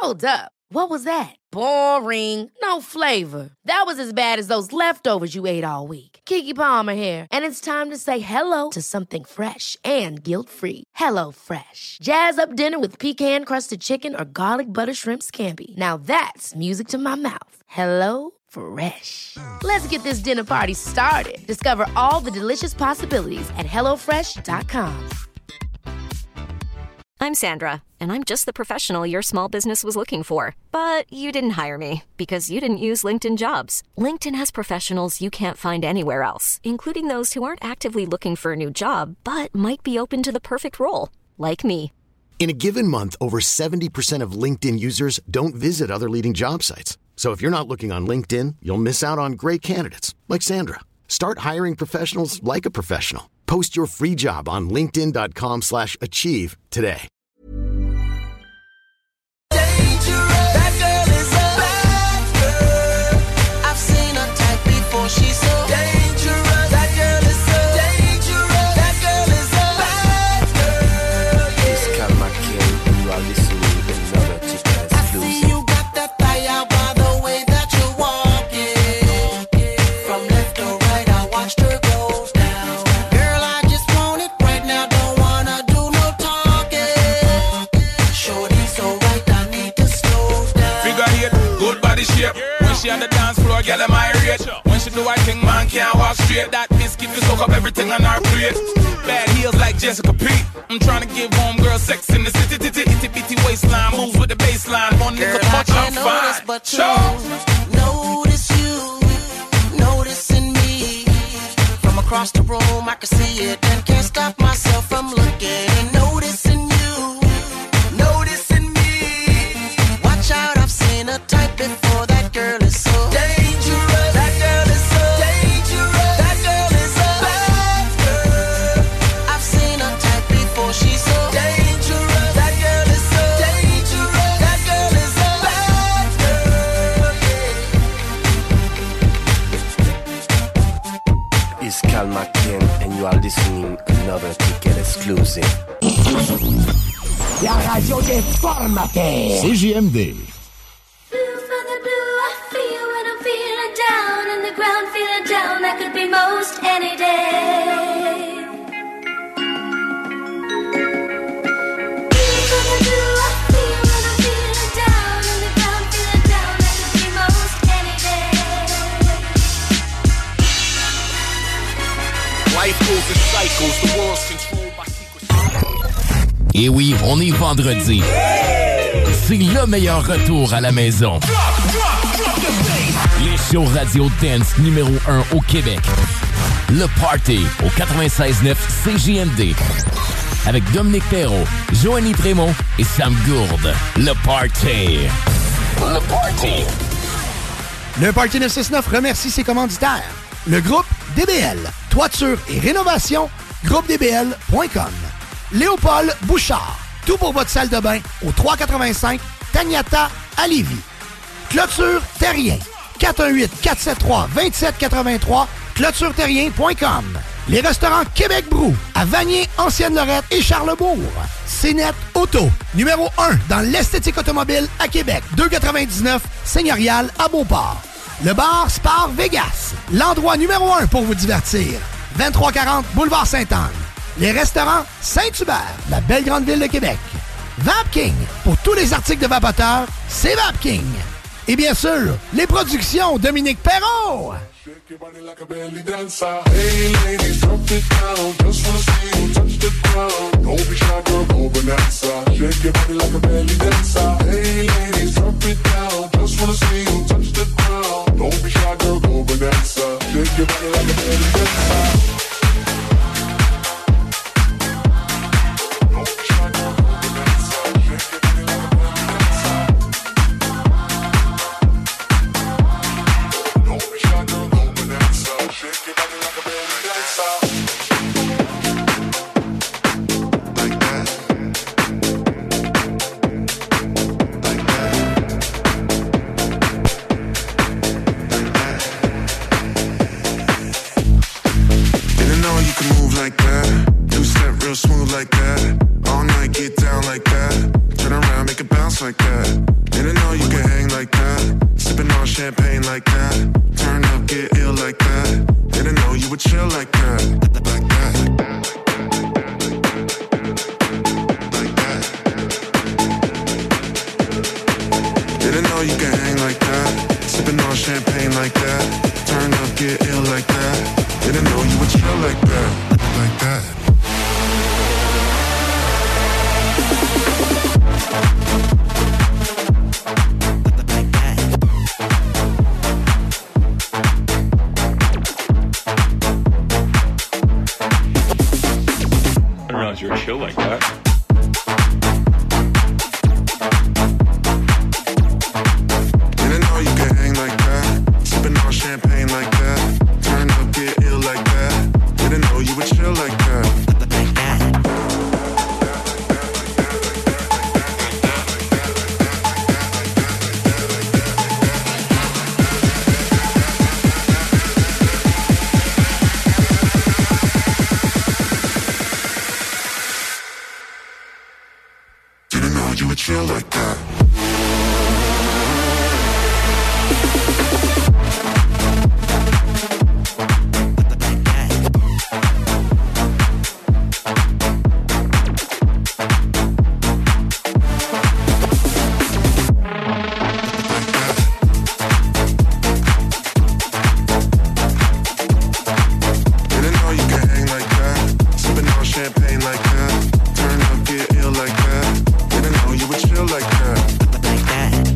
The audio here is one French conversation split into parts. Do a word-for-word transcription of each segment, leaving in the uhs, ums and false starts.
Hold up. What was that? Boring. No flavor. That was as bad as those leftovers you ate all week. Keke Palmer here, and it's time to say hello to something fresh and guilt-free. Hello Fresh. Jazz up dinner with pecan-crusted chicken or garlic butter shrimp scampi. Now that's music to my mouth. Hello Fresh. Let's get this dinner party started. Discover all the delicious possibilities at hello fresh dot com. I'm Sandra, and I'm just the professional your small business was looking for. But you didn't hire me because you didn't use LinkedIn Jobs. LinkedIn has professionals you can't find anywhere else, including those who aren't actively looking for a new job, but might be open to the perfect role, like me. In a given month, over seventy percent of LinkedIn users don't visit other leading job sites. So if you're not looking on LinkedIn, you'll miss out on great candidates, like Sandra. Start hiring professionals like a professional. Post your free job on linkedin.com slash achieve today. That girl is a bad girl. I've seen her type before. She's so dangerous. That girl is so dangerous. That girl is a bad girl. Yeah. It's Calma King, and you are listening to another Chica I see you got that fire by the way that you're walking. From left to right, I watched her go down. Girl, I just want it right now. Don't wanna do no talking. Shorty so right, I need to slow down. Figure eight, good body shape. When she on the dance floor, girl, am I rate? When she do I think man can't walk straight. That biscuit to soak up everything on our plate. Bad heels like Jessica Pete. I'm trying to give homegirl sex in the city. Titty itty bitty waistline moves with the baseline. One nigga punch, I'm fine. But notice you, noticing me. From across the room, I can see it and can't stop myself from looking. Noticing you, noticing me. Watch out, I've seen a type before. That girl is so dangerous. That girl is so dangerous. That girl is a bad girl. I've seen a type before. She's so dangerous. That girl is so dangerous. That girl is a bad girl. Yeah. It's Calma King, and you are listening to another Ticket exclusive. La radio déformatée. C J M D. Blue for the blue, I feel when I'm feeling down in the ground, feeling down. That could be most any day. Blue for the blue, I feel when I'm feeling down in the ground, feeling down. That could be most any day. Life goes in cycles, the world's controlled by secret. Et oui, on est vendredi. C'est le meilleur retour à la maison. Les shows radio dance numéro un au Québec. Le Party au quatre-vingt-seize neuf C J M D. Avec Dominique Perrault, Joanie Prémont et Sam Gourde. Le Party. Le Party. Le Party neuf cent soixante-neuf remercie ses commanditaires. Le groupe D B L. Toiture et rénovation, groupe d b l point com. Léopold Bouchard. Tout pour votre salle de bain au trois cent quatre-vingt-cinq Taniata à Lévis. Clôture Terrien. quatre un huit, quatre sept trois, deux sept huit trois, clôture terrien point com. Les restaurants Québec Brou à Vanier, Ancienne-Lorette et Charlebourg. Cénet Auto, numéro un dans l'esthétique automobile à Québec. deux cent quatre-vingt-dix-neuf Seigneurial à Beauport. Le bar Spar Vegas, l'endroit numéro un pour vous divertir. vingt-trois quarante Boulevard Sainte-Anne. Les restaurants Saint-Hubert, la belle grande ville de Québec. Vapking, pour tous les articles de vapoteurs, c'est Vapking. Et bien sûr, les productions Dominique Perrault. Shake your body like a belly dancer. Hey ladies, drop it down. Just wanna see you touch the ground. Don't be shy, girl, go bonanza. Shake your body like a belly dancer. Hey ladies, drop it down. Just wanna see you touch the ground. Don't be shy, girl, go bonanza. Shake your body like a belly dancer. Like that, all night get down like that, turn around make it bounce like that. champagne like that. Turn up, get ill like that. Didn't know you would chill like that. Like that. Like that. Didn't know you could hang like that. Sipping on champagne like that. Turn up, get ill like that. Didn't know you would chill like that. Like that. You're chill like that. Didn't know you could hang like that. Sipping on champagne like that. Turn up, get ill like that. Didn't know you would chill like that. You would chill like that. Didn't know you could hang like that. Sipping on champagne like that. Turn up, get ill like that. Didn't know you would chill like that. Like that.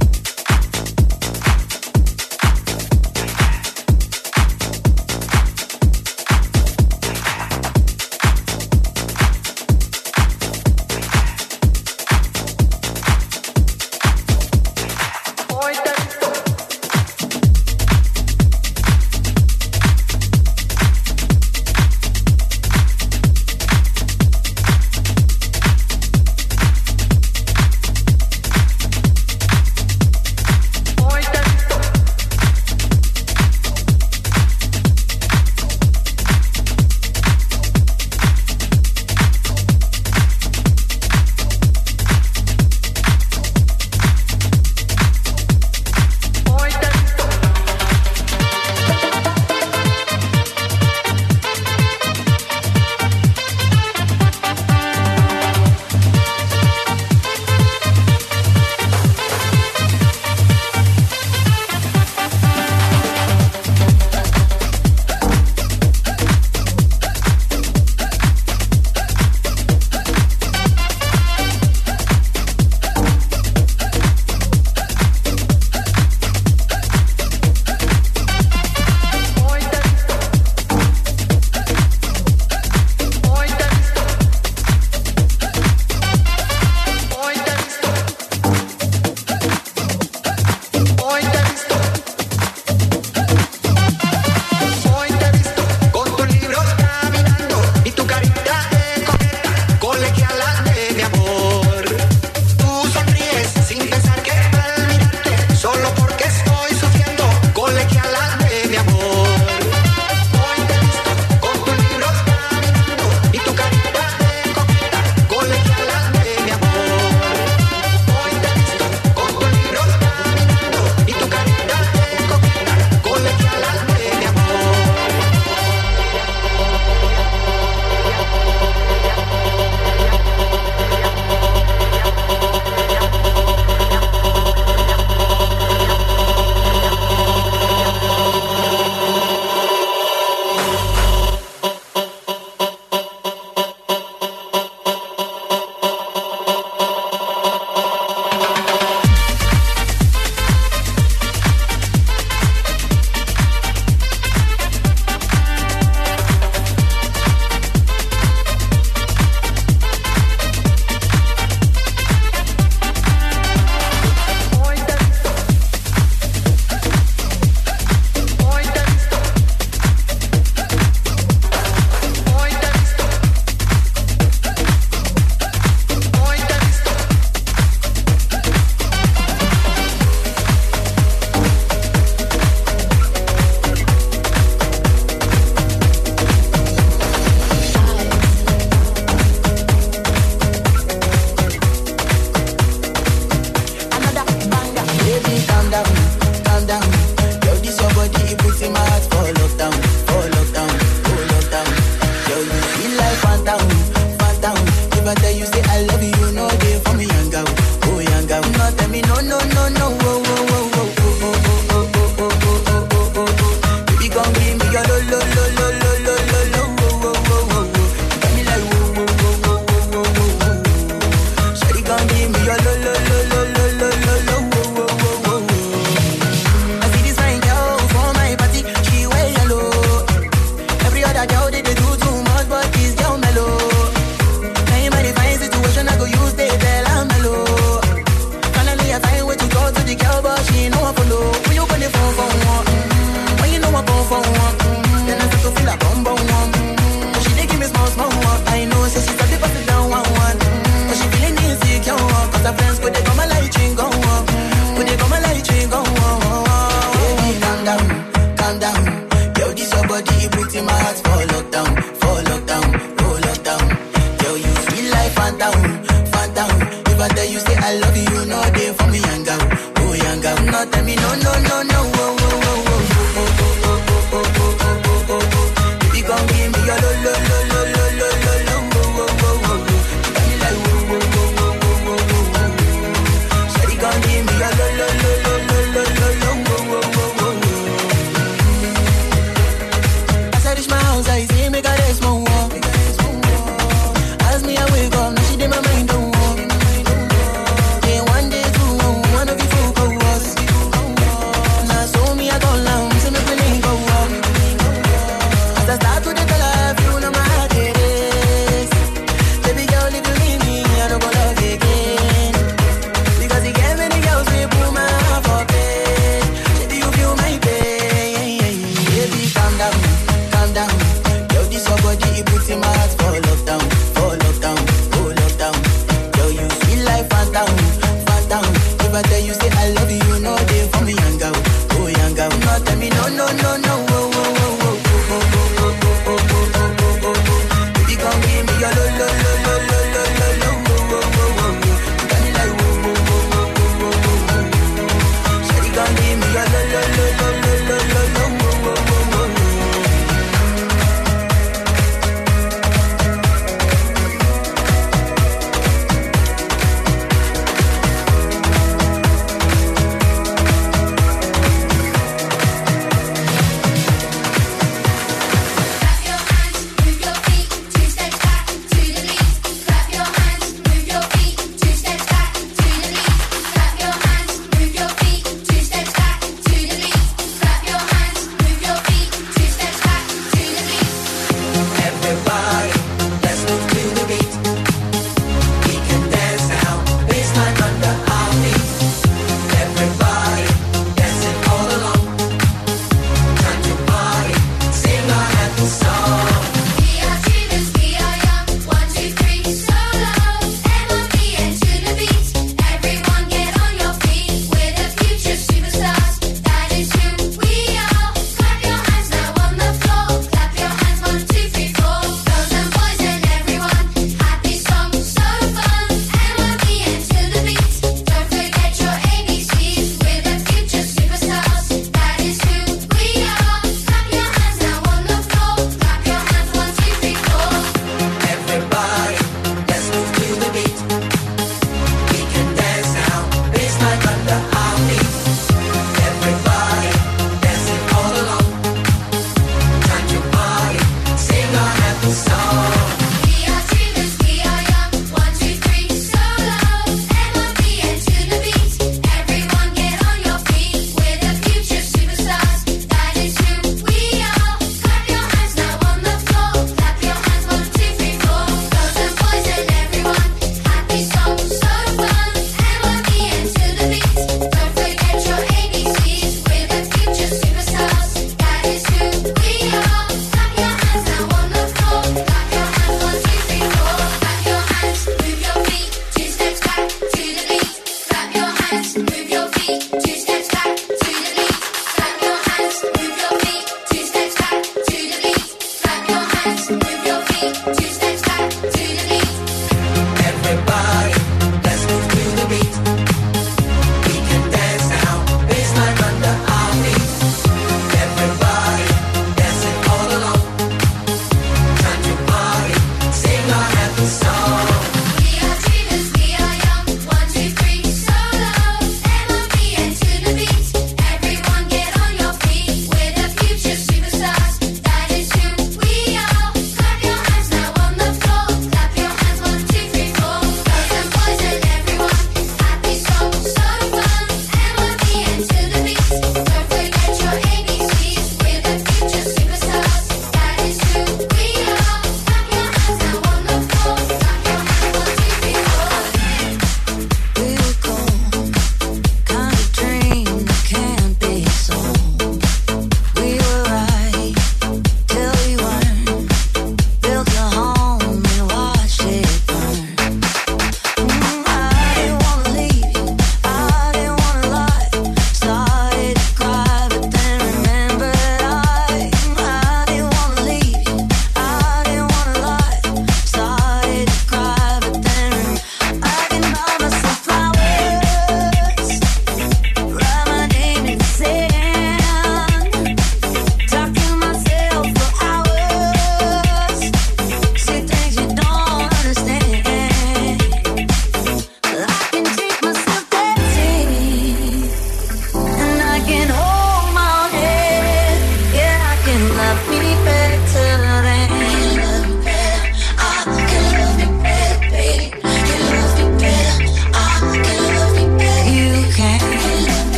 down, calm down. put in my heart for lockdown, for lockdown, for lockdown. Girl, you feel like phantom, phantom. If I tell you say I love you, you know they for me young girl, oh young girl. No tell me no, no, no, no, oh, oh, oh, oh, oh, oh, oh, oh, oh, oh, oh, oh, oh, oh. Baby, come give me your lo, lo, lo, lo, lo, lo, lo, lo, oh, oh, oh, oh, oh. You got me like oh, oh, oh, oh, oh, oh, oh, oh. Shawty, come give me your lo, lo, lo, lo, lo, lo, lo, lo, oh, oh, oh, oh, oh. I see this fine girl for my party, she wear yellow. Every other girl they, they do too much, but this girl mellow. Now in my divine situation, I go use they tell I'm mellow. Finally I find way to talk to the girl, but she ain't no one follow. When you gonna phone for one? Mm-hmm. When you know I phone for one? Mm-hmm. Then I start to feel like bum bum one. Mm-hmm. She dey give me small small one. I know, so she start to pass it down one one. Mm-hmm. But she feeling insecure, cause her friends could they come and light ring go on. Could they come and light ring go on? Baby, calm down, calm down. Yo, this your body, it puts in my heart for lockdown, for lockdown, for lockdown. Yo, you feel like phantom, phantom. If I tell you say I love you, you know they for me young girl, oh young girl. No tell me no, no, no, no, oh, oh, oh, oh, oh, oh, oh, oh, oh, oh, oh, oh. Baby, come give me your lo, lo, lo, lo, lo, lo, lo, lo, oh, oh, oh, oh, oh. You got me like oh, oh, oh, oh, oh, oh, oh, oh. Shawty, come give me your lo, lo, lo, lo, lo, lo, lo, lo, oh, oh, oh, oh, oh. As I reach my house, I see me got a small walk. As me I wake up, now she did my mind don't walk. Then one day, two, one of you folk go us. Now so me I go down, see me feeling go up. As I start to the tell her, you know my heart it is. Baby girl, if you leave me, I don't go love again. Because you gave me the girls, we put my heart for bed. Baby, you feel my pain. Baby, calm down, calm down. Yo, this your body, it puts in my heart for lockdown, for lockdown, for lockdown. Yo, you feel like phantom, phantom. If I tell you say I love you, you know they for me young girl, oh young girl. No tell me no, no, no, no, oh, oh, oh, oh, oh, oh, oh, oh, oh, oh, oh, oh, oh. Baby, come give me your lo, lo, lo, lo, lo, lo, lo, lo, oh, oh, oh, oh. You got me like oh, oh, oh, oh, oh, oh, oh, oh. Shawty, come give me your lo, lo, lo, lo, lo, lo, lo, lo, oh, oh, oh, oh, oh.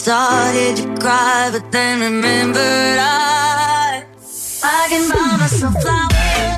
started to cry, but then remembered I I can buy myself flowers.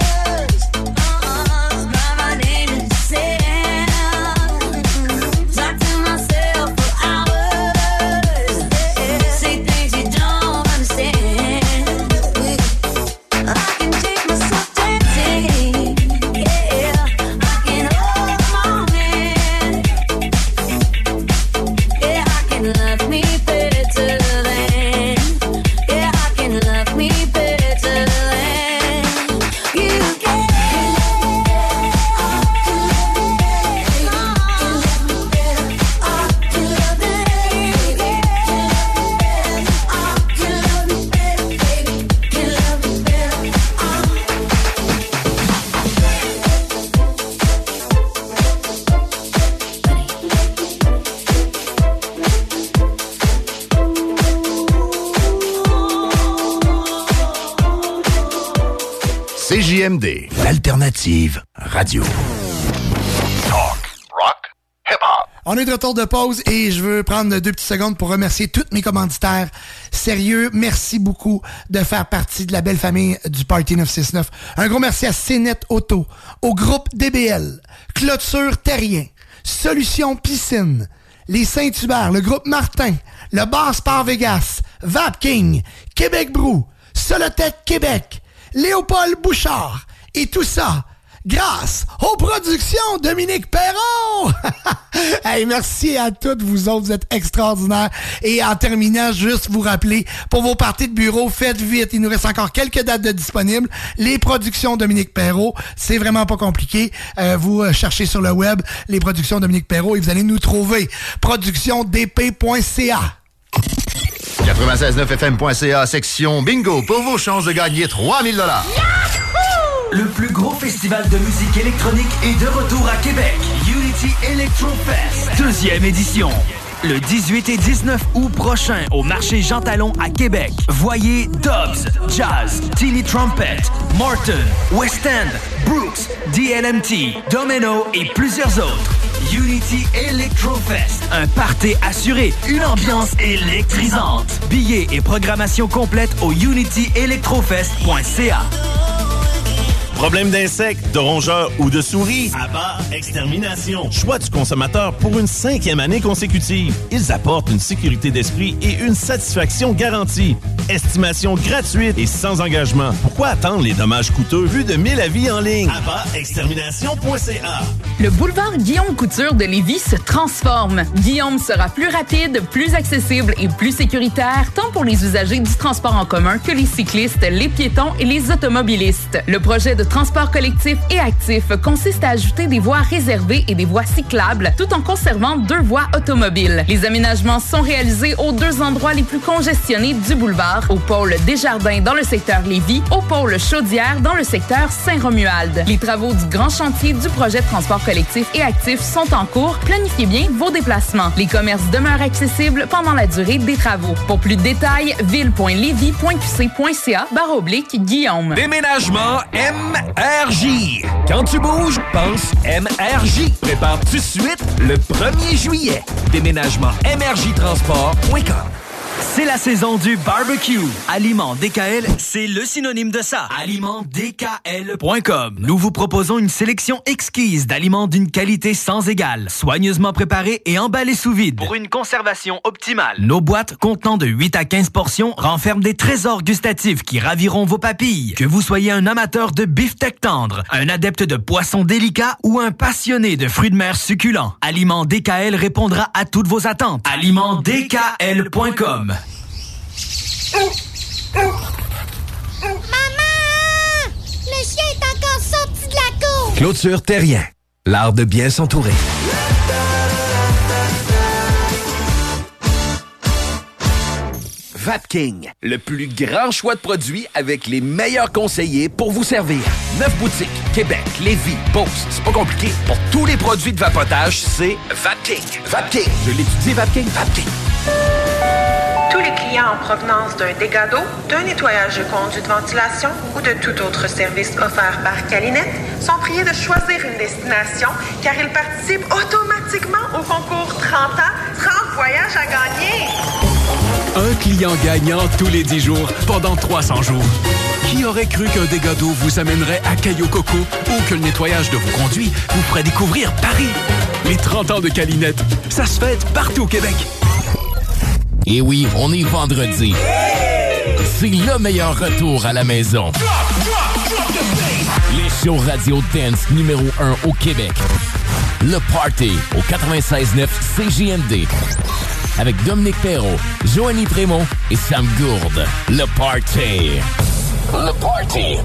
C J M D, l'alternative radio. Talk, rock, hip-hop. On est de retour de pause et je veux prendre deux petites secondes pour remercier tous mes commanditaires. Sérieux, merci beaucoup de faire partie de la belle famille du Party neuf cent soixante-neuf. Un gros merci à C net Auto, au groupe D B L, Clôture Terrien, Solution Piscine, les Saint-Hubert, le groupe Martin, le Bar Sport Vegas, Vapking, Québec Brou, Solotech Québec, Léopold Bouchard, et tout ça grâce aux productions Dominique Perron. Hey, merci à toutes vous autres, vous êtes extraordinaires. Et en terminant, juste vous rappeler, pour vos parties de bureau, faites vite, il nous reste encore quelques dates de disponibles. Les productions Dominique Perron, c'est vraiment pas compliqué. Euh, vous cherchez sur le web les productions Dominique Perron et vous allez nous trouver. production d p point c a. quatre-vingt-seize neuf F M point C A, section bingo, pour vos chances de gagner trois mille dollars. Le plus gros festival de musique électronique est de retour à Québec. Unity Electro Fest, deuxième édition. Le dix-huit et dix-neuf août prochain au marché Jean Talon à Québec. Voyez Dobbs, Jazz, Tilly Trumpet, Morton, West End, Brooks, D L M T, Domino et plusieurs autres. Unity Electro Fest, un party assuré, une ambiance électrisante. Billets et programmation complète au unity electrofest point c a. Problème d'insectes, de rongeurs ou de souris? Abba Extermination. Choix du consommateur pour une cinquième année consécutive. Ils apportent une sécurité d'esprit et une satisfaction garantie. Estimation gratuite et sans engagement. Pourquoi attendre les dommages coûteux vu de mille avis en ligne? Abba Extermination point c a. Le boulevard Guillaume Couture de Lévis se transforme. Guillaume sera plus rapide, plus accessible et plus sécuritaire, tant pour les usagers du transport en commun que les cyclistes, les piétons et les automobilistes. Le projet de transport collectif et actif consiste à ajouter des voies réservées et des voies cyclables, tout en conservant deux voies automobiles. Les aménagements sont réalisés aux deux endroits les plus congestionnés du boulevard, au pôle Desjardins dans le secteur Lévis, au pôle Chaudière dans le secteur Saint-Romuald. Les travaux du grand chantier du projet de transport collectif et actif sont en cours. Planifiez bien vos déplacements. Les commerces demeurent accessibles pendant la durée des travaux. Pour plus de détails, ville point lévis point q c point c a barre oblique Guillaume. Déménagement M R J. Quand tu bouges, pense M R J. Prépare tout de suite le premier juillet. Déménagement m r j transport point com. C'est la saison du barbecue. Aliment D K L, c'est le synonyme de ça. Aliment D K L point com. Nous vous proposons une sélection exquise d'aliments d'une qualité sans égale, soigneusement préparés et emballés sous vide pour une conservation optimale. Nos boîtes contenant de huit à quinze portions renferment des trésors gustatifs qui raviront vos papilles. Que vous soyez un amateur de beefsteak tendre, un adepte de poissons délicats ou un passionné de fruits de mer succulents, Aliment D K L répondra à toutes vos attentes. Aliment D K L point com. Maman! Le chien est encore sorti de la cour! Clôture Terrien, l'art de bien s'entourer. Vapking, le plus grand choix de produits avec les meilleurs conseillers pour vous servir. Neuf boutiques, Québec, Lévis, Beauce. C'est pas compliqué. Pour tous les produits de vapotage, c'est Vapking. Vapking. Je l'étudie, Vapking. Vapking. Tous les clients en provenance d'un dégât d'eau, d'un nettoyage de conduits de ventilation ou de tout autre service offert par Calinette sont priés de choisir une destination car ils participent automatiquement au concours trente ans, trente voyages à gagner. Un client gagnant tous les dix jours pendant trois cents jours. Qui aurait cru qu'un dégât d'eau vous amènerait à Caillou Coco ou que le nettoyage de vos conduits vous ferait découvrir Paris? Les trente ans de Calinette, ça se fête partout au Québec. Et oui, on est vendredi. C'est le meilleur retour à la maison. Les shows radio dance numéro un au Québec. Le Party au quatre-vingt-seize neuf C J M D. Avec Dominique Perrault, Joanie Prémont et Sam Gourde. Le Party. Le Party.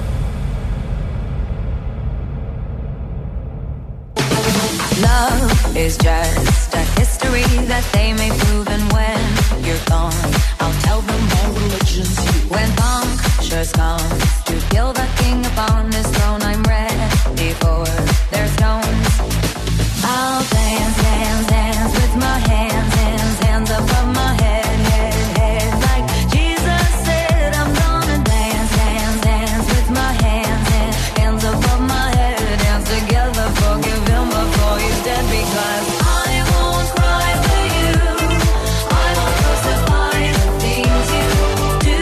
Love is just a history that they may prove, and when you're gone, I'll tell them my religion's you. When punctures come to kill the king upon his throne, I'm ready for their stones. I'll dance, dance, dance with my hands, hands, hands above my head, head, head. Like Jesus said, I'm gonna dance, dance, dance with my hands, hands, hands above my head. Dance together, forgive him before he's dead, because I won't cry for you. I won't crucify the things you do.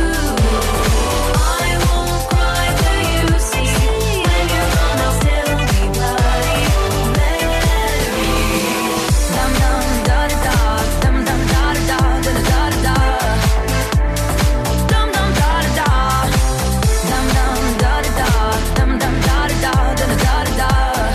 I won't cry for you. See, when you're gone, I'll still be bloody Mary. Dum dum da da da, dum dum da da da, da da da da. Dum dum da da da, dum dum da da da, dum dum da da da, da da da da.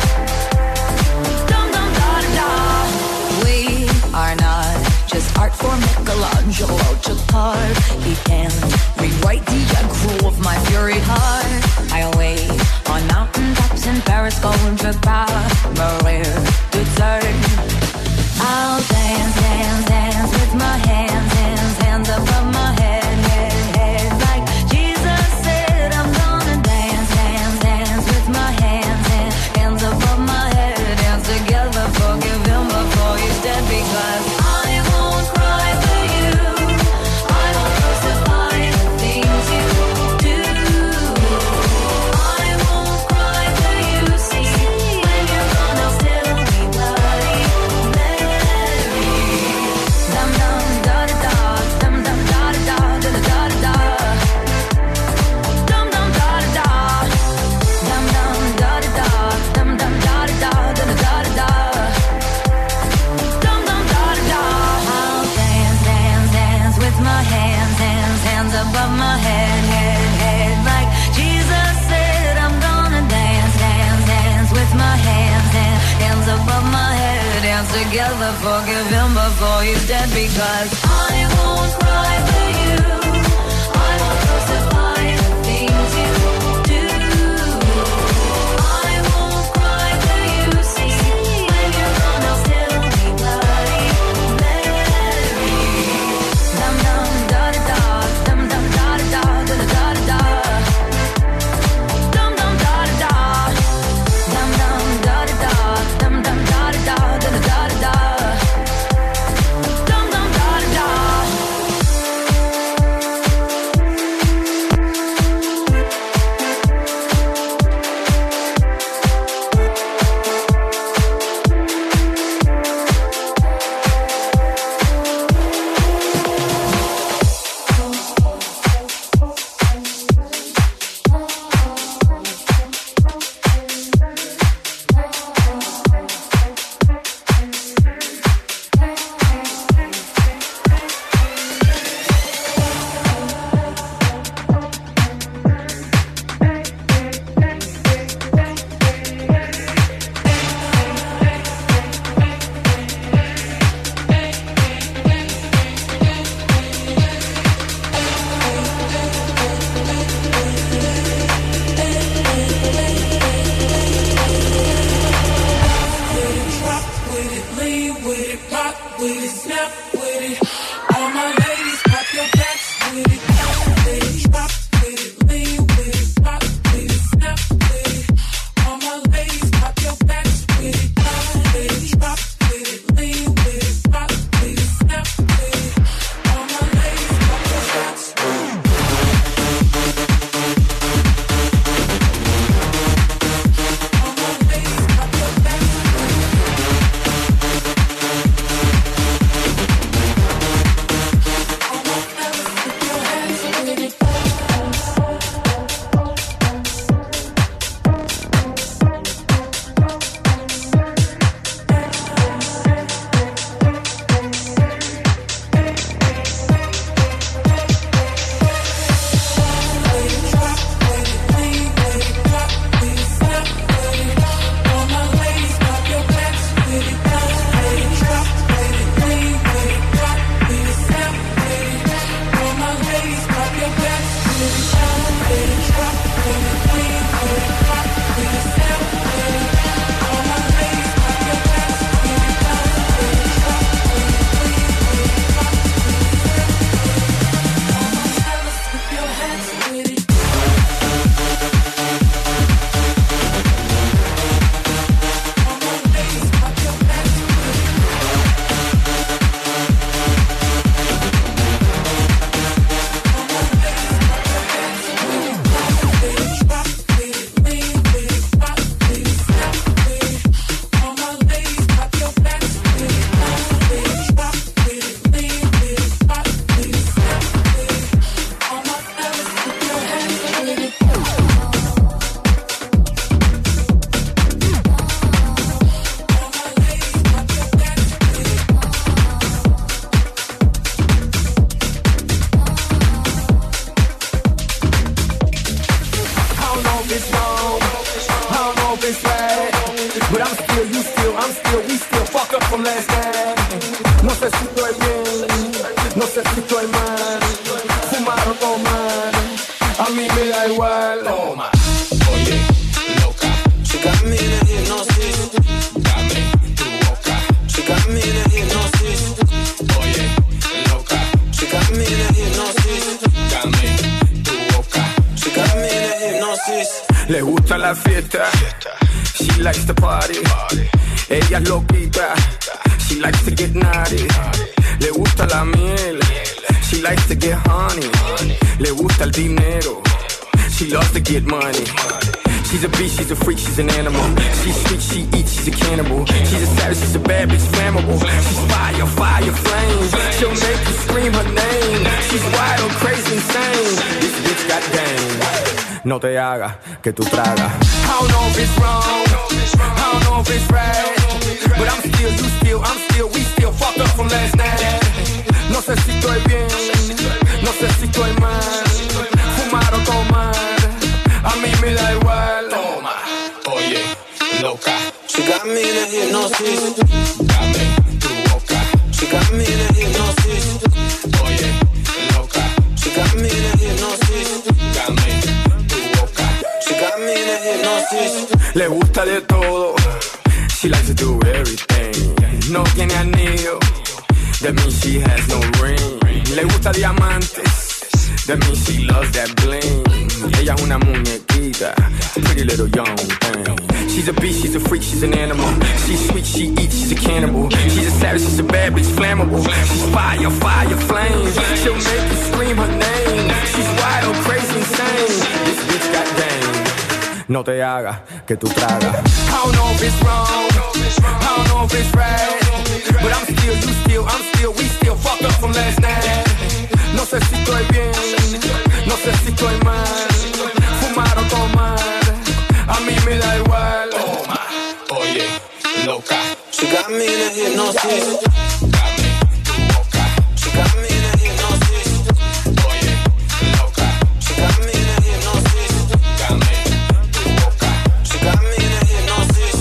Dum dum da da da. We are not just art for Michelangelo to carve. He can't rewrite the aggro of my fury heart. I wait on mountain tops in Paris, going to Maria to turn. I'll dance, dance, dance with my hands, hands, hands above my head, head, head. Like Jesus said, I'm gonna dance, dance, dance with my hands, hands, hands above my head. Dance together, forgive him before he's dead, because I won't cry for you. I won't crucify the things you do. I won't cry for you. See, when you're gone, I'll still be bloody Mary. Dum dum da da da, dum dum da da da, da da da da. Dum dum da da da, dum dum da da da, dum dum da da da, da da da da. Dum dum da da da. I'll dance, dance, dance with my hands, hands, hands above my head, head, head. Like Jesus said, I'm gonna dance, dance, dance with my hands, hands, hands above my head. Dance together, forgive him before he's dead, because I won't cry for you. I won't crucify the things you do. I won't cry for you. See, when you're gone, I'll still be bloody Mary. Dum dum da da da, dum dum da da da, da da da da. Dum dum da da da, dum dum da da da, dum dum da da da, da da da da. Dum dum da da da. last night. No sé si estoy bien, no sé si estoy mal. Fumar o tomar, a mí me da igual. Toma, oye, loca. She got me in a hypnosis. Dame tu boca. She got me in a hypnosis. Oye, loca. She got me in a hypnosis. Dame tu boca. She got me in a hypnosis. Le gusta la fiesta. She likes to party. Ella es loquita. She likes to get naughty. Le gusta la miel. She likes to get honey. Le gusta el dinero. She loves to get money. She's a beast, she's a freak, she's an animal. She's sweet, she eats, she's a cannibal. She's a savage, she's a bad bitch, flammable. She's fire, fire, flame. She'll make you scream her name. She's wild, crazy, insane. This bitch got game. No te hagas que tú tragas. I don't know if it's wrong, I don't know if it's right, but I'm still, you still, I'm still, we still fucked up from last night. No sé si estoy bien, no sé si estoy mal. Fumar o tomar, a mí me da igual. Toma, oye, loca. She got me in a hypnosis. Dame tu boca. She got me in a hypnosis. Oye, loca. She got me in a hypnosis. Dame tu boca. She got me in a hypnosis. Le gusta de todo. She likes to do everything. No tiene anillo. That means she has no ring. Le gusta diamantes. That means she loves that bling. Ella es una muñequita, pretty little young thing. She's a beast, she's a freak, she's an animal. She's sweet, she eats, she's a cannibal. She's a savage, she's a bad bitch, flammable. She's fire, fire, flame. She'll make you scream her name. She's wild, crazy, insane. This bitch got game. No te hagas que tú tragas. I don't know if it's wrong, I don't know if it's right, but I'm still, you still, I'm still, we still fucked up from last night. No sé si estoy bien, no sé si estoy mal. Fumar o tomar, a mí me da igual. Toma, oye, loca. She got me in a hypnosis. Dame tu boca. She got me in a hypnosis. Oye, loca. She got me in a hypnosis. Dame tu boca. She got me in a hypnosis.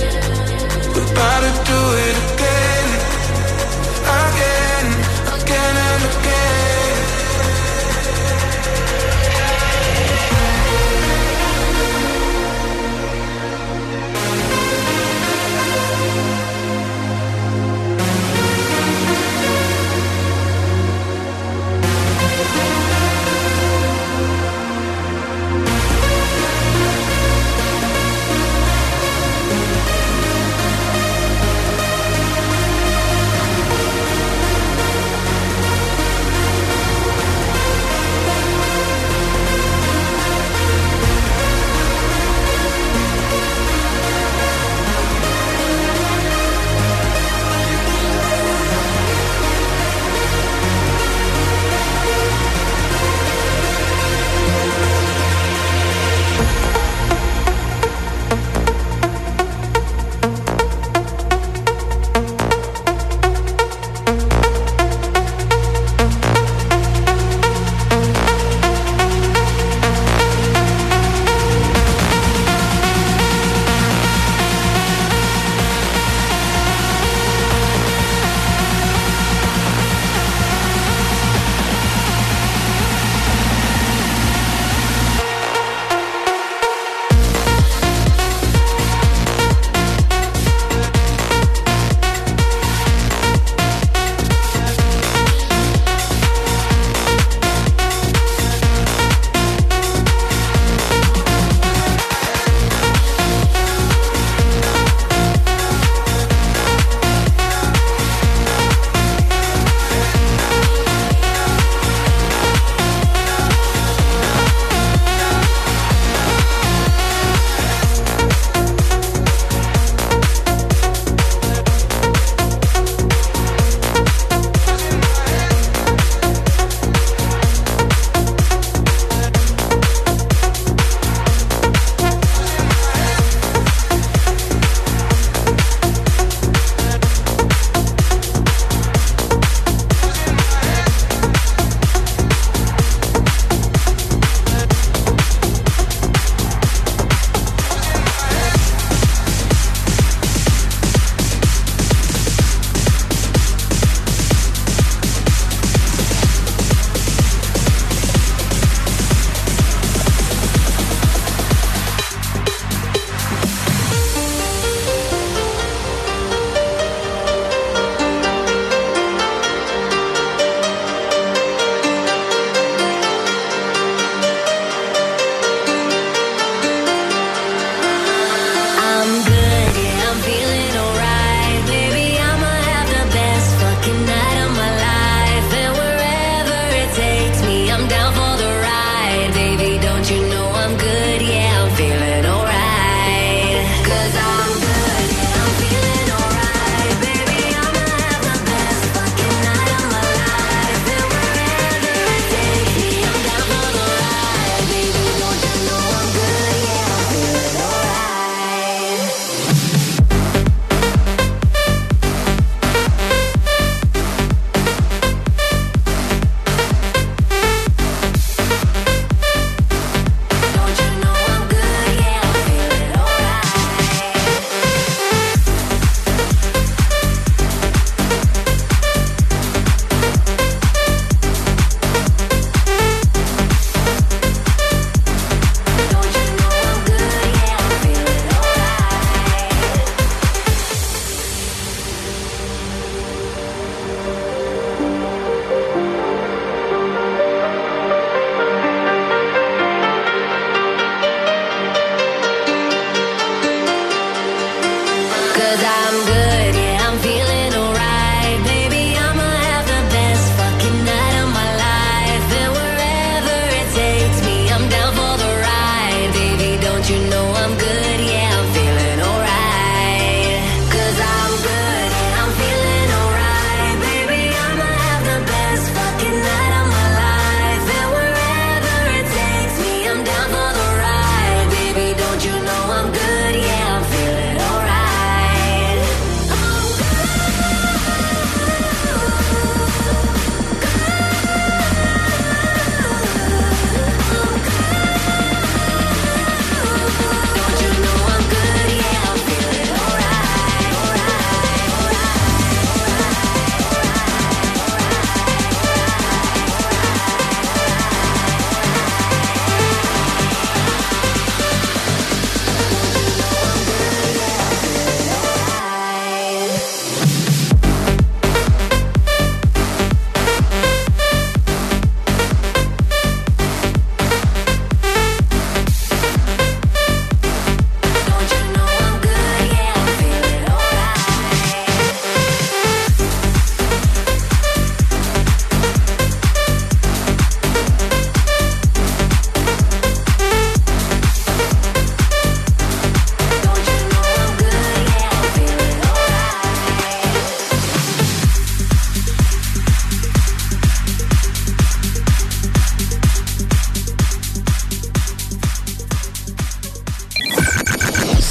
About to do it again, again, again,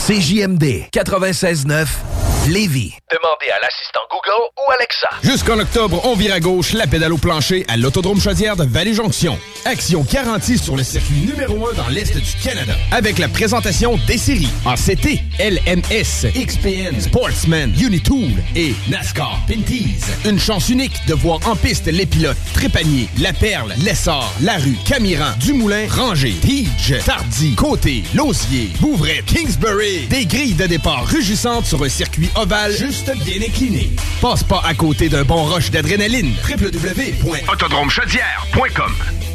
C J M D quatre-vingt-seize neuf Lévis. Demandez à l'assistant Google ou Alexa. Jusqu'en octobre, on vire à gauche la pédale au plancher à l'Autodrome Chaudière de Vallée-Jonction. Action garantie sur le circuit numéro un dans l'Est du Canada. Avec la présentation des séries en C T, L M S, X P N, Sportsman, Unitool et NASCAR Pinties. Une chance unique de voir en piste les pilotes Trépanier, La Perle, Lessard, Larue, Camiran, Dumoulin, Ranger, Tige, Tardy, Côté, Lausier, Bouvray, Kingsbury. Des grilles de départ rugissantes sur un circuit ovale juste bien incliné. Passe pas à côté d'un bon rush d'adrénaline. w w w point autodrome chaudière point com.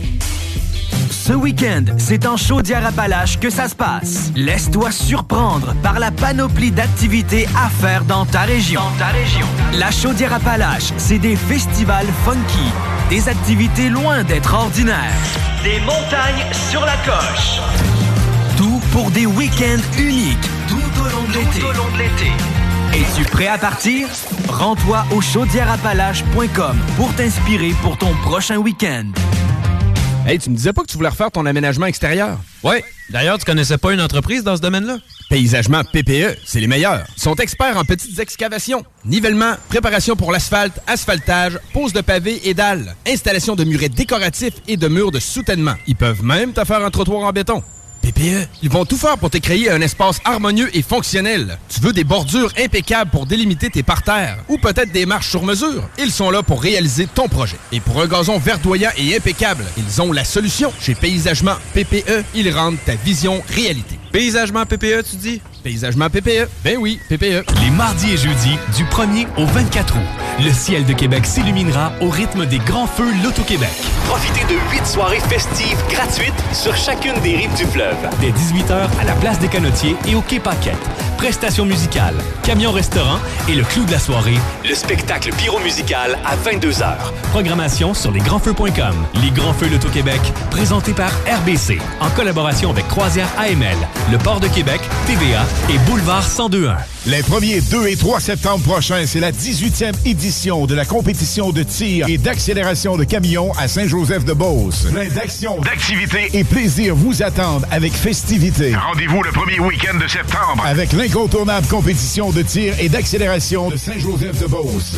Ce week-end, c'est en Chaudière-Appalaches que ça se passe. Laisse-toi surprendre par la panoplie d'activités à faire dans ta région. Dans ta région. La Chaudière-Appalaches, c'est des festivals funky, des activités loin d'être ordinaires, des montagnes sur la coche. Tout pour des week-ends uniques tout au long de l'été. Tout au long de l'été. Es-tu prêt à partir? Rends-toi au chaudière appalaches point com pour t'inspirer pour ton prochain week-end. Hey, tu me disais pas que tu voulais refaire ton aménagement extérieur? Ouais. D'ailleurs, tu connaissais pas une entreprise dans ce domaine-là? Paysagement P P E, c'est les meilleurs. Ils sont experts en petites excavations, nivellement, préparation pour l'asphalte, asphaltage, pose de pavés et dalles, installation de murets décoratifs et de murs de soutènement. Ils peuvent même te faire un trottoir en béton. P P E, ils vont tout faire pour te créer un espace harmonieux et fonctionnel. Tu veux des bordures impeccables pour délimiter tes parterres ou peut-être des marches sur mesure? Ils sont là pour réaliser ton projet. Et pour un gazon verdoyant et impeccable, ils ont la solution. Chez Paysagement P P E, ils rendent ta vision réalité. Paysagement P P E, tu dis? Paysagement P P E. Ben oui, P P E. Les mardis et jeudis, du premier au vingt-quatre août, le ciel de Québec s'illuminera au rythme des grands feux Loto-Québec. Profitez de huit soirées festives gratuites sur chacune des rives du fleuve. Dès dix-huit heures à la place des Canotiers et au Quai Paquette. Prestations musicales, camion-restaurant et le clou de la soirée, le spectacle pyro-musical à vingt-deux heures. Programmation sur les grands feux point com. Les Grands Feux Loto-Québec, présentés par R B C, en collaboration avec Croisière A M L, le Port de Québec, T V A et Boulevard cent deux un. Les premiers deux et trois septembre prochains, c'est la dix-huitième édition de la compétition de tir et d'accélération de camions à Saint-Joseph-de-Beauce. Plein d'actions, d'activités et plaisir vous attendent avec festivité. Rendez-vous le premier week-end de septembre avec l'incontournable compétition de tir et d'accélération de Saint-Joseph-de-Beauce.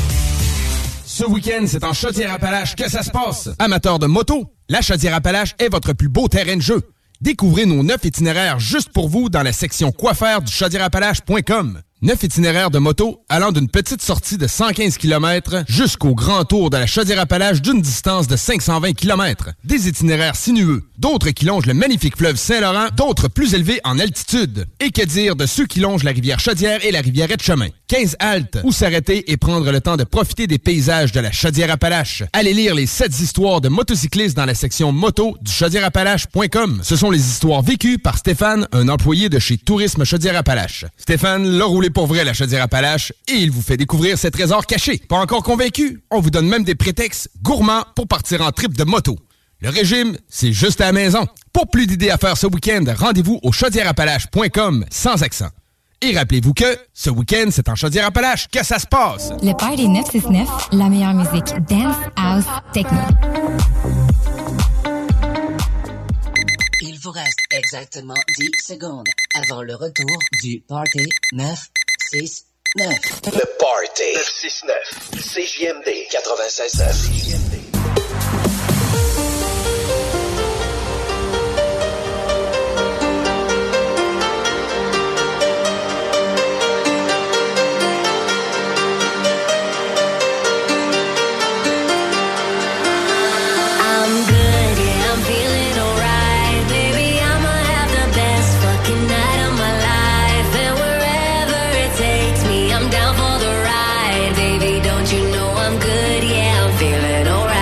Ce week-end, c'est en Chaudière-Appalaches que ça se passe. Amateurs de moto, la Chaudière-Appalaches est votre plus beau terrain de jeu. Découvrez nos neuf itinéraires juste pour vous dans la section coiffeur du chaudière appalaches point com. Neuf itinéraires de moto allant d'une petite sortie de cent quinze kilomètres jusqu'au grand tour de la Chaudière-Appalaches d'une distance de cinq cent vingt kilomètres. Des itinéraires sinueux, d'autres qui longent le magnifique fleuve Saint-Laurent, d'autres plus élevés en altitude. Et que dire de ceux qui longent la rivière Chaudière et la rivière Etchemin. quinze haltes où s'arrêter et prendre le temps de profiter des paysages de la Chaudière-Appalaches. Allez lire les sept histoires de motocyclistes dans la section moto du chaudière appalaches point com. Ce sont les histoires vécues par Stéphane, un employé de chez Tourisme Chaudière-Appalaches. Stéphane l'a roulé pour vrai la Chaudière-Appalaches et il vous fait découvrir ses trésors cachés. Pas encore convaincu? On vous donne même des prétextes gourmands pour partir en trip de moto. Le régime, c'est juste à la maison. Pour plus d'idées à faire ce week-end, rendez-vous au chaudière appalaches point com sans accent. Et rappelez-vous que ce week-end, c'est en Chaudière-Appalaches que ça se passe. Le Party neuf cent soixante-neuf, la meilleure musique dance, house, techno. Il vous reste exactement dix secondes avant le retour du Party neuf cent soixante-neuf. Le Party neuf cent soixante-neuf, C J M D quatre-vingt-seize neuf. I'm down for the ride, baby. Don't you know I'm good? Yeah, I'm feeling alright.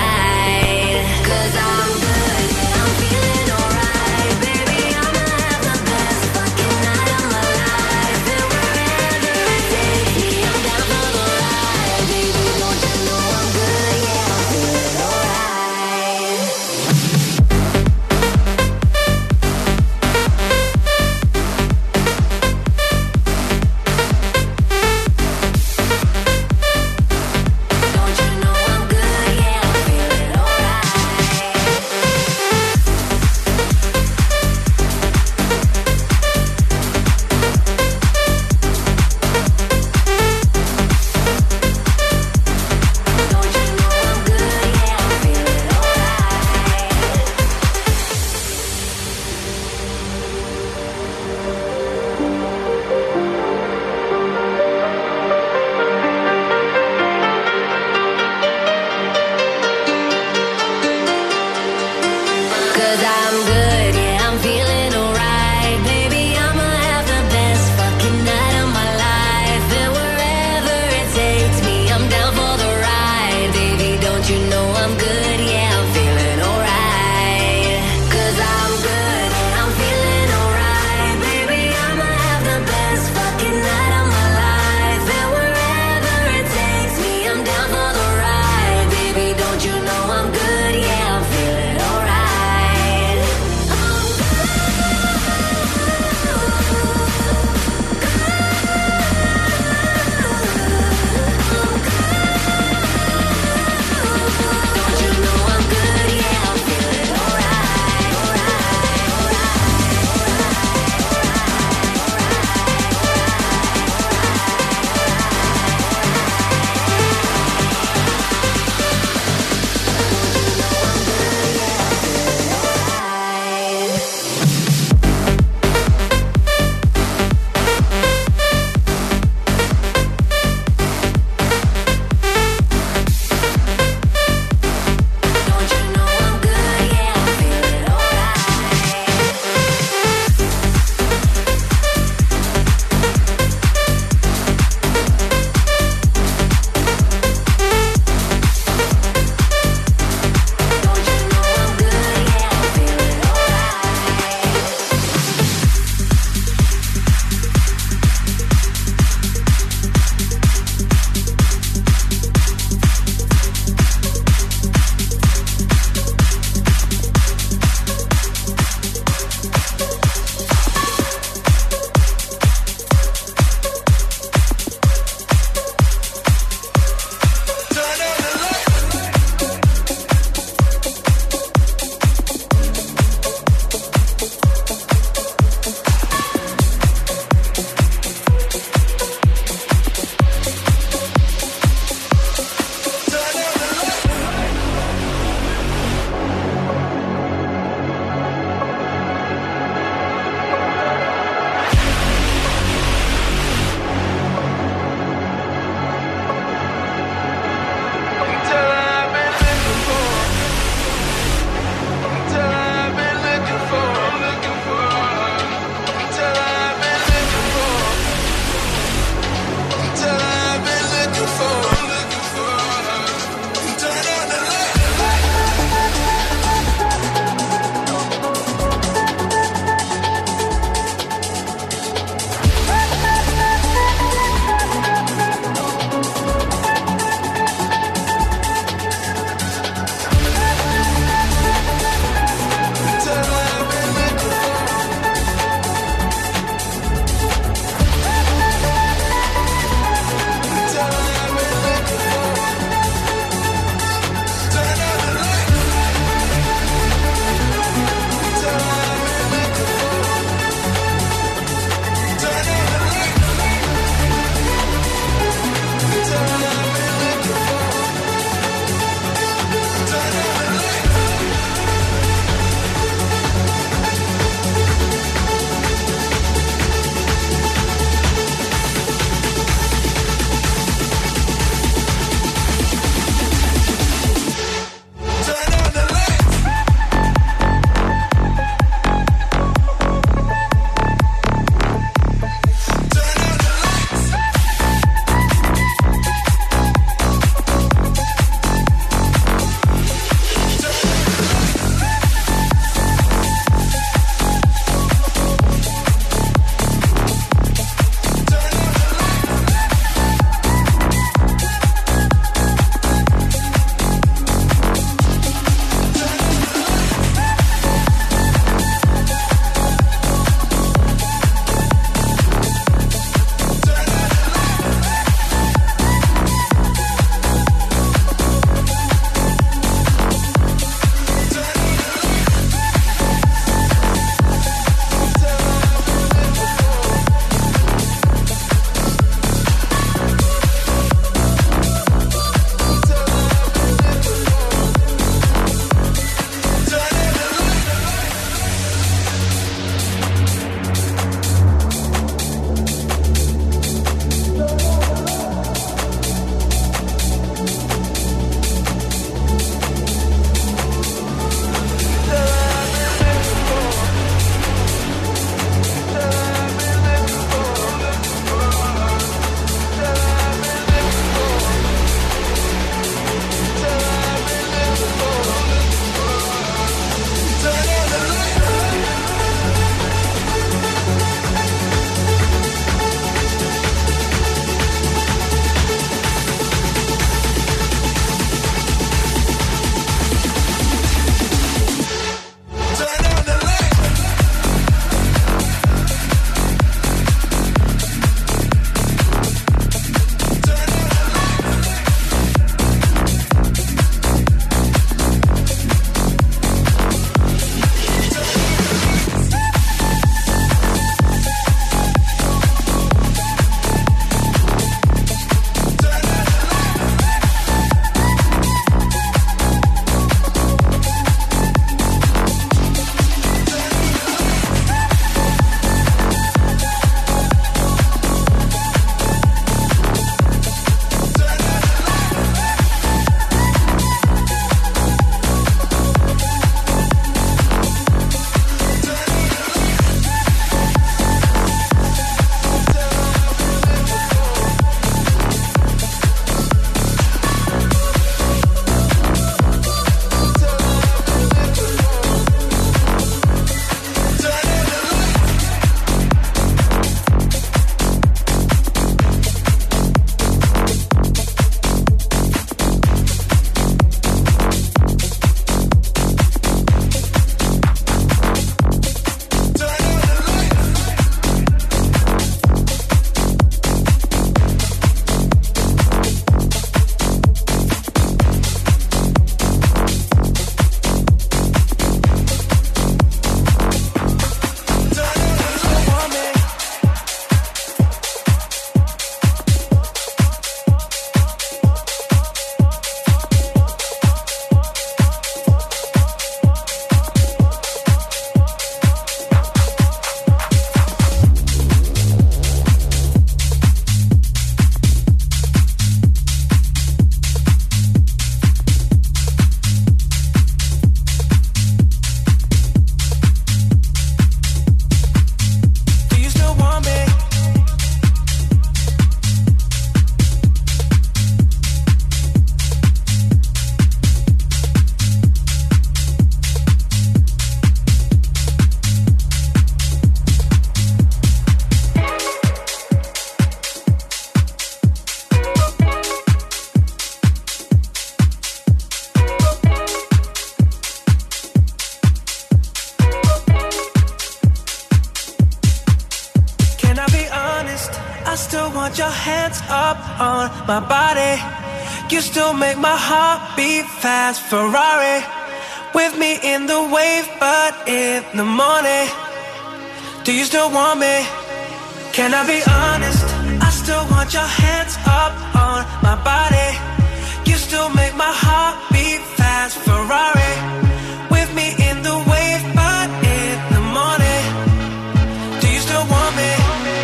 want your hands up on my body. You still make my heart beat fast. Ferrari with me in the wave, but in the morning. Do you still want me? Can I be honest? I still want your hands up on my body. You still make my heart beat fast. Ferrari with me in the wave, but in the morning. Do you still want me?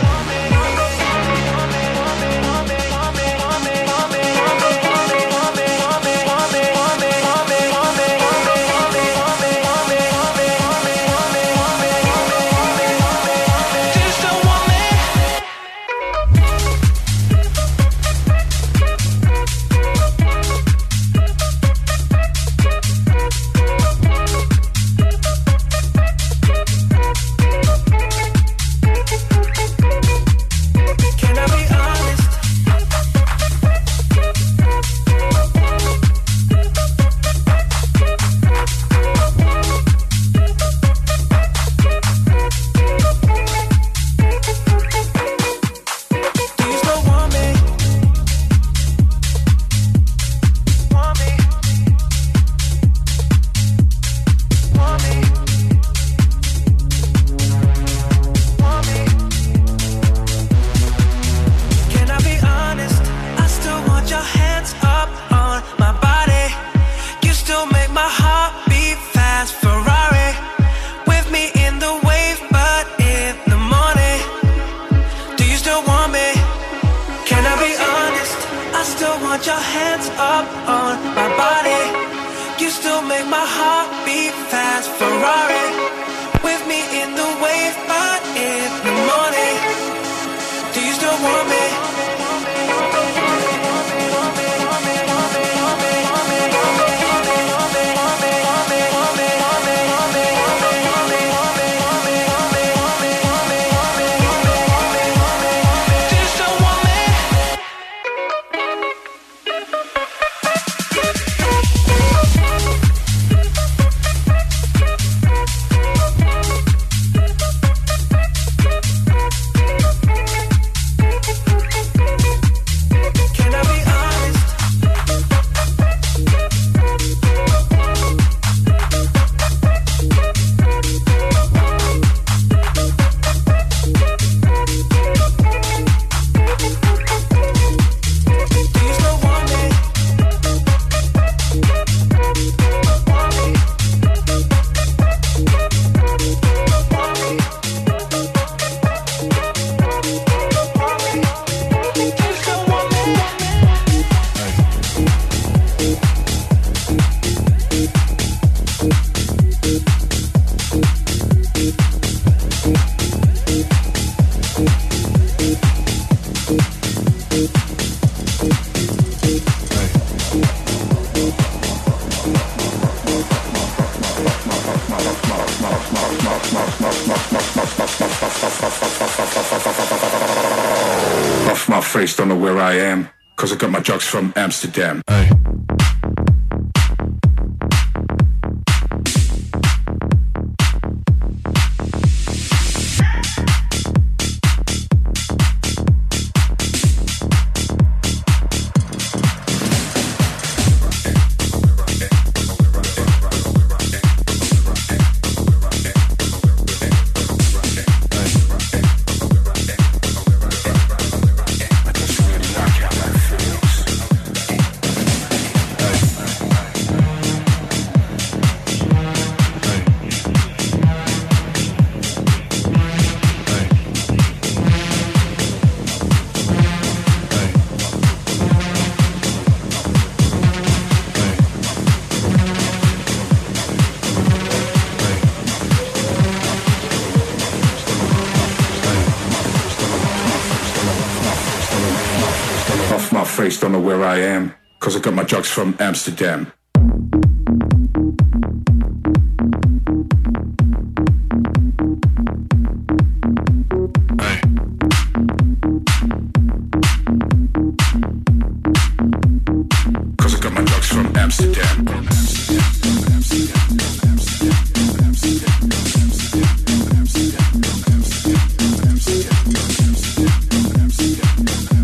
Off my face, don't know where I am, cause I got my drugs from Amsterdam. Hey. Don't know where I am, cause I got my drugs from Amsterdam. Hey. Cause I got my drugs from Amsterdam. Amsterdam.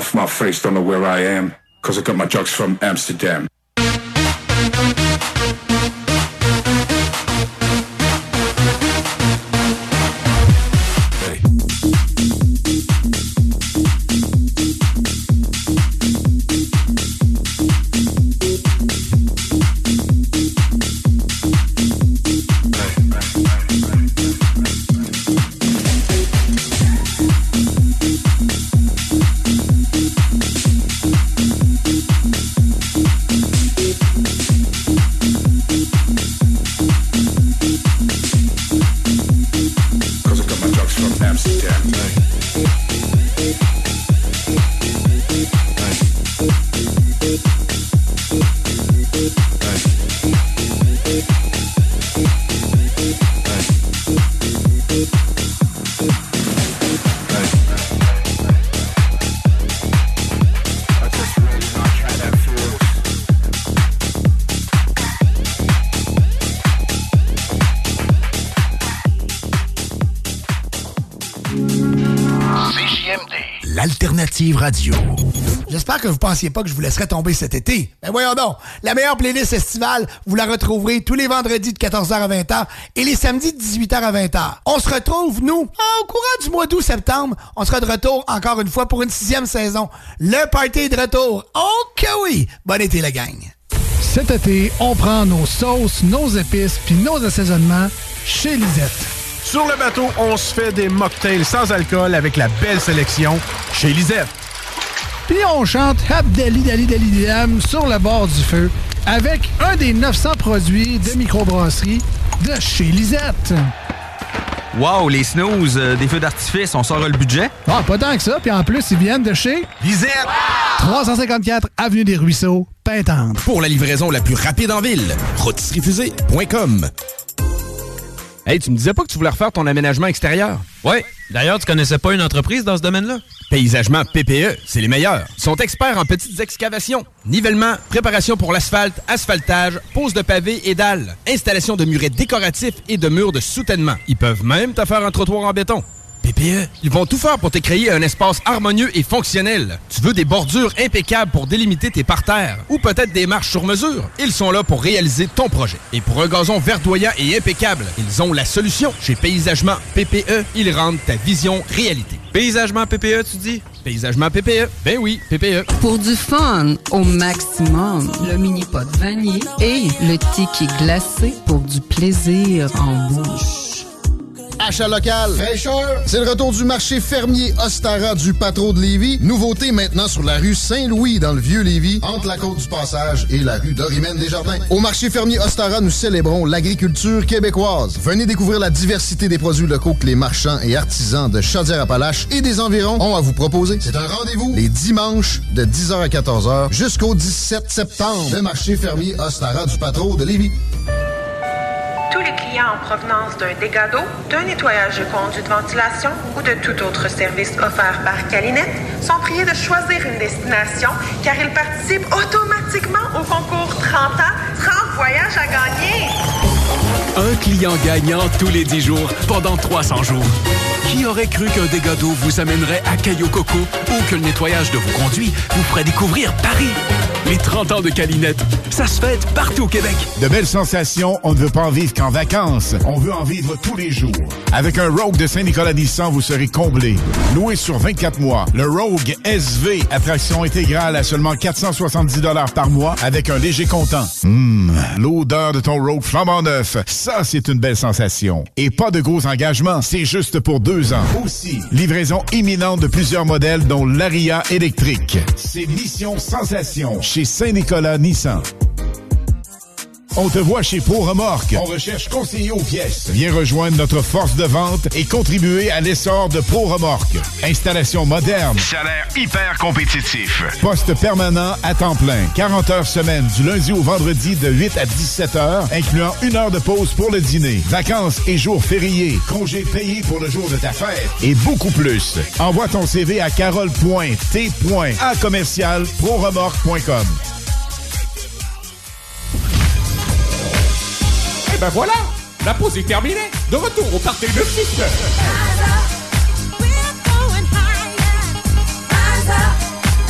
off my face, don't know where I am, cause I got my drugs from Amsterdam. L'Alternative Radio. J'espère que vous ne pensiez pas que je vous laisserais tomber cet été. Mais voyons donc, la meilleure playlist estivale, vous la retrouverez tous les vendredis de quatorze heures à vingt heures et les samedis de dix-huit heures à vingt heures. On se retrouve, nous, au courant du mois d'août-septembre. On sera de retour encore une fois pour une sixième saison. Le party est de retour. Oh que oui! Bon été, la gang! Cet été, on prend nos sauces, nos épices puis nos assaisonnements chez Lisette. Sur le bateau, on se fait des mocktails sans alcool avec la belle sélection chez Lisette. Puis on chante Abdali Dali Dali Dam sur le bord du feu avec un des neuf cents produits de microbrasserie de chez Lisette. Wow, les snooze, euh, des feux d'artifice, on sort le budget? Ah, pas tant que ça, puis en plus, ils viennent de chez Lisette! trois cent cinquante-quatre Avenue des Ruisseaux, Pintendre. Pour la livraison la plus rapide en ville, rôtisseriefusée point com. Hey, tu me disais pas que tu voulais refaire ton aménagement extérieur? Ouais. D'ailleurs, tu connaissais pas une entreprise dans ce domaine-là? Paysagement P P E, c'est les meilleurs. Ils sont experts en petites excavations, nivellement, préparation pour l'asphalte, asphaltage, pose de pavés et dalles, installation de murets décoratifs et de murs de soutènement. Ils peuvent même te faire un trottoir en béton. P P E, ils vont tout faire pour te créer un espace harmonieux et fonctionnel. Tu veux des bordures impeccables pour délimiter tes parterres ou peut-être des marches sur mesure? Ils sont là pour réaliser ton projet. Et pour un gazon verdoyant et impeccable, ils ont la solution. Chez Paysagement P P E, ils rendent ta vision réalité. Paysagement P P E, tu dis? Paysagement P P E. Ben oui, P P E. Pour du fun au maximum, le mini-pot vanille et le tiki glacé pour du plaisir en bouche. Achat local, fraîcheur, c'est le retour du marché fermier Ostara du Patro de Lévis. Nouveauté maintenant sur la rue Saint-Louis dans le Vieux-Lévis, entre la côte du Passage et la rue Dorimène-Desjardins. Au marché fermier Ostara, nous célébrons l'agriculture québécoise. Venez découvrir la diversité des produits locaux que les marchands et artisans de Chaudière-Appalaches et des environs ont à vous proposer. C'est un rendez-vous les dimanches de dix heures à quatorze heures jusqu'au dix-sept septembre. Le marché fermier Ostara du Patro de Lévis. Tous les clients en provenance d'un dégât d'eau, d'un nettoyage de conduits de ventilation ou de tout autre service offert par Calinette sont priés de choisir une destination car ils participent automatiquement au concours trente ans, trente voyages à gagner. Un client gagnant tous les dix jours pendant trois cents jours. Qui aurait cru qu'un dégât d'eau vous amènerait à Cayo Coco ou que le nettoyage de vos conduits vous ferait découvrir Paris? Les trente ans de Calinette, ça se fête partout au Québec. De belles sensations, on ne veut pas en vivre qu'en vacances. On veut en vivre tous les jours. Avec un Rogue de Saint-Nicolas Nissan, vous serez comblé. Loué sur vingt-quatre mois, le Rogue S V, attraction intégrale à seulement quatre cent soixante-dix dollars par mois avec un léger comptant. Hum, l'odeur de ton Rogue flambant neuf, ça c'est une belle sensation. Et pas de gros engagements, c'est juste pour deux ans. Aussi, livraison imminente de plusieurs modèles dont l'Aria électrique. C'est Mission Sensation chez Saint-Nicolas Nissan. On te voit chez Pro Remorque. On recherche conseiller aux pièces. Viens rejoindre notre force de vente et contribuer à l'essor de Pro Remorque. Installation moderne. Salaire hyper compétitif. Poste permanent à temps plein. quarante heures semaine du lundi au vendredi de huit à dix-sept heures, incluant une heure de pause pour le dîner. Vacances et jours fériés. Congés payés pour le jour de ta fête. Et beaucoup plus. Envoie ton C V à carole point t point a commercial pro remorque point com. Ben voilà, la pause est terminée. De retour au party de six.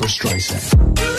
Streisand.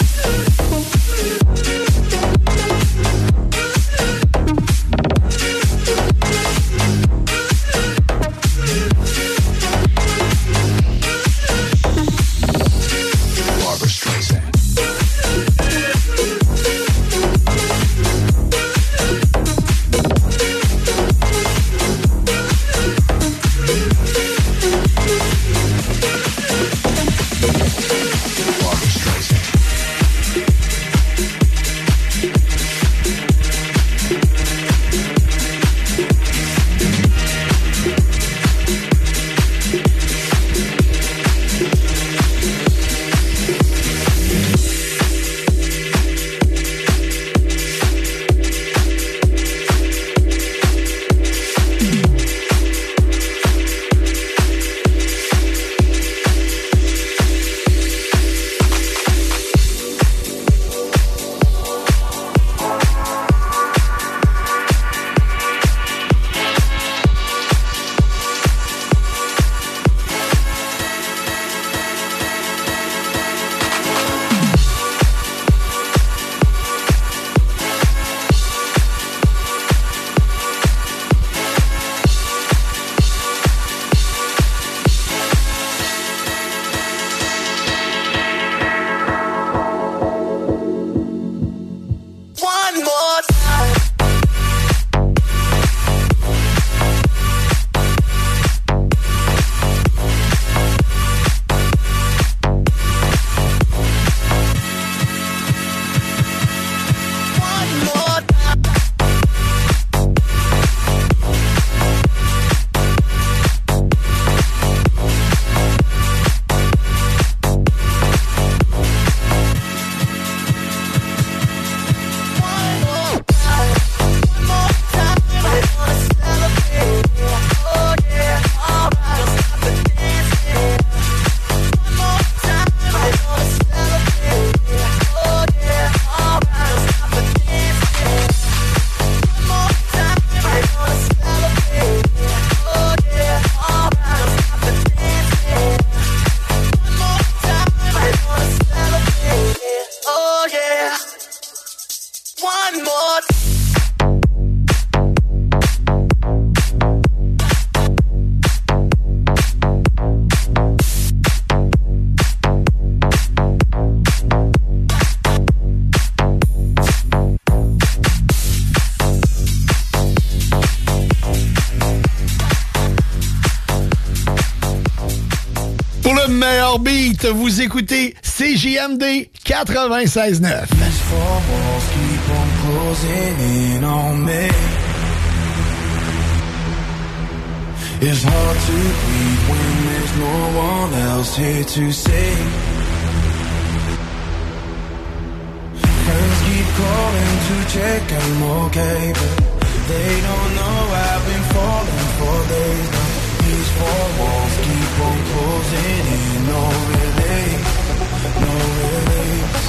Beat, vous écoutez C J M D quatre-vingt-seize neuf. It's hard to breathe when there's no one else here to save. Friends keep calling to check I'm okay, but they don't know I've been falling for days now. These four walls keep on closing in, no relief, no relief.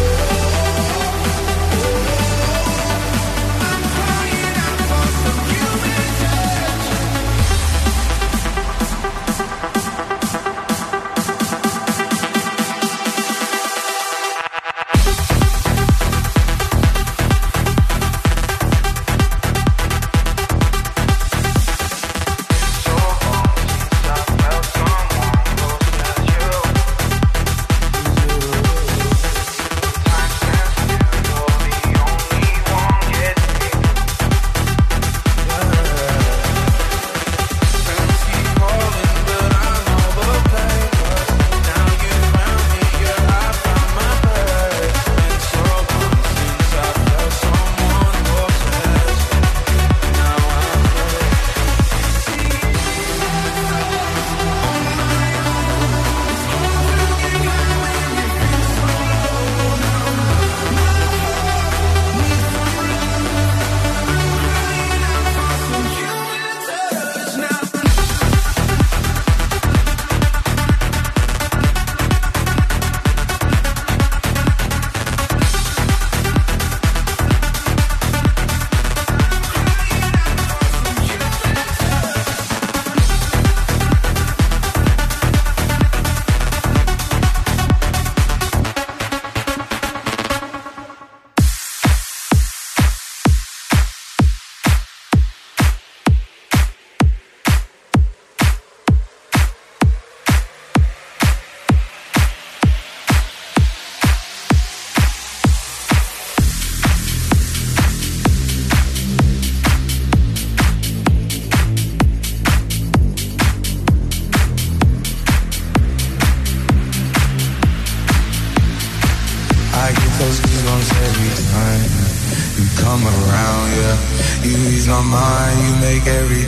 You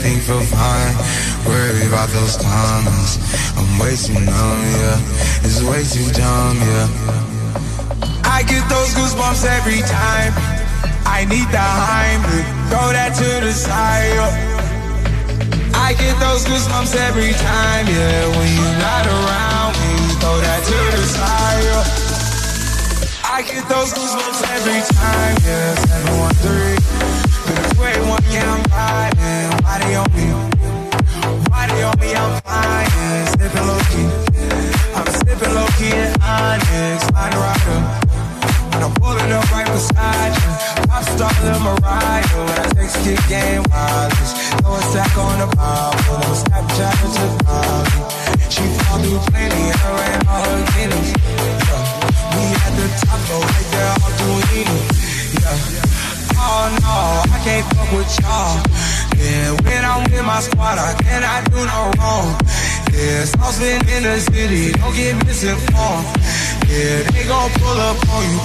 everything feel fine. Worry about those comments. I'm way too numb, yeah. It's way too dumb, yeah. I get those goosebumps every time. I need the Heimlich, throw that to the side, yeah. I get those goosebumps every time, yeah. When you're not around, when you throw that to the side, yeah. I get those goosebumps every time, yeah. seven one three, two eight one, yeah, I'm riding. Why they on me? Why they on me? I'm flying, slipping low key. I'm slipping low key in Onyx, find a rider. When I'm pulling up right beside you, I'm starting Mariah. When I text kick game wireless, throw a stack on the pop, pull up a Snapchat and took Molly. She fall through plenty, her and all her guineas. Yeah. We at the top, though, right there, all doing it. Yeah. Oh no, I can't fuck with y'all. Yeah, when I'm with my squad, I cannot do no wrong. Yeah, saucepan in the city, don't get misinformed. Yeah, they gon' pull up on you.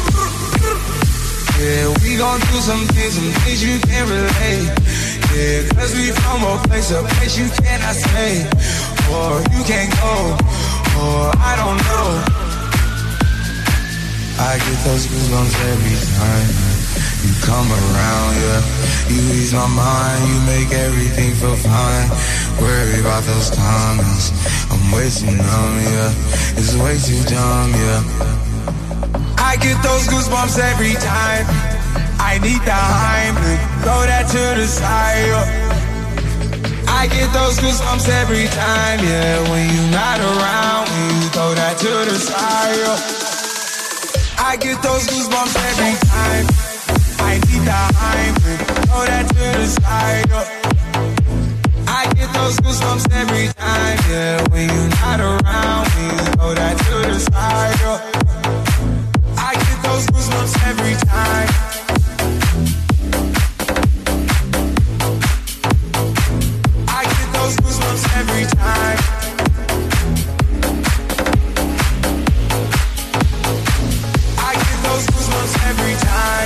Yeah, we gon' do some things, some things you can't relate. Yeah, cause we from a place, a place you cannot stay. Or you can't go, or I don't know. I get those goosebumps every time you come around, yeah. You ease my mind, you make everything feel fine. Worry about those comments, I'm way too numb, yeah. It's way too dumb, yeah. I get those goosebumps every time. I need the Heimlich, throw that to the side, yeah. I get those goosebumps every time, yeah. When you're not around, when you throw that to the side, yeah. I get those goosebumps every time. I need the Heimlich, throw that to the side, yeah. I get those goosebumps every time, yeah. When you're not around, when you throw that to the side, yeah. I get those goosebumps every time. I get those goosebumps every time. I get those goosebumps every time.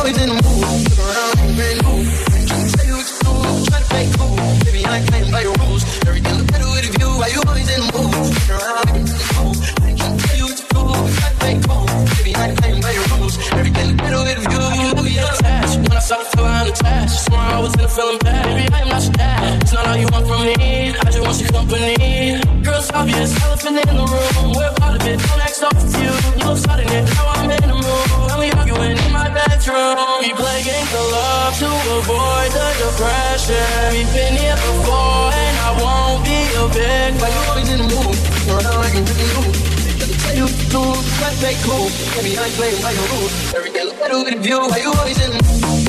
always in the mood? Look around and bend low. Can't tell you what to do, try to play cool. Baby, I ain't playing by your rules. Everything look better with a view. Why you always in the mood? Look around and bend low. I can't tell you what to do, try to play cool. Baby, I ain't playing by your rules. Everything look better with a view. I can be attached. When I saw the feel behind the trash, swore I was in a feeling bad. Baby, I am not your dad. It's not all you want from me. I just want your company. Girls obvious, elephant in the room. We're part of it. Don't act so confused. You look sudden it. Now I'm in the mood. And we arguing in my bedroom. We play games of love to avoid the depression. We've been here before, and I won't be a victim. Why you always in the mood? You're around like a really mood. Tell you to do, let's make cool. Baby, I ain't playing by your rules. Every day look better with a view. Why you always in the mood?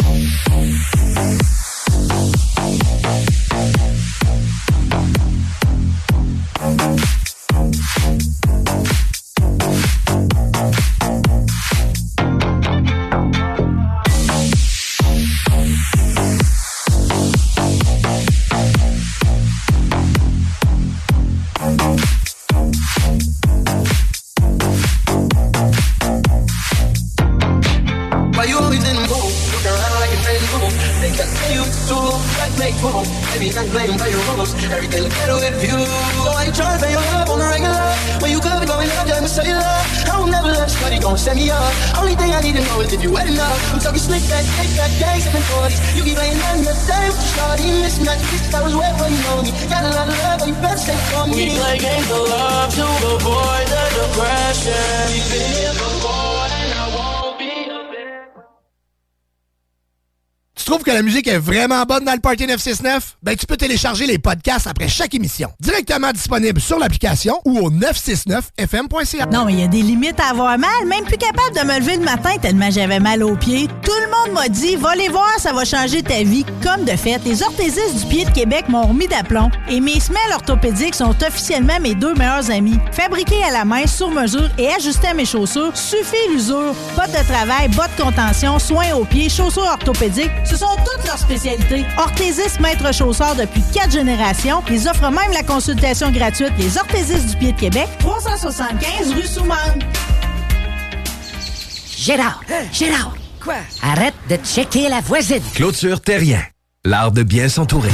Every day look better with you. So I ain't trying to pay your love on the regular. When you could be going up, just say love. I will never let somebody gon' set me up. Only thing I need to know is if you wet enough. I'm talking slick back, take back, gangs and forties. You keep playing on the same with your shawty. Mismatch, bitch, I was wet when you know me. Got a lot of love, but you better stay for me. We play games of love to avoid the depression. We've been here before and I won't be a bit. Tu trouves que la musique est vraiment bonne dans le Party neuf cent soixante-neuf? Ben, tu peux télécharger les podcasts après chaque émission. Directement disponible sur l'application ou au neuf cent soixante-neuf F M point C A. Non, mais il y a des limites à avoir mal. Même plus capable de me lever le matin tellement j'avais mal aux pieds. Tout le monde m'a dit, va les voir, ça va changer ta vie. Comme de fait, les orthésistes du pied de Québec m'ont remis d'aplomb. Et mes semelles orthopédiques sont officiellement mes deux meilleurs amis. Fabriqués à la main, sur mesure et ajustés à mes chaussures, suffit l'usure. Bottes de travail, bottes de contention, soins aux pieds, chaussures orthopédiques, ce sont toutes leurs spécialités. Orthésistes maître chausseur depuis quatre générations. Ils offrent même la consultation gratuite. Les orthésistes du pied de Québec, trois cent soixante-quinze rue Souman. Gérard, Gérard. Quoi? Arrête de checker la voisine. Clôture Terrien. L'art de bien s'entourer.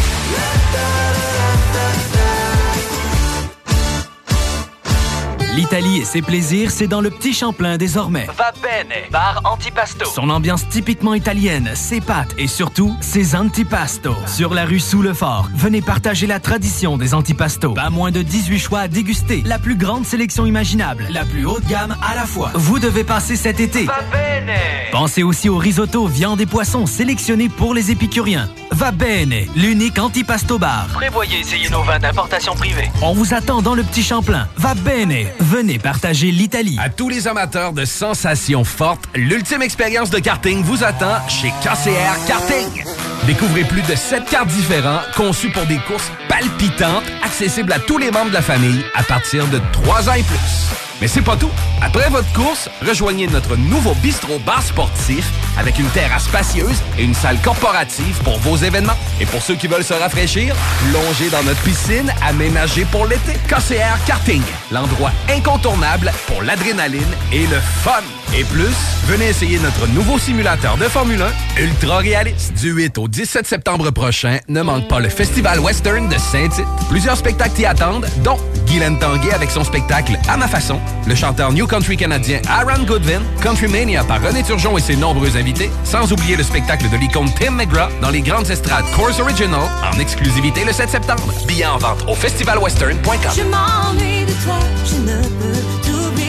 L'Italie et ses plaisirs, c'est dans le Petit Champlain désormais. Va bene, bar antipasto. Son ambiance typiquement italienne, ses pâtes et surtout ses antipastos. Sur la rue Sous le Fort, venez partager la tradition des antipastos. Pas moins de dix-huit choix à déguster. La plus grande sélection imaginable, la plus haute gamme à la fois. Vous devez passer cet été. Va bene. Pensez aussi au risotto, viande et poissons sélectionnés pour les épicuriens. Va bene, l'unique antipasto bar. Prévoyez essayer nos vins d'importation privée. On vous attend dans le Petit Champlain. Va bene. Venez partager l'Italie. À tous les amateurs de sensations fortes, l'ultime expérience de karting vous attend chez K C R Karting. Découvrez plus de sept karts différents conçus pour des courses palpitantes, accessibles à tous les membres de la famille à partir de trois ans et plus. Mais c'est pas tout. Après votre course, rejoignez notre nouveau bistrot bar sportif avec une terrasse spacieuse et une salle corporative pour vos événements. Et pour ceux qui veulent se rafraîchir, plongez dans notre piscine aménagée pour l'été. K C R Karting, l'endroit incontournable pour l'adrénaline et le fun. Et plus, venez essayer notre nouveau simulateur de Formule un ultra réaliste. Du huit au dix-sept septembre prochain, ne manque pas le Festival Western de Saint-Tite. Plusieurs spectacles t'y attendent, dont Guylaine Tanguay avec son spectacle À ma façon, le chanteur New Country canadien Aaron Goodwin, Country Mania par René Turgeon et ses nombreux invités, sans oublier le spectacle de l'icône Tim McGraw dans les grandes estrades Course Original en exclusivité le sept septembre. Billets en vente au festival western point com. Je m'ennuie de toi, je ne peux t'oublier.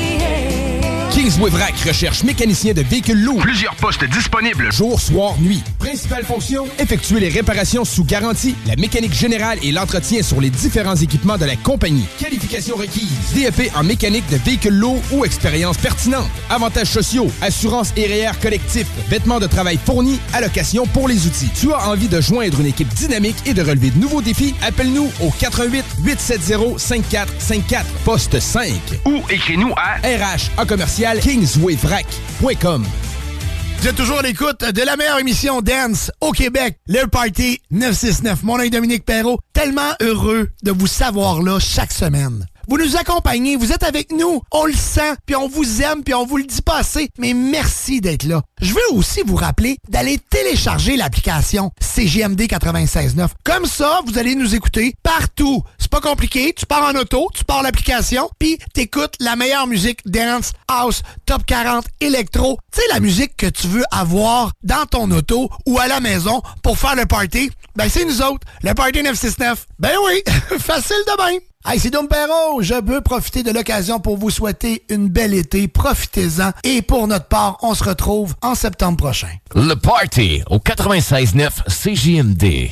Kingsway Vrac recherche mécanicien de véhicules lourds. Plusieurs postes disponibles. Jour, soir, nuit. Principale fonction, effectuer les réparations sous garantie, la mécanique générale et l'entretien sur les différents équipements de la compagnie. Qualification requise. D E P en mécanique de véhicules lourds ou expérience pertinente. Avantages sociaux, assurance et R E E R collectif, vêtements de travail fournis, allocation pour les outils. Tu as envie de joindre une équipe dynamique et de relever de nouveaux défis? Appelle-nous au quatre un huit, huit sept zéro, cinq quatre cinq quatre, poste cinq. Ou écris-nous à R H en commercial kingsway vrac point com. Vous êtes toujours à l'écoute de la meilleure émission dance au Québec, le Party neuf cent soixante-neuf. Mon nom est Dominique Perrault, tellement heureux de vous savoir là chaque semaine. Vous nous accompagnez, vous êtes avec nous. On le sent, puis on vous aime, puis on vous le dit pas assez. Mais merci d'être là. Je veux aussi vous rappeler d'aller télécharger l'application C J M D quatre-vingt-seize neuf. Comme ça, vous allez nous écouter partout. C'est pas compliqué. Tu pars en auto, tu pars l'application, puis t'écoutes la meilleure musique dance, house, top quarante, électro. Tu sais, la musique que tu veux avoir dans ton auto ou à la maison pour faire le party. Ben, c'est nous autres, le Party neuf cent soixante-neuf. Ben oui, facile de même. Hey, c'est Dom Perrault. Je veux profiter de l'occasion pour vous souhaiter une belle été. Profitez-en. Et pour notre part, on se retrouve en septembre prochain. Le Party au quatre-vingt-seize neuf C J M D.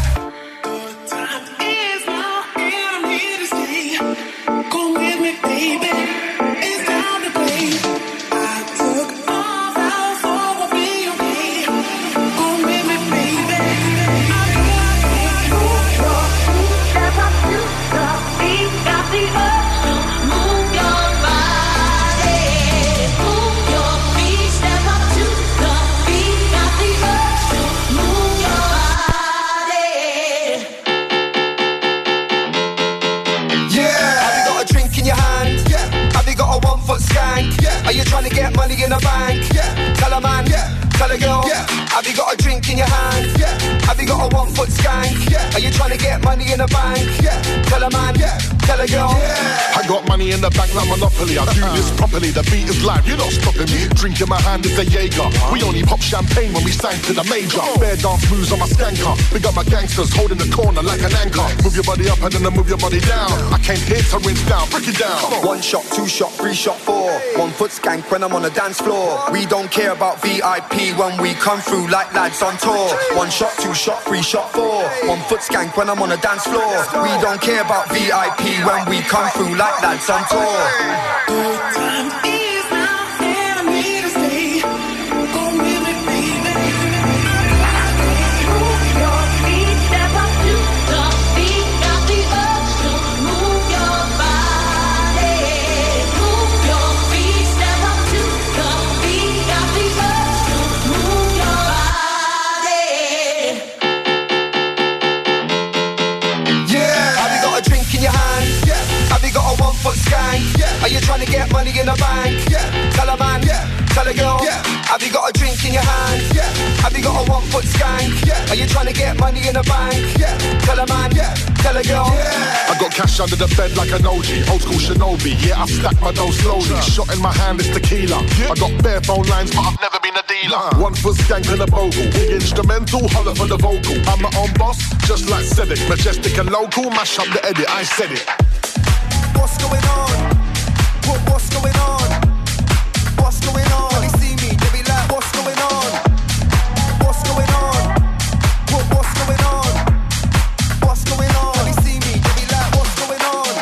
Are you trying to get money in the bank? Yeah. Tell a man, yeah. Tell a girl, yeah. Have you got a drink in your hand? Yeah. Have you got a one foot skank? Yeah. Are you trying to get money in the bank? Yeah. Tell a man, yeah. Tell a girl, yeah. I got money in the bank like Monopoly. I do this properly. The beat is live. You're not stopping me. Drink in my hand is a Jaeger. We only pop champagne when we sign to the major. Bare dance moves on my skanker. Big up my gangsters holding the corner like an anchor. Move your body up and then I move your body down. I came here to rinse down. Break it down. One shot, two shot, three shot, four. One foot skank when I'm on the dance floor. We don't care about V I P when we come through like lads on tour. One shot, two shot, three shot, four. One foot skank when I'm on the dance floor. We don't care about V I P when we come through like lads on tour. Good time is now and I'm here to stay. Go with me, baby. Move your feet, step up to the beat. Got the urge to move your body. Move your feet, step up to the beat. Got the urge to move your body. Yeah. Have you got a drink in your hand? Yeah. Have you got a one foot skank? Yeah. Are you trying to get money in the bank? Yeah. Tell a man, yeah. Tell a girl, yeah. Have you got a drink in your hand? Yeah. Have you got a one foot skank? Yeah. Are you trying to get money in the bank? Yeah. Tell a man, yeah. Tell a girl, yeah. I got cash under the bed like an O G, old school Shinobi. Yeah, I stack my dough slowly. Shot in my hand is tequila. I got bare phone lines, but I've never been a dealer. One foot skank and a bogle. Big instrumental, holler for the vocal. I'm my own boss, just like Cedric. Majestic and local, mash up the edit. I said it. What's going on? What, what's going on? What's going on? When they see me, they be like, what's going on? What's going on? What, what's going on? What's going on? When they see me, they be like, what's going on?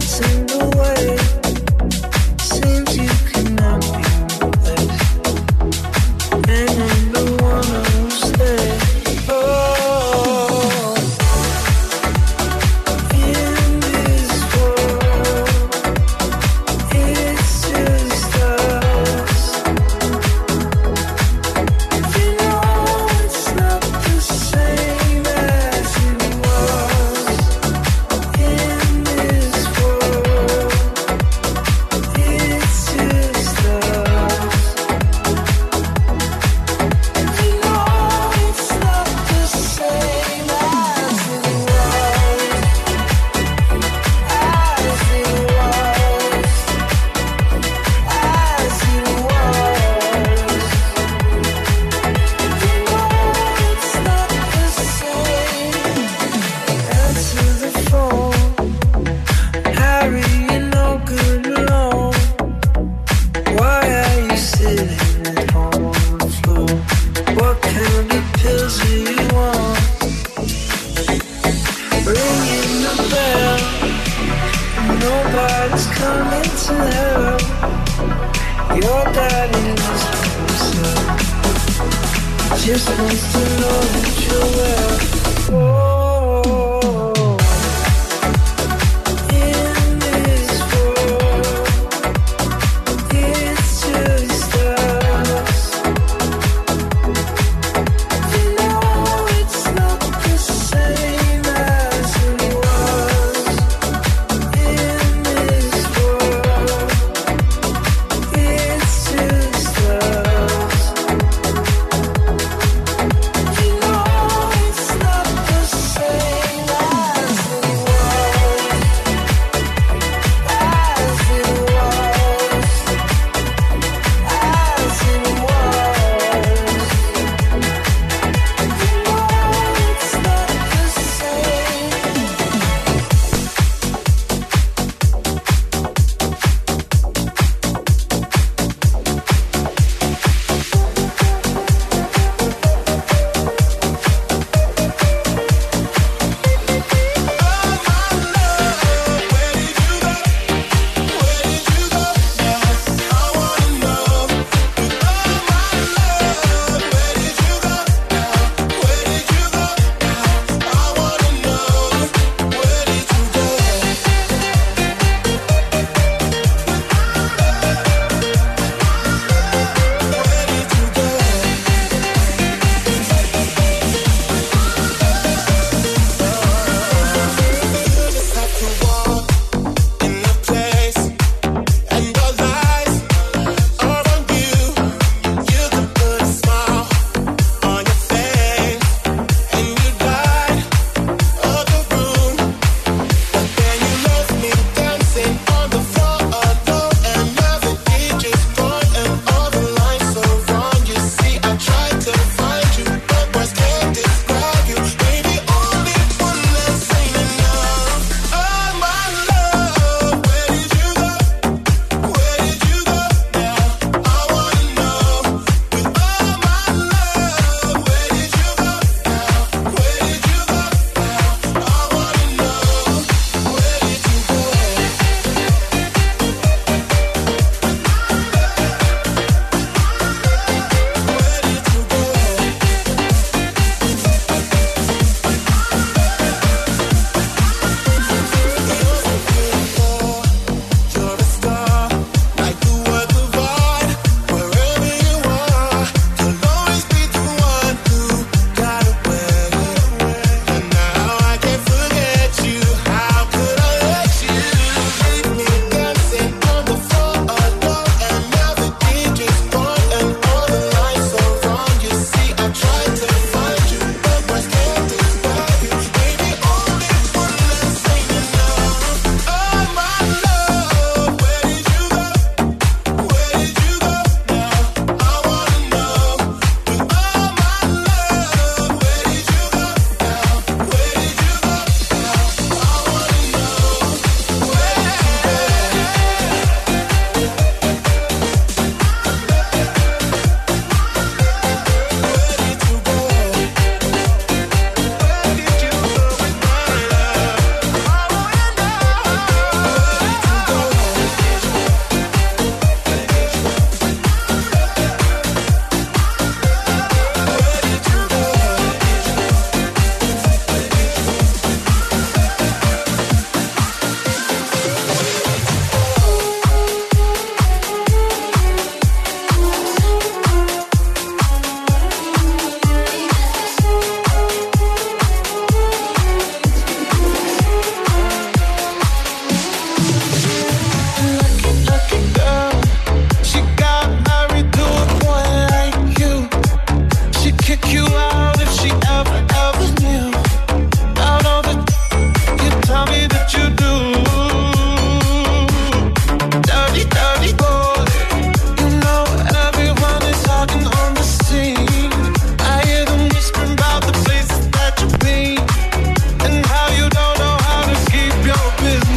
You know it's not the same.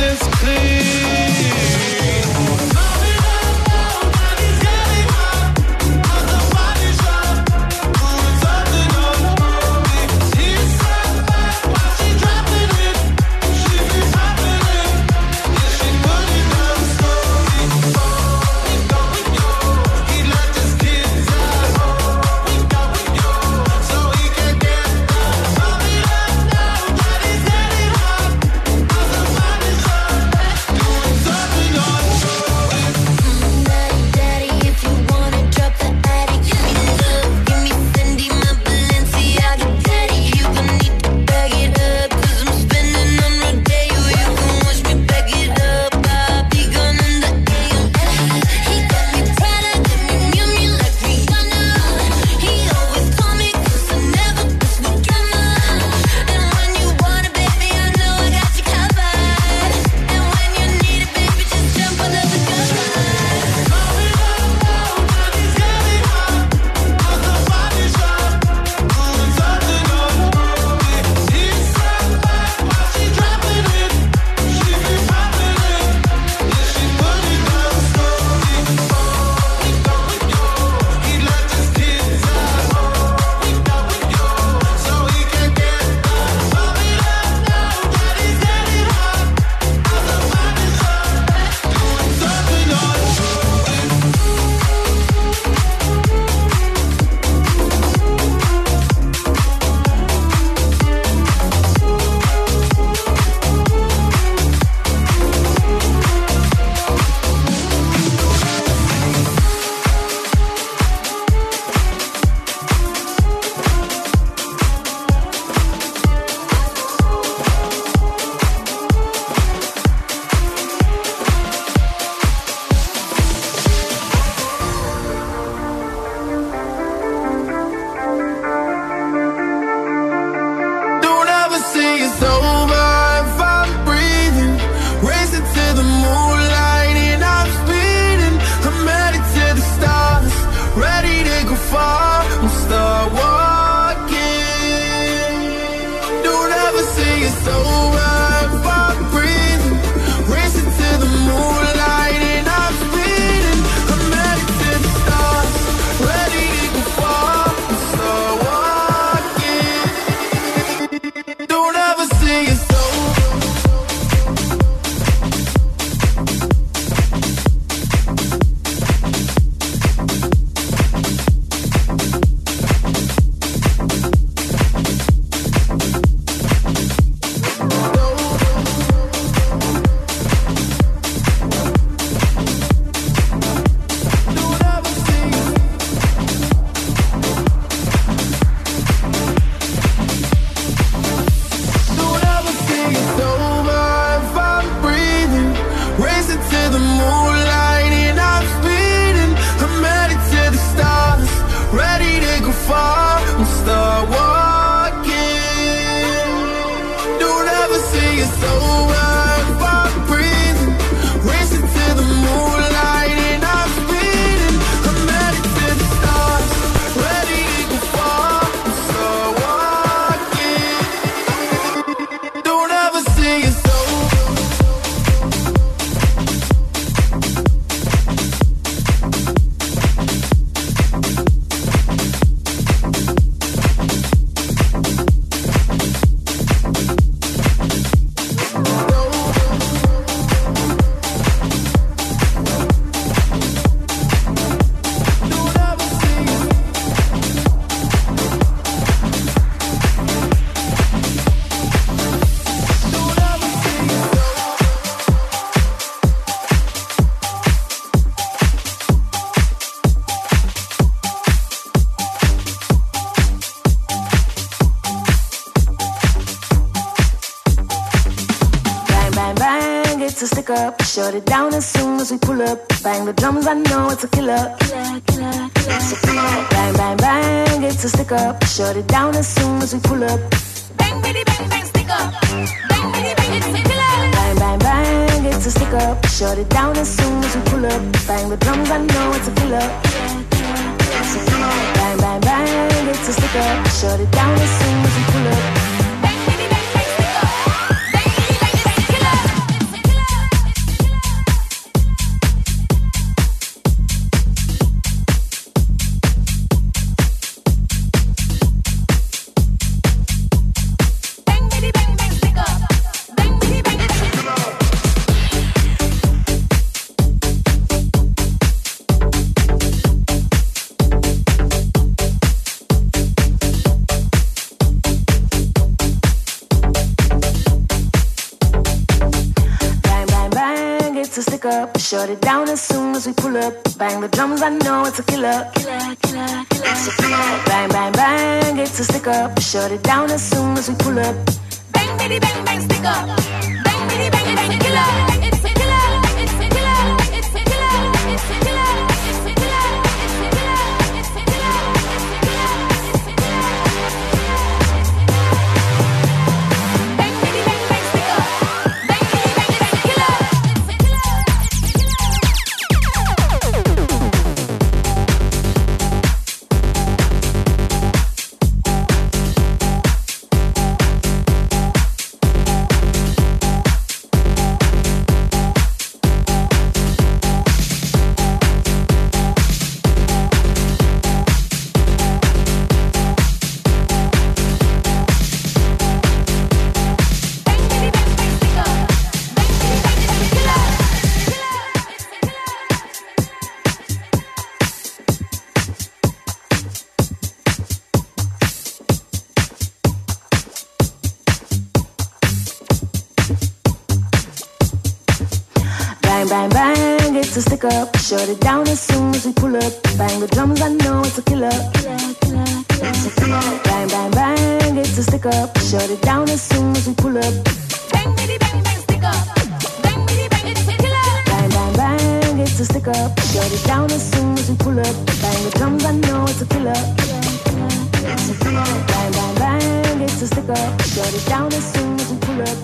it's a stick up. Shut it down as soon as we pull up. Bang the drums, I know it's a killer. Killer, killer, killer. So bang, bang, bang, it's a stick up. Shut it down as soon as we pull up. Bang, bitty, bang, bang, stick up. Bang, bitty, bang, it's a killer. Bang, bang, bang, it's a stick up. Shut it down as soon as we pull up. Bang the drums, I know it's a killer. So bang, bang, bang, it's a stick up. Shut it down as soon as we pull up. Bang, bitty, bang, bang, stick up. Bang, bitty, bang, it's a killer. it's a stick up. Shut it down as soon as we pull up. Bang the drums, I know it's a killer. Killer, killer, killer. It's a killer. Bang, bang, bang, it's a stick up. Shut it down as soon as we pull up. Bang, bitty, bang, bang, stick up. Bang, bitty, bang, bang, it's a killer. It's a killer. It's a killer. It's a killer. It's a killer. It's a killer. It's a killer. It's a killer. Bang, bitty, bang, bang, stick up. Bang, bitty, bang, it's a killer. It's a killer. Bang, bang, bang, it's a stick up. Shut it down as soon as we pull up. Bang the drums, I know it's a killer. Killer, killer, killer. It's a killer. Bang, bang, bang, it's a stick up. Shut it down as soon as we pull up. Bang, bitty, bang, bang, stick up. Bang, bitty, bang, it's a killer. Bang, bang, bang, it's a stick up. Shut it down as soon as we pull up. Bang the drums, I know it's a killer. Killer, killer, killer. It's a killer. Bang, bang, bang, it's a stick up. Shut it down as soon as we pull up.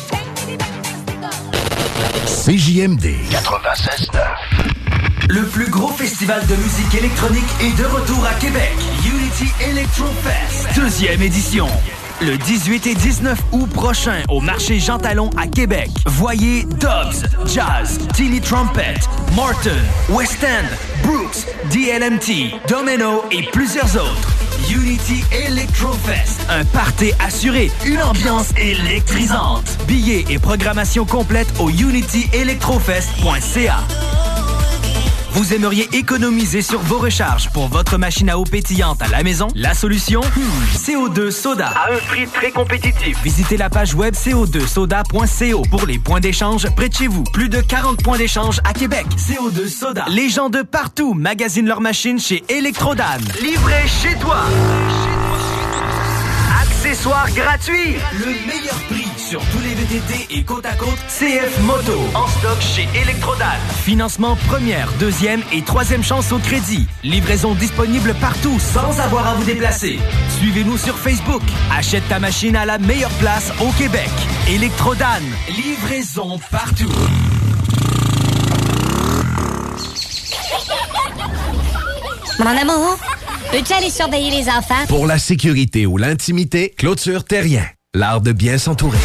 C J M D quatre-vingt-seize neuf. Le plus gros festival de musique électronique est de retour à Québec. Unity Electro Fest, deuxième édition. Le dix-huit et dix-neuf août prochain au marché Jean Talon à Québec. Voyez Dobbs, Jazz, Tilly Trumpet, Martin, West End, Brooks, D L M T, Domino et plusieurs autres. Unity Electrofest, un party assuré, une ambiance électrisante. Billets et programmation complète au unity electrofest point c a. Vous aimeriez économiser sur vos recharges pour votre machine à eau pétillante à la maison? La solution? Hmm, C O deux Soda. À un prix très compétitif. Visitez la page web c o deux soda point co pour les points d'échange près de chez vous. Plus de quarante points d'échange à Québec. C O deux Soda. Les gens de partout magasinent leurs machines chez Electrodan. Livré chez toi. Accessoires gratuits. Le meilleur prix sur tous les V T T et côte à côte C F Moto. En stock chez Electrodan. Financement première, deuxième et troisième chance au crédit. Livraison disponible partout sans avoir à vous déplacer. Suivez-nous sur Facebook. Achète ta machine à la meilleure place au Québec. Electrodan. Livraison partout. Mon amour, peux-tu aller surveiller les enfants? Pour la sécurité ou l'intimité, Clôture Terrien. L'art de bien s'entourer.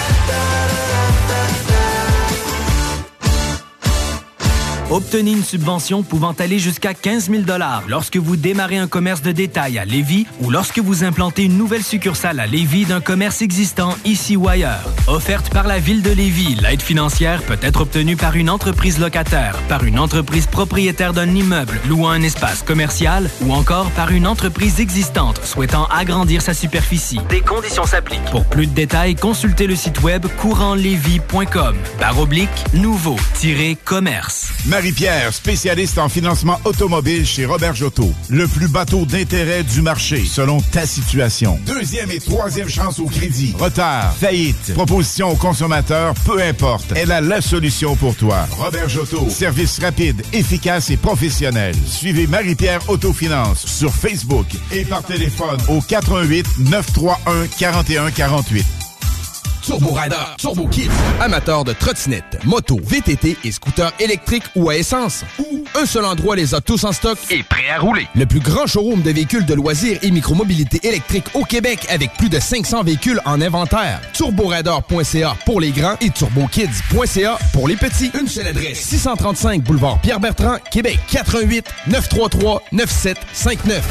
Obtenez une subvention pouvant aller jusqu'à quinze mille dollars lorsque vous démarrez un commerce de détail à Lévis ou lorsque vous implantez une nouvelle succursale à Lévis d'un commerce existant ici ou ailleurs. Offerte par la Ville de Lévis, l'aide financière peut être obtenue par une entreprise locataire, par une entreprise propriétaire d'un immeuble louant un espace commercial ou encore par une entreprise existante souhaitant agrandir sa superficie. Des conditions s'appliquent. Pour plus de détails, consultez le site web courant lévis point com barre oblique nouveau-commerce. Marie-Pierre, spécialiste en financement automobile chez Robert Jotto. Le plus bas taux d'intérêt du marché, selon ta situation. Deuxième et troisième chance au crédit. Retard, faillite, proposition aux consommateurs, peu importe. Elle a la solution pour toi. Robert Jotto. Service rapide, efficace et professionnel. Suivez Marie-Pierre Autofinance sur Facebook et par téléphone au quatre un huit neuf trois un quatre un quatre huit. Turbo Rider, Turbo Kids. Amateurs de trottinettes, motos, V T T et scooters électriques ou à essence. Ou un seul endroit les a tous en stock et prêts à rouler. Le plus grand showroom de véhicules de loisirs et micromobilité électrique au Québec avec plus de cinq cents véhicules en inventaire. turbo rider point c a pour les grands et turbo kids point c a pour les petits. Une seule adresse, six cent trente-cinq boulevard Pierre-Bertrand, Québec. quatre un huit neuf trois trois neuf sept cinq neuf.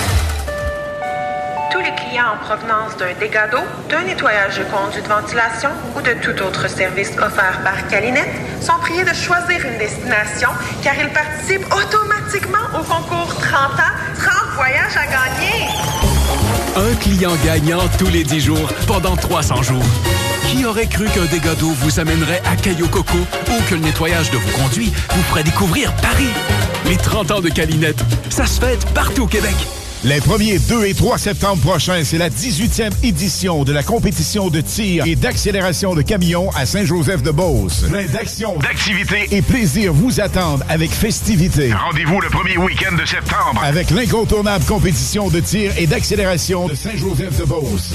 Tous les clients en provenance d'un dégât d'eau, d'un nettoyage de conduits de ventilation ou de tout autre service offert par Calinette sont priés de choisir une destination car ils participent automatiquement au concours trente ans, trente voyages à gagner. Un client gagnant tous les dix jours pendant trois cents jours. Qui aurait cru qu'un dégât d'eau vous amènerait à Cayo Coco ou que le nettoyage de vos conduits vous ferait découvrir Paris? Les trente ans de Calinette, ça se fête partout au Québec. Les premiers deux et trois septembre prochains, c'est la dix-huitième édition de la compétition de tir et d'accélération de camions à Saint-Joseph-de-Beauce. Plein d'actions, d'activités et plaisir vous attendent avec festivité. Rendez-vous le premier week-end de septembre avec l'incontournable compétition de tir et d'accélération de Saint-Joseph-de-Beauce.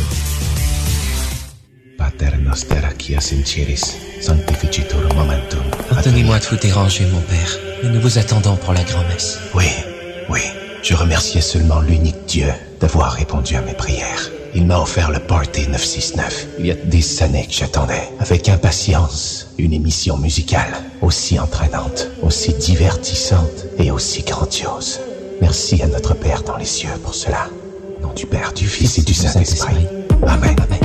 Pater noster qui sinciris, sanctificitur momentum. Pardonnez-moi de vous déranger, mon père, mais nous vous attendons pour la grand-messe. Oui, oui. Je remerciais seulement l'unique Dieu d'avoir répondu à mes prières. Il m'a offert le Party neuf cent soixante-neuf. Il y a dix années que j'attendais, avec impatience, une émission musicale aussi entraînante, aussi divertissante et aussi grandiose. Merci à notre Père dans les cieux pour cela. Au nom du Père, du Fils et du Saint-Esprit. Amen. Amen.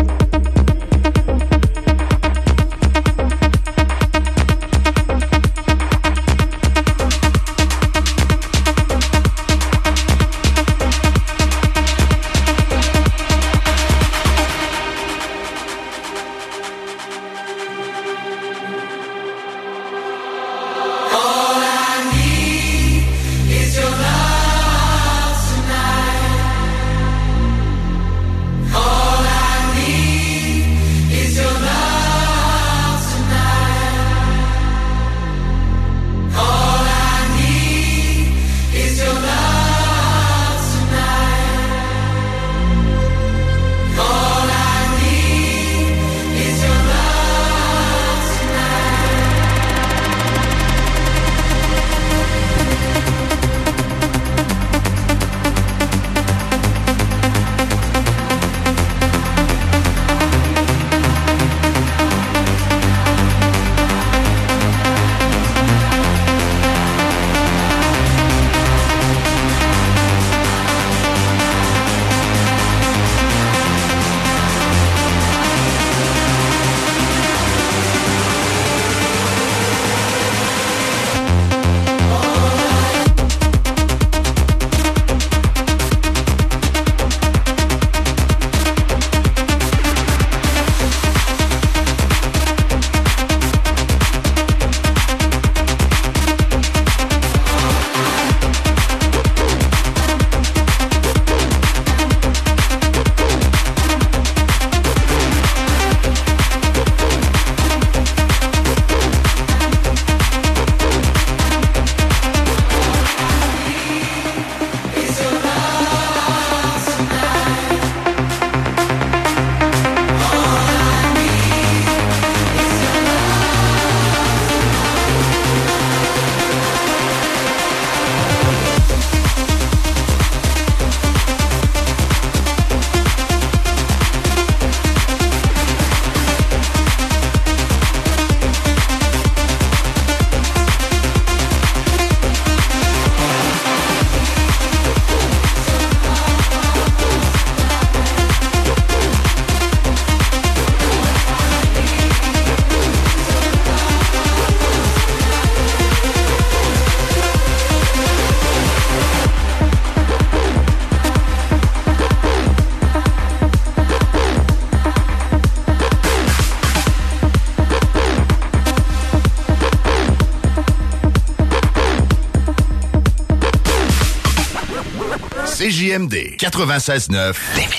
C J M D quatre-vingt-seize neuf Lévis.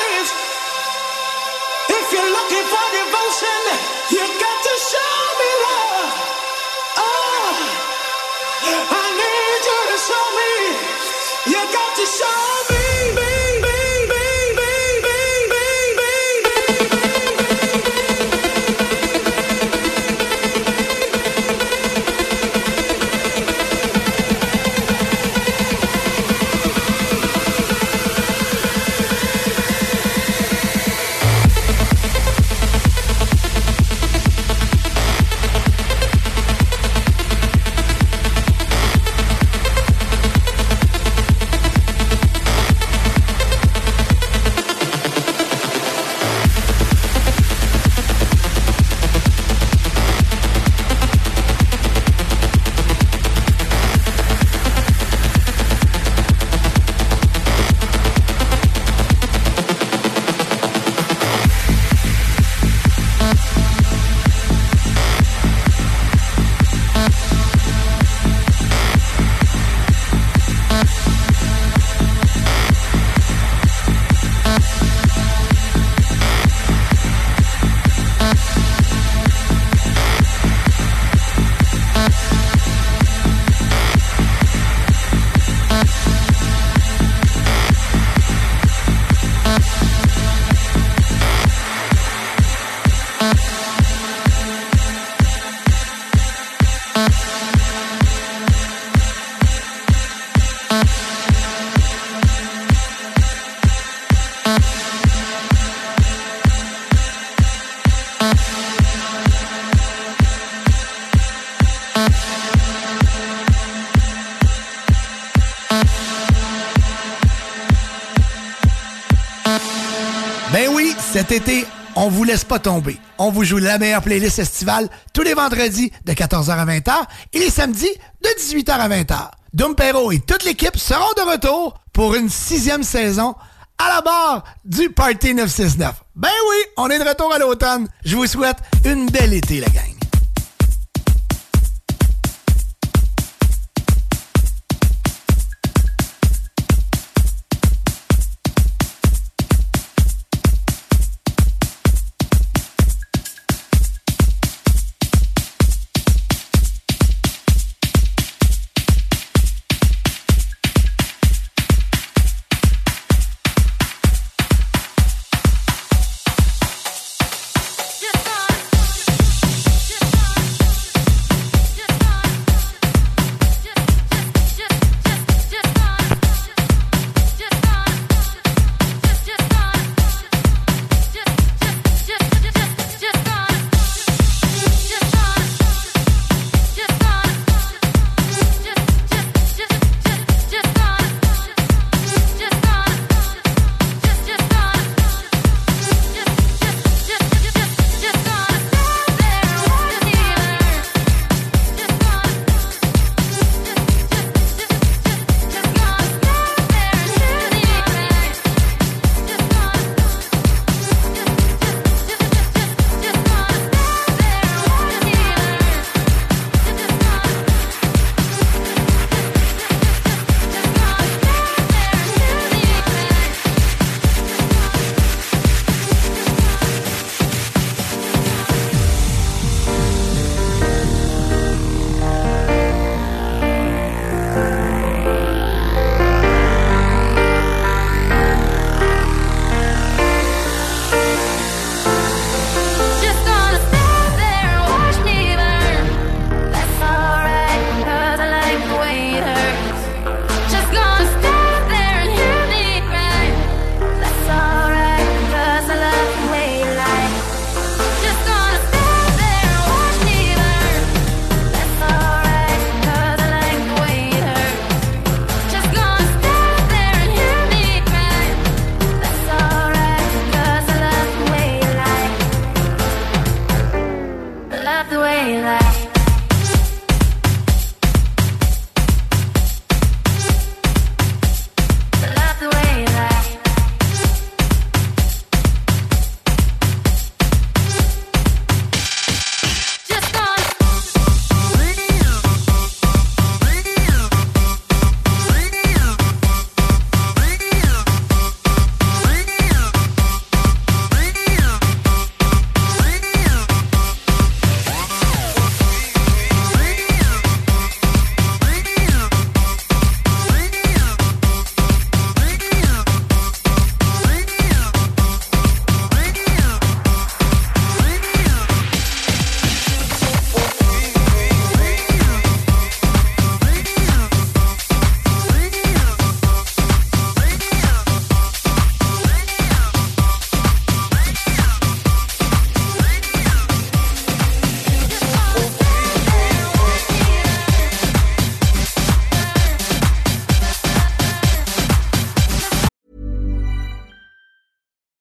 If you're looking for devotion, you got to show me love. got to show me. Cet été, on vous laisse pas tomber. On vous joue la meilleure playlist estivale tous les vendredis de quatorze heures à vingt heures et les samedis de dix-huit heures à vingt heures. Dom Perro et toute l'équipe seront de retour pour une sixième saison à la barre du Party neuf cent soixante-neuf. Ben oui, on est de retour à l'automne. Je vous souhaite une belle été, la gang.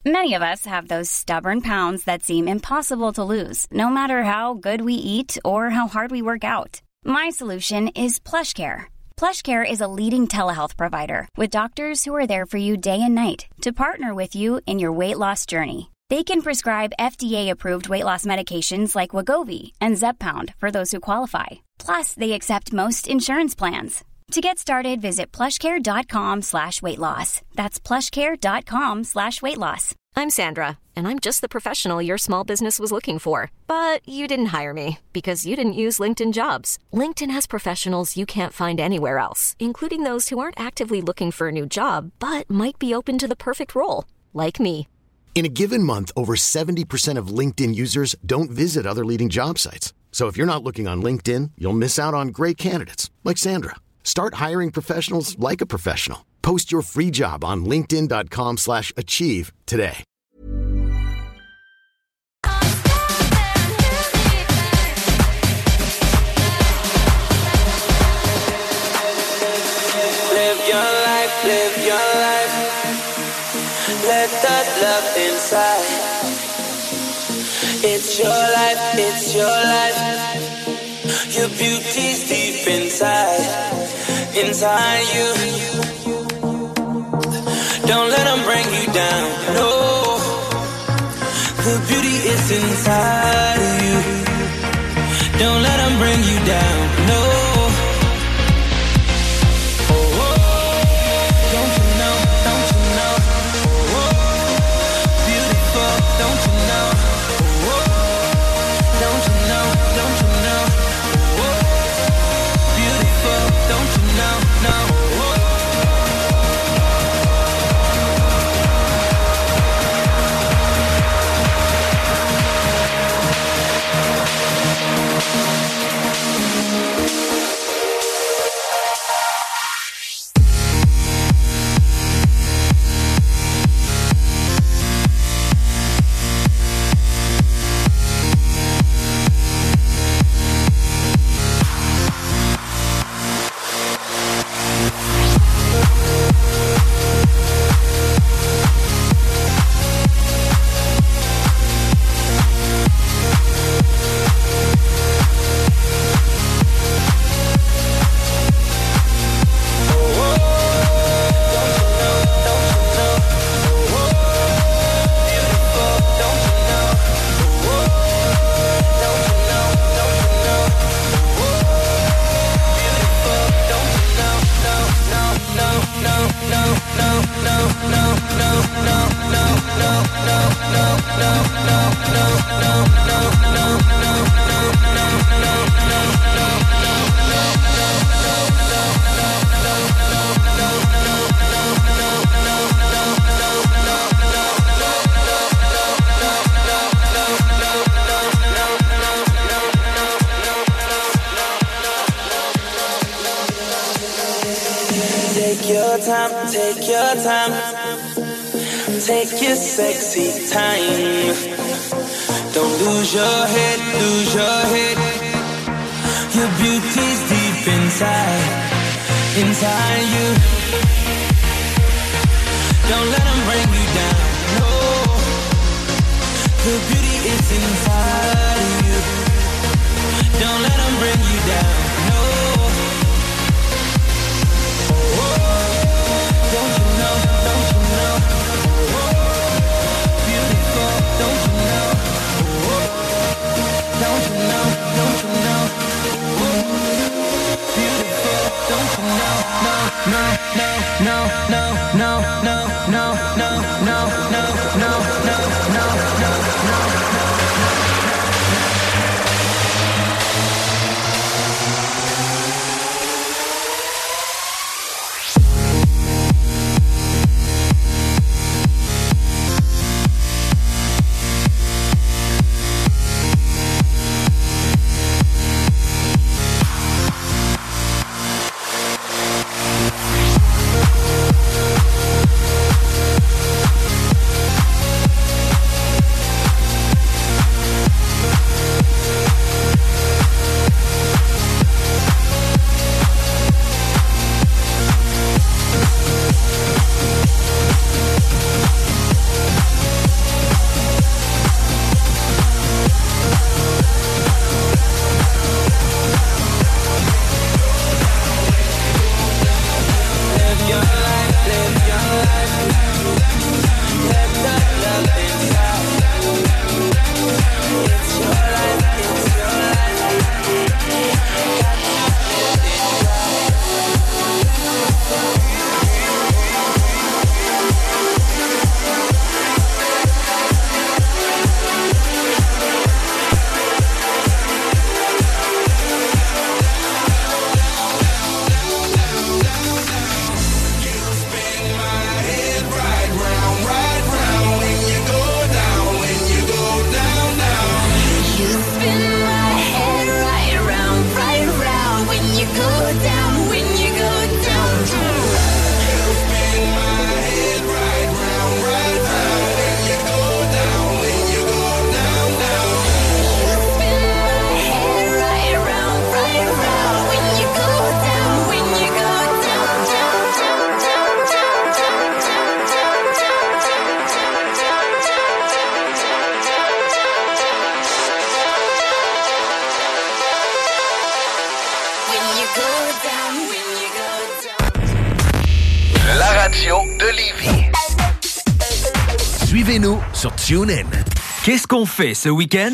Many of us have those stubborn pounds that seem impossible to lose, no matter how good we eat or how hard we work out. My solution is PlushCare. PlushCare is a leading telehealth provider with doctors who are there for you day and night to partner with you in your weight loss journey. They can prescribe F D A-approved weight loss medications like Wegovy and Zepbound for those who qualify. Plus, they accept most insurance plans. To get started, visit plushcare.com slash weight loss. That's plushcare.com slash weight loss. I'm Sandra, and I'm just the professional your small business was looking for. But you didn't hire me because you didn't use LinkedIn Jobs. LinkedIn has professionals you can't find anywhere else, including those who aren't actively looking for a new job, but might be open to the perfect role, like me. In a given month, over seventy percent of LinkedIn users don't visit other leading job sites. So if you're not looking on LinkedIn, you'll miss out on great candidates like Sandra. Start hiring professionals like a professional. Post your free job on linkedin.com slash achieve today. Live your life, live your life. Let that love inside. It's your life, it's your life. Your beauty's deep inside. Inside you. Don't let them bring you down, no. The beauty is inside of you. Don't let them bring you down, no. Take your time, take your time. Take your sexy time. Don't lose your head, lose your head. Your beauty's deep inside, inside you. Don't let them bring you down, no. The beauty is inside of you. Don't let them bring you down, no. Don't you know, don't you know, beautiful, don't you know, don't you know, don't you know, beautiful, don't you know, no, no, no, no, no, no, no, no, no, no, no, no, no, no, no, no, no. radio de Lévis. Suivez-nous sur TuneIn. Qu'est-ce qu'on fait ce week-end?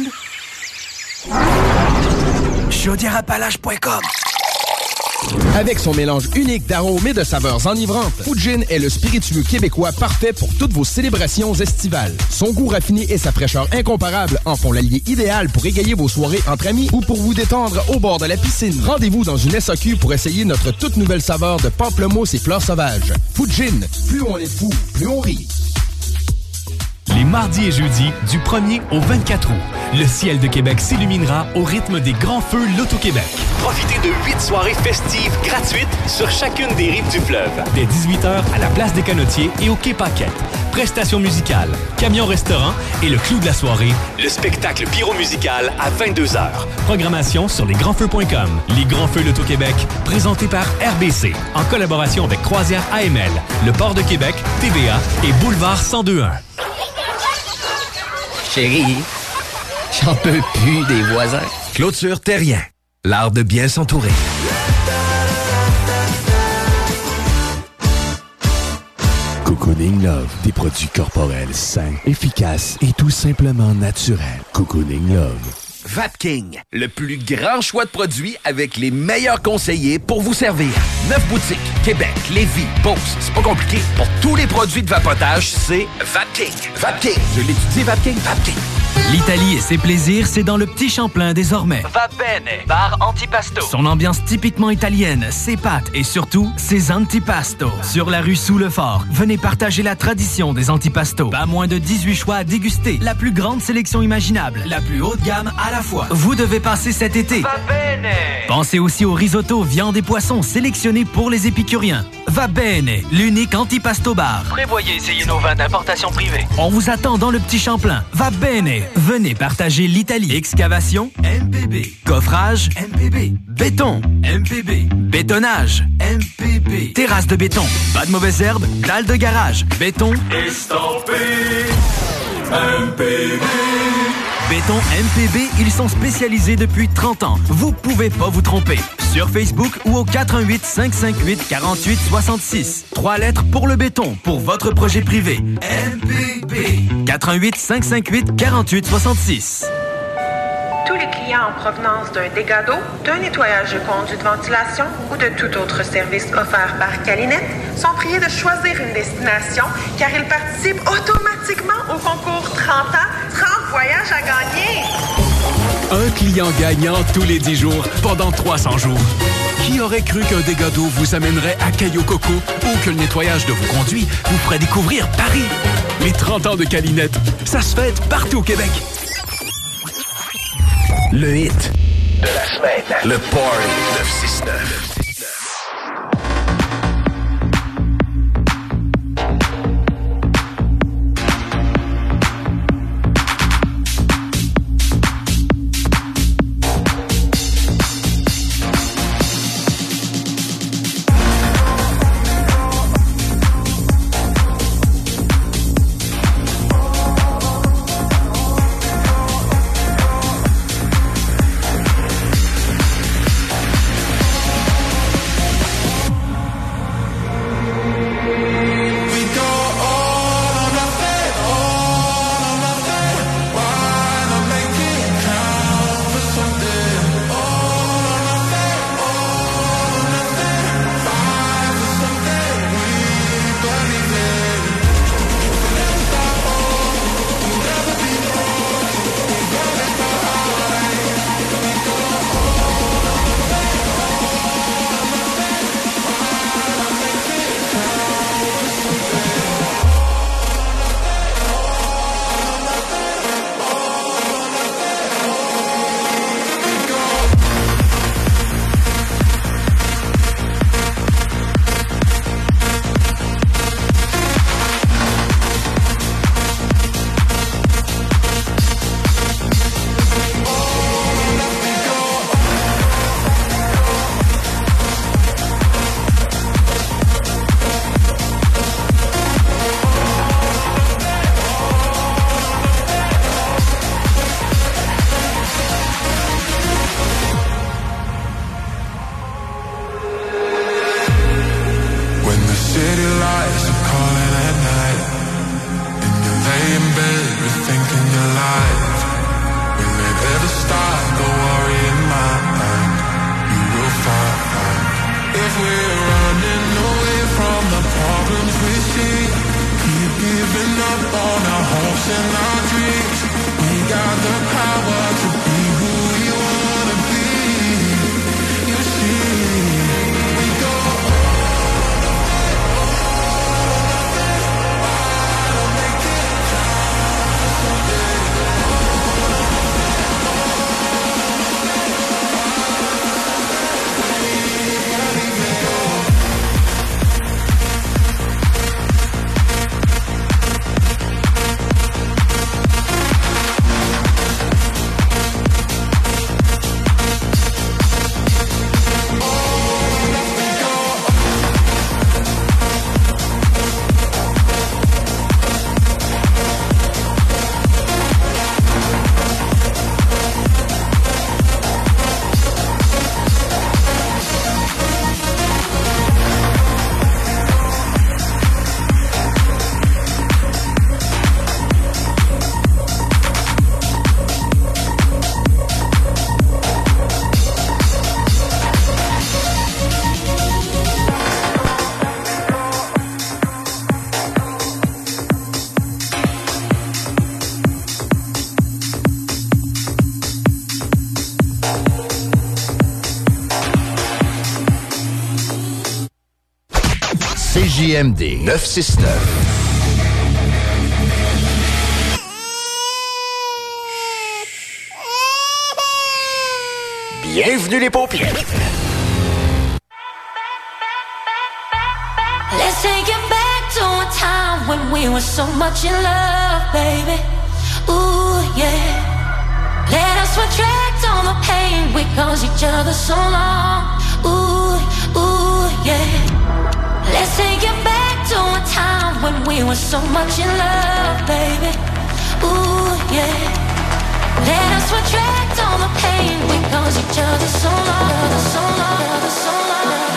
chaudière appalaches point com. Avec son mélange unique d'arômes et de saveurs enivrantes, Fujin est le spiritueux québécois parfait pour toutes vos célébrations estivales. Son goût raffiné et sa fraîcheur incomparable en font l'allié idéal pour égayer vos soirées entre amis ou pour vous détendre au bord de la piscine. Rendez-vous dans une S A Q pour essayer notre toute nouvelle saveur de pamplemousse et fleurs sauvages. Fujin, plus on est fou, plus on rit. Les mardis et jeudis, du premier au vingt-quatre août, le ciel de Québec s'illuminera au rythme des grands feux Loto-Québec. Profitez de huit soirées festives gratuites sur chacune des rives du fleuve. Dès dix-huit heures à la place des Canotiers et au Quai Paquette. Prestations musicales, camion-restaurant et le clou de la soirée, le spectacle pyro-musical à vingt-deux heures. Programmation sur les grands feux point com. Les Grands Feux Loto-Québec, présentés par R B C, en collaboration avec Croisière A M L, le Port de Québec, T V A et Boulevard cent deux point un. Chérie, j'en peux plus des voisins. Clôture Terrien, l'art de bien s'entourer. Cocooning Love, des produits corporels sains, efficaces et tout simplement naturels. Cocooning Love. Vapking, le plus grand choix de produits avec les meilleurs conseillers pour vous servir. Neuf boutiques, Québec, Lévis, Beauce. C'est pas compliqué. Pour tous les produits de vapotage, c'est Vapking. Vapking. Je l'étudie, Vapking. Vapking. L'Italie et ses plaisirs, c'est dans le Petit Champlain désormais. Va bene, bar Antipasto. Son ambiance typiquement italienne, ses pâtes et surtout ses antipastos. Sur la rue Sous le Fort, venez partager la tradition des antipastos. Pas moins de dix-huit choix à déguster, la plus grande sélection imaginable, la plus haute gamme à la fois. Vous devez passer cet été. Va bene. Pensez aussi au risotto, viande et poissons sélectionnés pour les épicuriens. Va bene, l'unique antipasto bar. Prévoyez essayer nos vins d'importation privée. On vous attend dans le Petit Champlain. Va bene. Venez partager l'Italie. Excavation, M P B. Coffrage, M P B. Béton, M P B. Bétonnage, M P B. Terrasse de béton, pas de mauvaises herbes, dalle de garage. Béton, estampé, M P B. Béton M P B, ils sont spécialisés depuis trente ans. Vous pouvez pas vous tromper. Sur Facebook ou au quatre un huit, cinq cinq huit, quatre huit six six. Trois lettres pour le béton, pour votre projet privé. M P B. quatre un huit, cinq cinq huit, quatre huit six six. Tous les clients en provenance d'un dégât d'eau, d'un nettoyage de conduits de ventilation ou de tout autre service offert par Calinette sont priés de choisir une destination car ils participent automatiquement au concours trente ans, trente voyages à gagner. Un client gagnant tous les dix jours pendant trois cents jours. Qui aurait cru qu'un dégât d'eau vous amènerait à Cayo Coco ou que le nettoyage de vos conduits vous ferait découvrir Paris? Les trente ans de Calinette, ça se fête partout au Québec. Le hit de la semaine. Le Party neuf cent soixante-neuf. M D neuf cent soixante-neuf. Bienvenue les paupières. Let's take it back to a time when we were so much in love, baby. Ooh, yeah. Let us retract all the pain we caused each other so long. Ooh, ooh, yeah. Let's take it back to a time when we were so much in love, baby. Ooh, yeah. Let us retract all the pain we caused each other so long, so long, so long.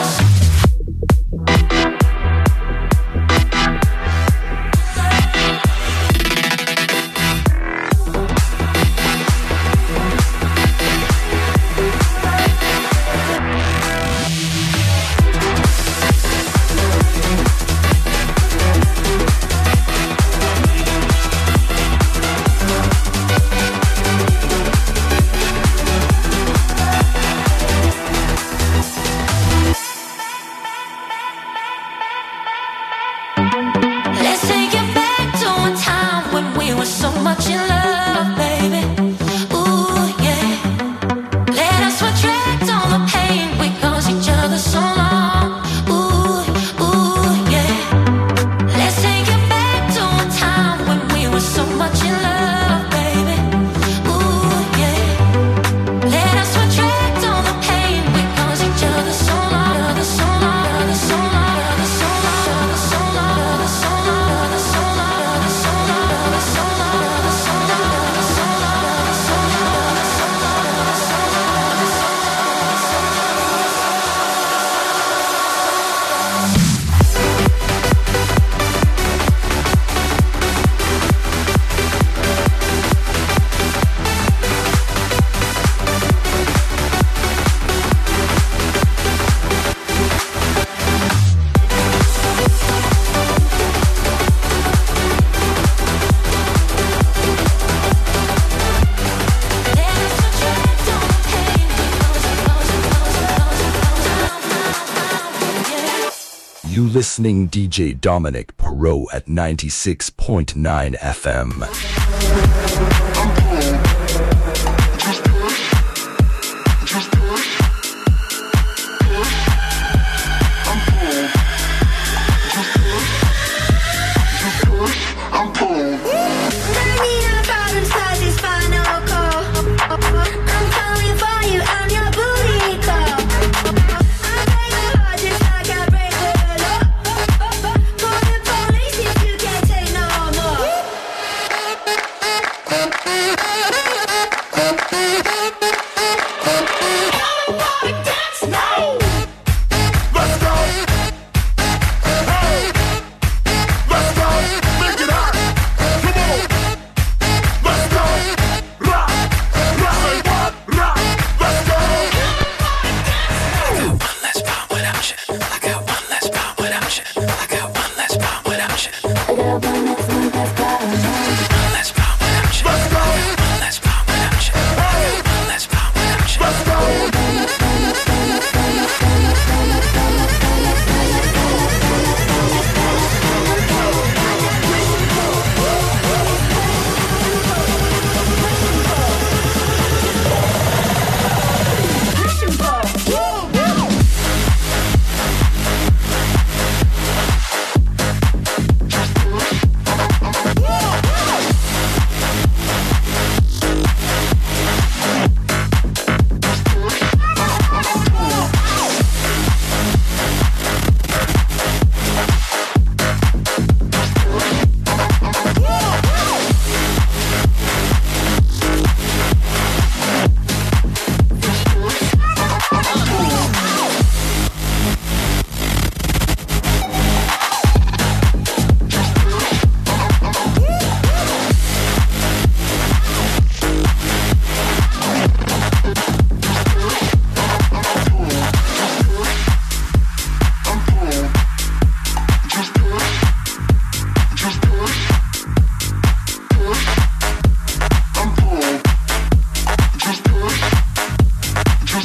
Listening D J Dominic Perot at ninety-six point nine F M.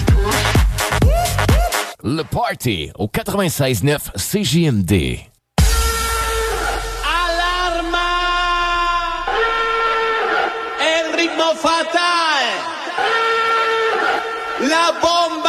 Le Party au quatre-vingt-seize neuf C J M D. fatal. La bomba.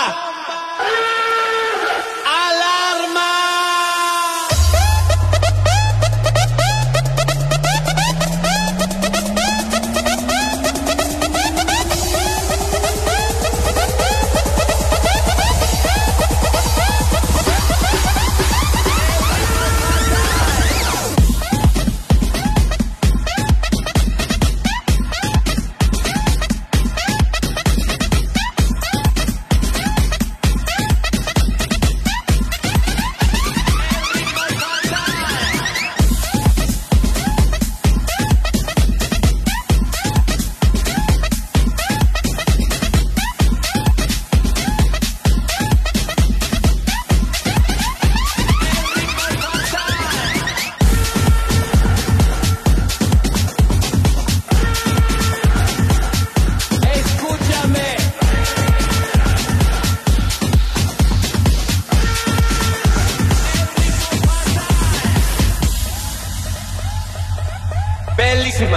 Bellissima.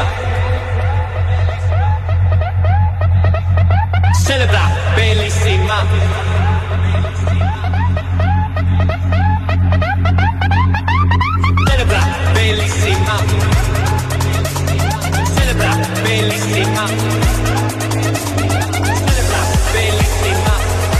Celebra, bellissima. Celebra, bellissima. Celebra, bellissima. Celebra, bellissima.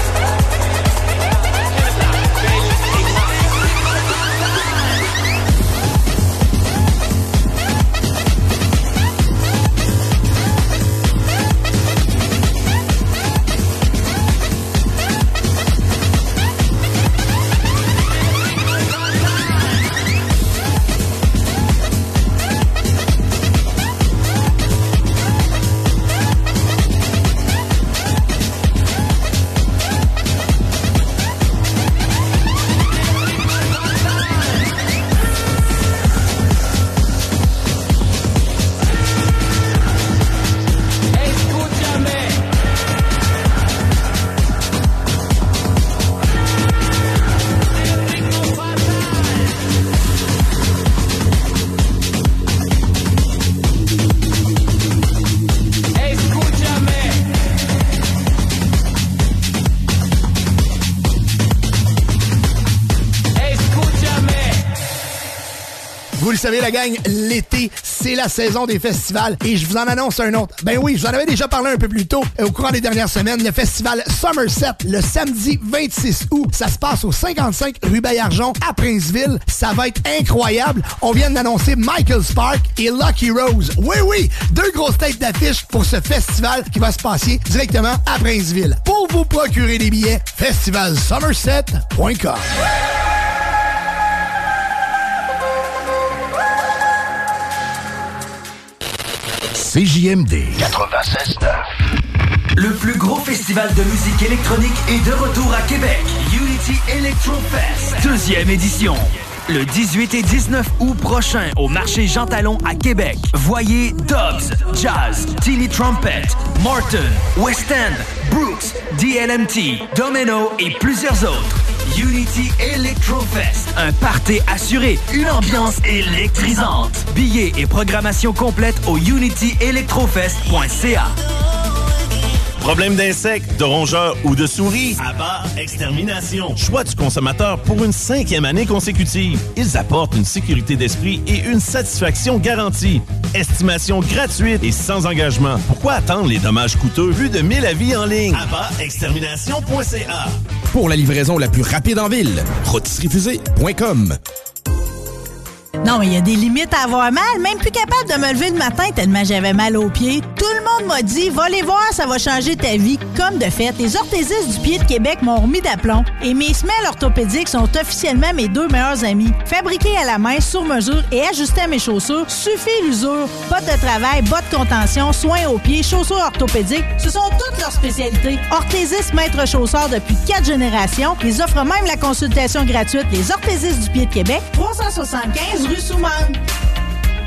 Vous le savez, la gang, l'été, c'est la saison des festivals et je vous en annonce un autre. Ben oui, je vous en avais déjà parlé un peu plus tôt au courant des dernières semaines. Le festival Somerset, le samedi vingt-six août, ça se passe au cinquante-cinq rue Baillargeon à Princeville. Ça va être incroyable. On vient d'annoncer Michael Spark et Lucky Rose. Oui, oui, deux grosses têtes d'affiche pour ce festival qui va se passer directement à Princeville. Pour vous procurer des billets, festival somerset point com. C J M D quatre-vingt-seize neuf. Le plus gros festival de musique électronique est de retour à Québec. Unity Electro Fest, deuxième édition. Le dix-huit et dix-neuf août prochain au marché Jean Talon à Québec. Voyez Dobbs, Jazz, Tilly Trumpet, Morton, West End, Brooks, D L M T, Domino et plusieurs autres. Unity Electrofest, un party assuré, une ambiance électrisante. Billets et programmation complète au unity electrofest point c a. Problème d'insectes, de rongeurs ou de souris? Abba Extermination. Choix du consommateur pour une cinquième année consécutive. Ils apportent une sécurité d'esprit et une satisfaction garantie. Estimation gratuite et sans engagement. Pourquoi attendre les dommages coûteux vu de mille avis en ligne? abba extermination point c a. Pour la livraison la plus rapide en ville, rôtisseriefusée point com. Non, mais il y a des limites à avoir mal. Même plus capable de me lever le matin tellement j'avais mal aux pieds. Tout le monde m'a dit, va les voir, ça va changer ta vie. Comme de fait, les orthésistes du pied de Québec m'ont remis d'aplomb. Et mes semelles orthopédiques sont officiellement mes deux meilleurs amis. Fabriqués à la main, sur mesure et ajustés à mes chaussures, suffit l'usure. Bottes de travail, bottes de contention, soins aux pieds, chaussures orthopédiques, ce sont toutes leurs spécialités. Orthésistes maître chausseur depuis quatre générations. Ils offrent même la consultation gratuite. Les orthésistes du pied de Québec, trois cent soixante-quinze rue Soumane.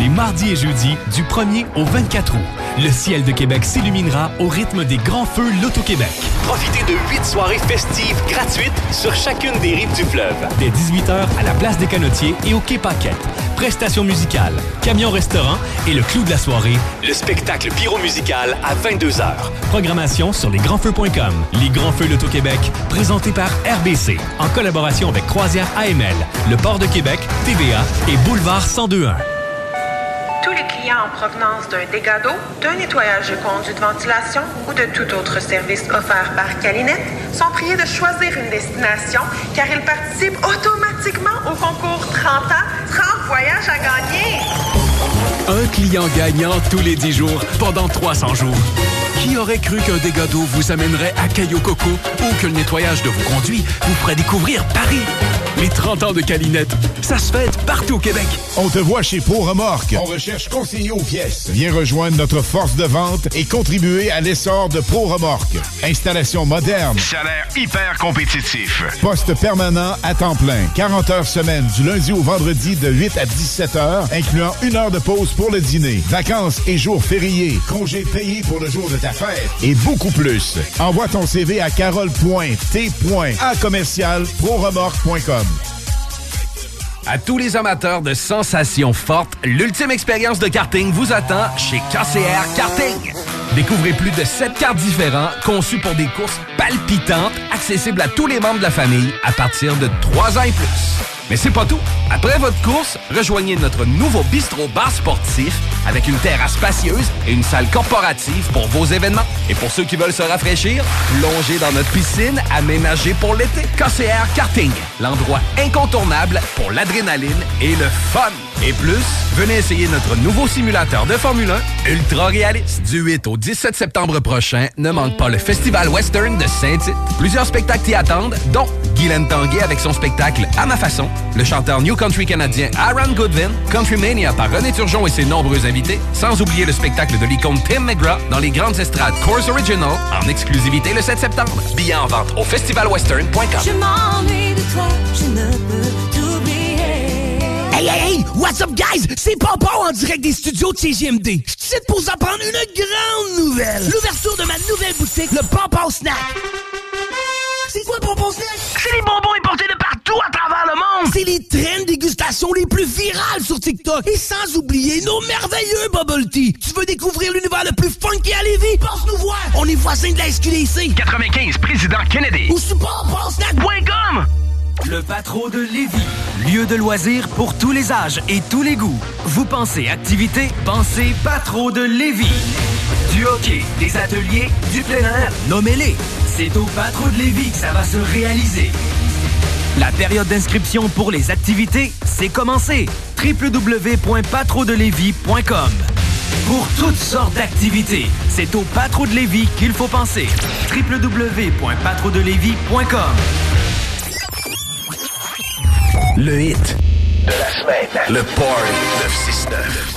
Les mardis et jeudis, du premier au vingt-quatre août, le ciel de Québec s'illuminera au rythme des grands feux Loto-Québec. Profitez de huit soirées festives gratuites sur chacune des rives du fleuve. Dès dix-huit heures à la place des Canotiers et au Quai Paquette. Prestations musicales, camion-restaurant et le clou de la soirée, le spectacle pyro-musical à vingt-deux heures. Programmation sur lesgrandsfeux point com. Les Grands Feux Loto-Québec, présentés par R B C, en collaboration avec Croisière A M L, le Port de Québec, T V A et Boulevard cent deux point un. Tous les clients en provenance d'un dégât d'eau, d'un nettoyage de conduits de ventilation ou de tout autre service offert par Calinette sont priés de choisir une destination car ils participent automatiquement au concours trente ans, trente voyages à gagner. Un client gagnant tous les dix jours pendant trois cents jours. Qui aurait cru qu'un dégât d'eau vous amènerait à Cayo Coco ou que le nettoyage de vos conduits vous ferait découvrir Paris? Les trente ans de Calinette, ça se fête partout au Québec. On te voit chez Pro Remorque. On recherche conseiller aux pièces. Viens rejoindre notre force de vente et contribuer à l'essor de Pro Remorque. Installation moderne. Salaire hyper compétitif. Poste permanent à temps plein. quarante heures semaine du lundi au vendredi de huit à dix-sept heures, incluant une heure de pause pour le dîner. Vacances et jours fériés. Congés payés pour le jour de ta fête. Et beaucoup plus. Envoie ton C V à carole point t point a commercial pro remorque point com. À tous les amateurs de sensations fortes, l'ultime expérience de karting vous attend chez K C R Karting. Découvrez plus de sept karts différents conçus pour des courses palpitantes, accessibles à tous les membres de la famille à partir de trois ans et plus. Mais c'est pas tout. Après votre course, rejoignez notre nouveau bistrot bar sportif avec une terrasse spacieuse et une salle corporative pour vos événements. Et pour ceux qui veulent se rafraîchir, plongez dans notre piscine aménagée pour l'été. K C R Karting, l'endroit incontournable pour l'adrénaline et le fun. Et plus, venez essayer notre nouveau simulateur de Formule un ultra réaliste. Du huit au dix-sept septembre prochain, ne manque pas le Festival Western de Saint-Tite. Plusieurs spectacles t'y attendent, dont Guylaine Tanguay avec son spectacle À ma façon, le chanteur New Country canadien Aaron Goodwin, Country Mania par René Turgeon et ses nombreux invités, sans oublier le spectacle de l'icône Tim McGraw dans les grandes estrades Course Original en exclusivité le sept septembre. Billets en vente au festival western point com. Je m'ennuie de toi, je ne peux t'oublier. Hey, hey, hey! What's up, guys? C'est Pompon en direct des studios de C J M D. Je suis pour vous apprendre une grande nouvelle. L'ouverture de ma nouvelle boutique, le Pompon Snack. C'est quoi le Pompon Snack? C'est les bonbons importés de partout à travers le monde. C'est les trends dégustation les plus virales sur TikTok. Et sans oublier nos merveilleux bubble tea. Tu veux découvrir l'univers le plus funky à Lévis? Passe-nous voir. On est voisins de la S Q D C. quatre-vingt-quinze, Président Kennedy. Ou sur pompon snack point com. Le Patro de Lévis. Lieu de loisirs pour tous les âges et tous les goûts. Vous pensez activité? Pensez Patro de Lévis. Du hockey, des ateliers, du plein air, nommez-les. C'est au Patro de Lévis que ça va se réaliser. La période d'inscription pour les activités, c'est commencé. w w w point patro de lévis point com. Pour toutes sortes d'activités, c'est au Patro de Lévis qu'il faut penser. w w w point patro de lévis point com. Le hit de la semaine. Le Party neuf cent soixante-neuf.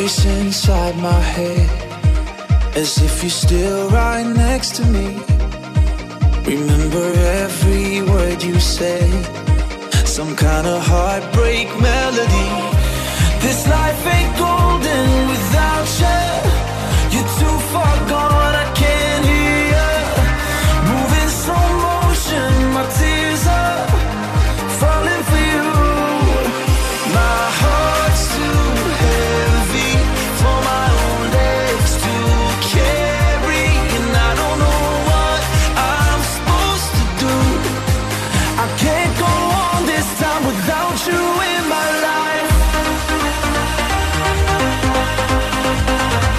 voice inside my head, as if you're still right next to me. Remember every word you said, some kind of heartbreak melody. This life ain't golden without you. You're too far gone, I can't hear you. Moving slow motion, my tears are falling for you. My heart's too heavy for my own legs to carry, and I don't know what I'm supposed to do. I can't go on this time without you in my life.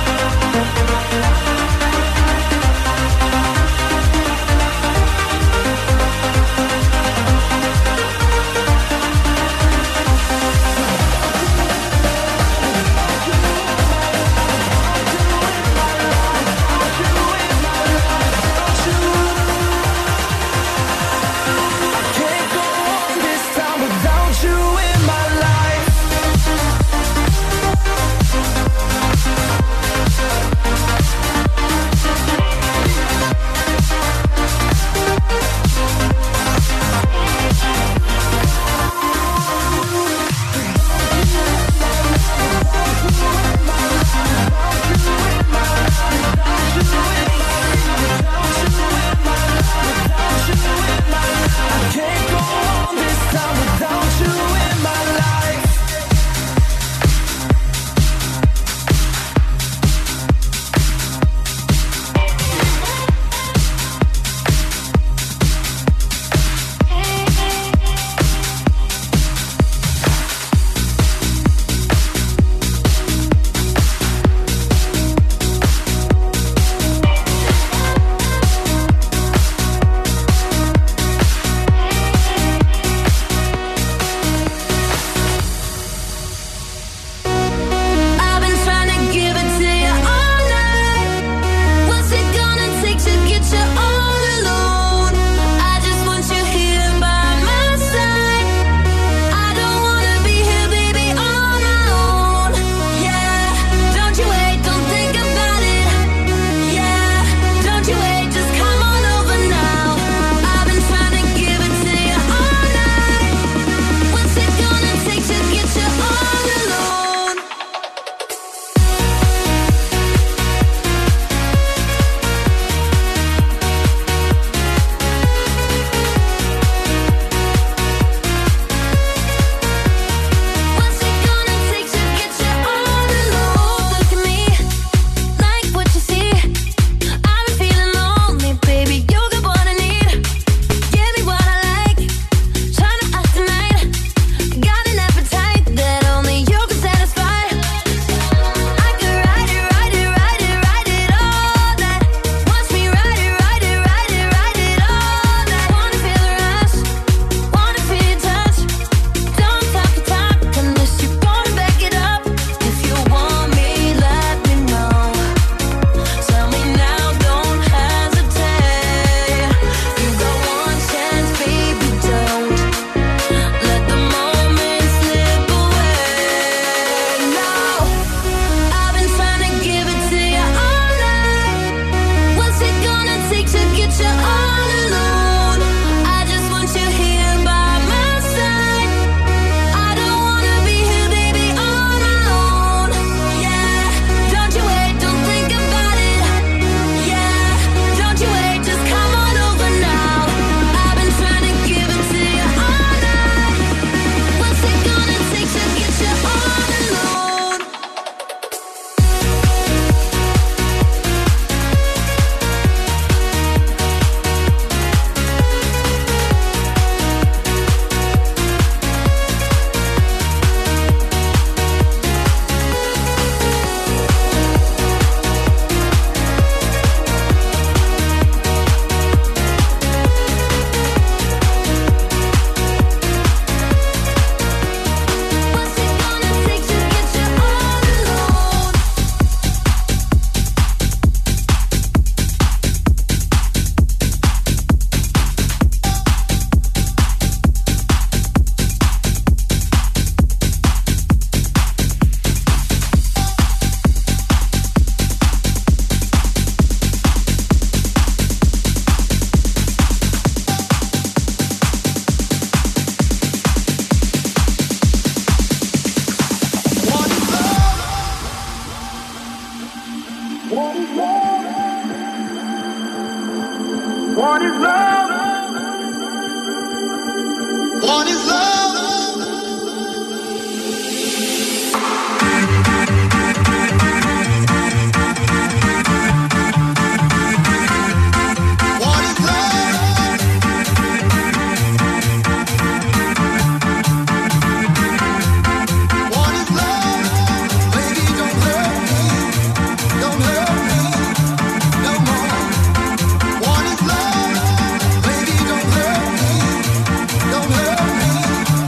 What is love? What is love? Baby, don't hurt me. Don't hurt me.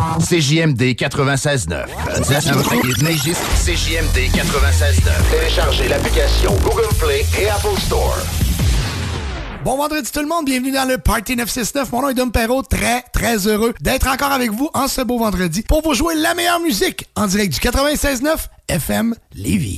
C J M D quatre-vingt-seize neuf. C J M D quatre-vingt-seize neuf. Téléchargez l'application Google Play et Apple Store. Bon vendredi tout le monde, bienvenue dans le Party neuf cent soixante-neuf. Mon nom est Dom Perrault, très très heureux d'être encore avec vous en ce beau vendredi pour vous jouer la meilleure musique en direct du quatre-vingt-seize neuf F M Lévis.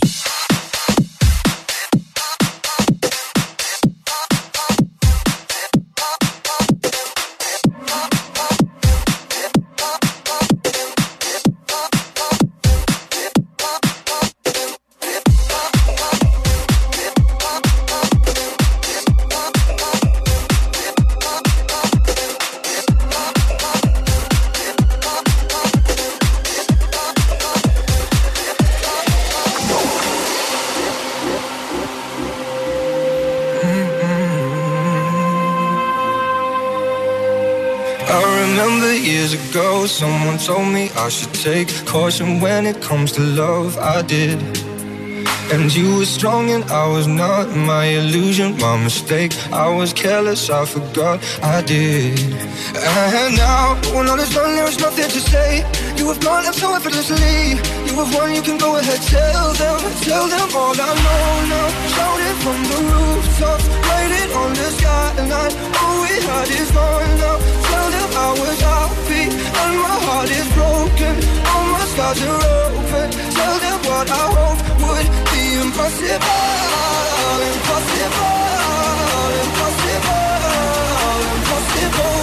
Ago, someone told me I should take caution when it comes to love. I did. And you were strong and I was not. My illusion, my mistake. I was careless, I forgot I did. And now, when all is done, there is nothing to say. You have gone up so effortlessly. You have won, you can go ahead, tell them. Tell them all I know now. Shout it from the rooftops. Write it on the skyline. All we had is gone now. Tell them I was happy and my heart is broken. All my scars are open. Tell them what I hope would be impossible. Impossible. Impossible. Impossible.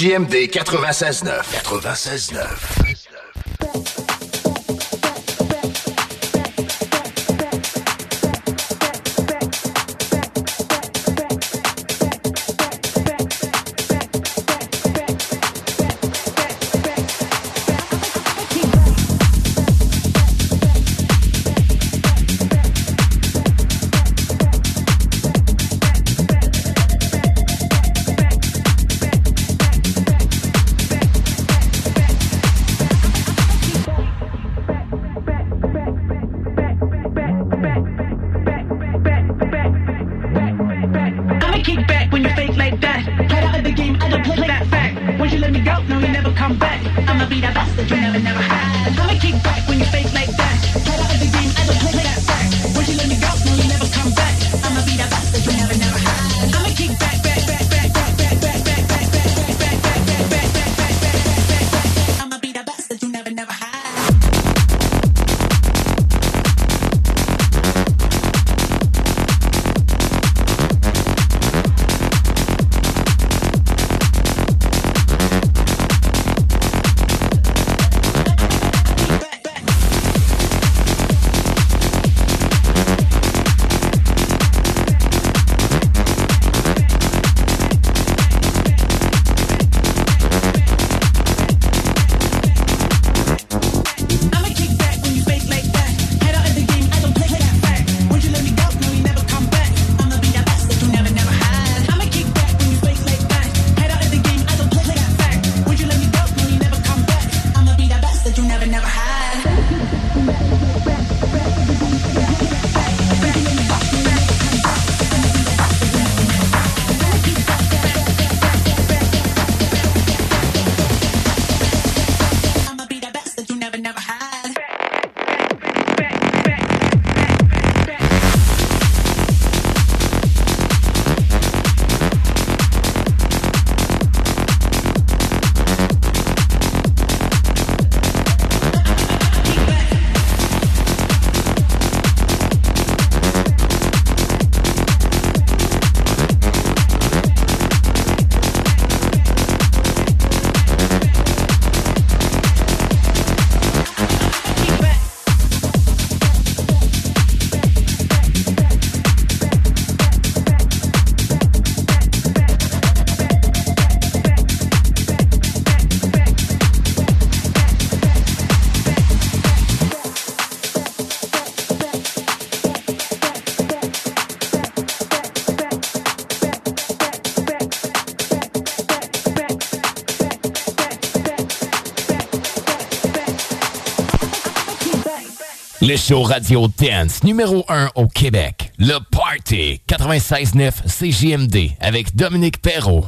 J M D quatre-vingt-seize neuf. quatre-vingt-seize neuf. Le show radio dance numéro un au Québec. Le Party quatre-vingt-seize neuf C J M D avec Dominique Perrault.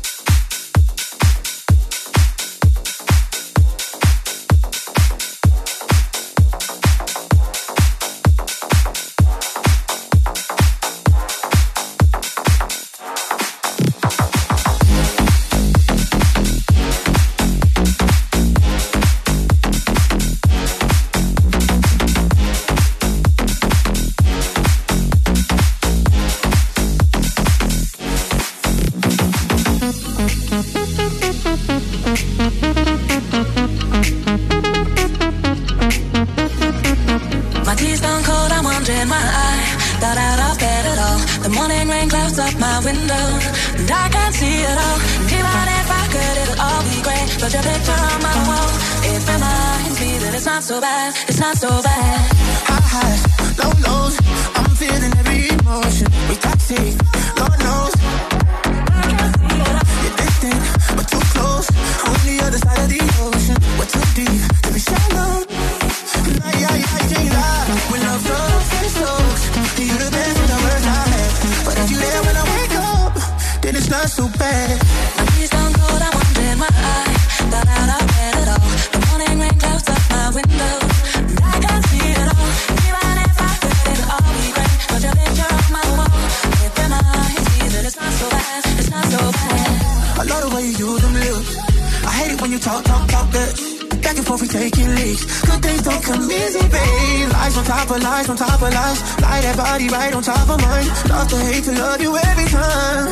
So bad, it's not so bad. High highs, low lows, I'm feeling every emotion. We toxic, Lord knows. You're distant, but too close. On the other side of the ocean, we're too deep to be shallow. Nah, yeah, yeah, I can't lie. When love flows and it slows, you're the best of the words I have. But if you're there when I wake up, then it's not so bad. My knees don't cold, I'm wondering my eye. Got out of bed at all. The morning rain clouds up my window. I can't see it all. Even if I could, it'll all be great. But your picture on my wall. Within my eyes, see that it's not so bad. It's not so bad. I love the way you use them lips. I hate it when you talk, talk, talk that. Back and forth, we taking leaks. Good things don't come easy, babe. Lies on top of lies, on top of lies. Lie that body right on top of mine. Love to hate to love you every time.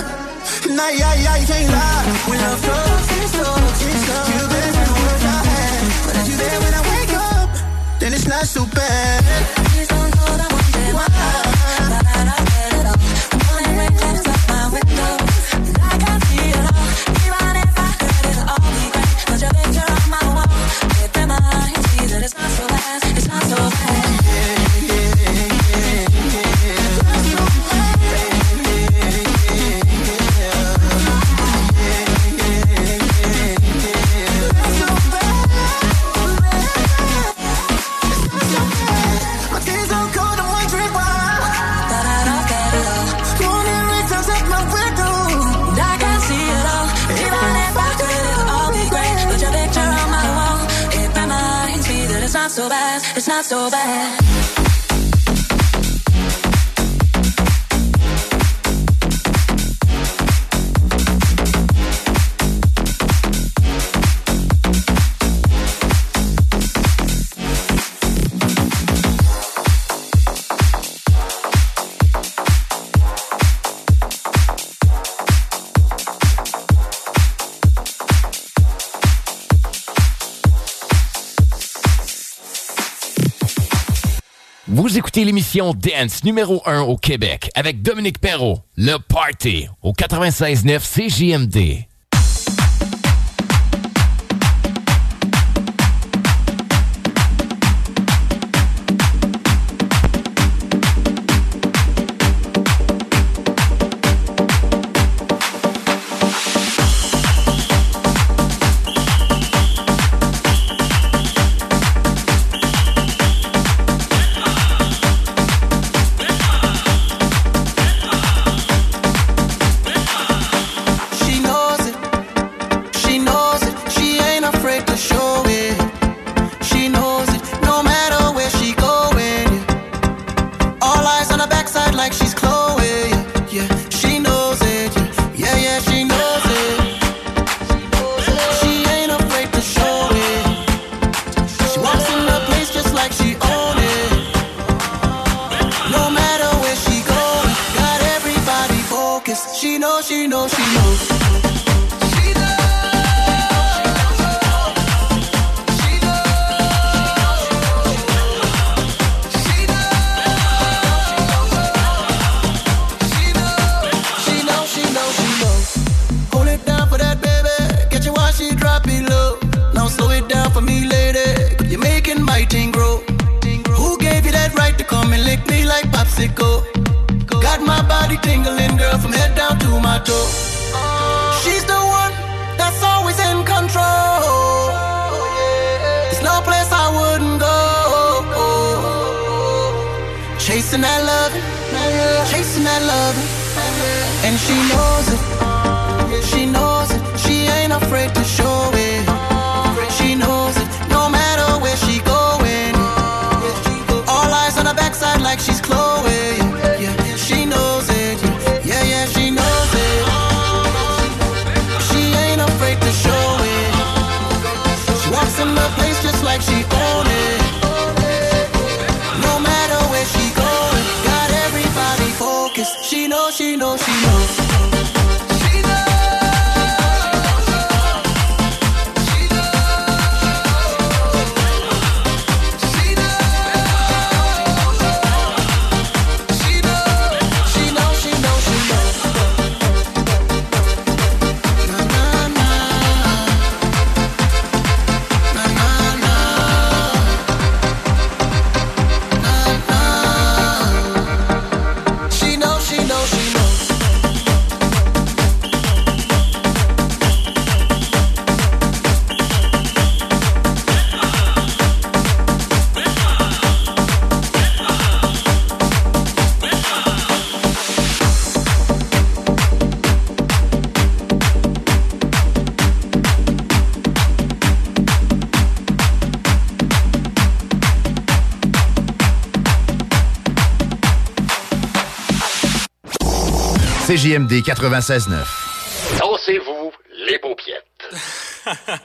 Nah, yeah, yeah, you can't lie. When I'm drugs, it's drugs, it's drugs. You better than the words I had. But if you there when I wake up, then it's not so bad. Please don't go, I want that. Why? But I don't get it all. The morning rain comes up my window, and I can't see it all. Even if I heard it all be great, put your picture on my wall. Get them out and see that it's not so bad. It's not so bad. It's not so bad, it's not so bad. Vous écoutez l'émission Dance numéro un au Québec avec Dominique Perrault, Le Party, au quatre-vingt-seize neuf C J M D. C J M D quatre-vingt-seize neuf. Dansez-vous les paupiètes.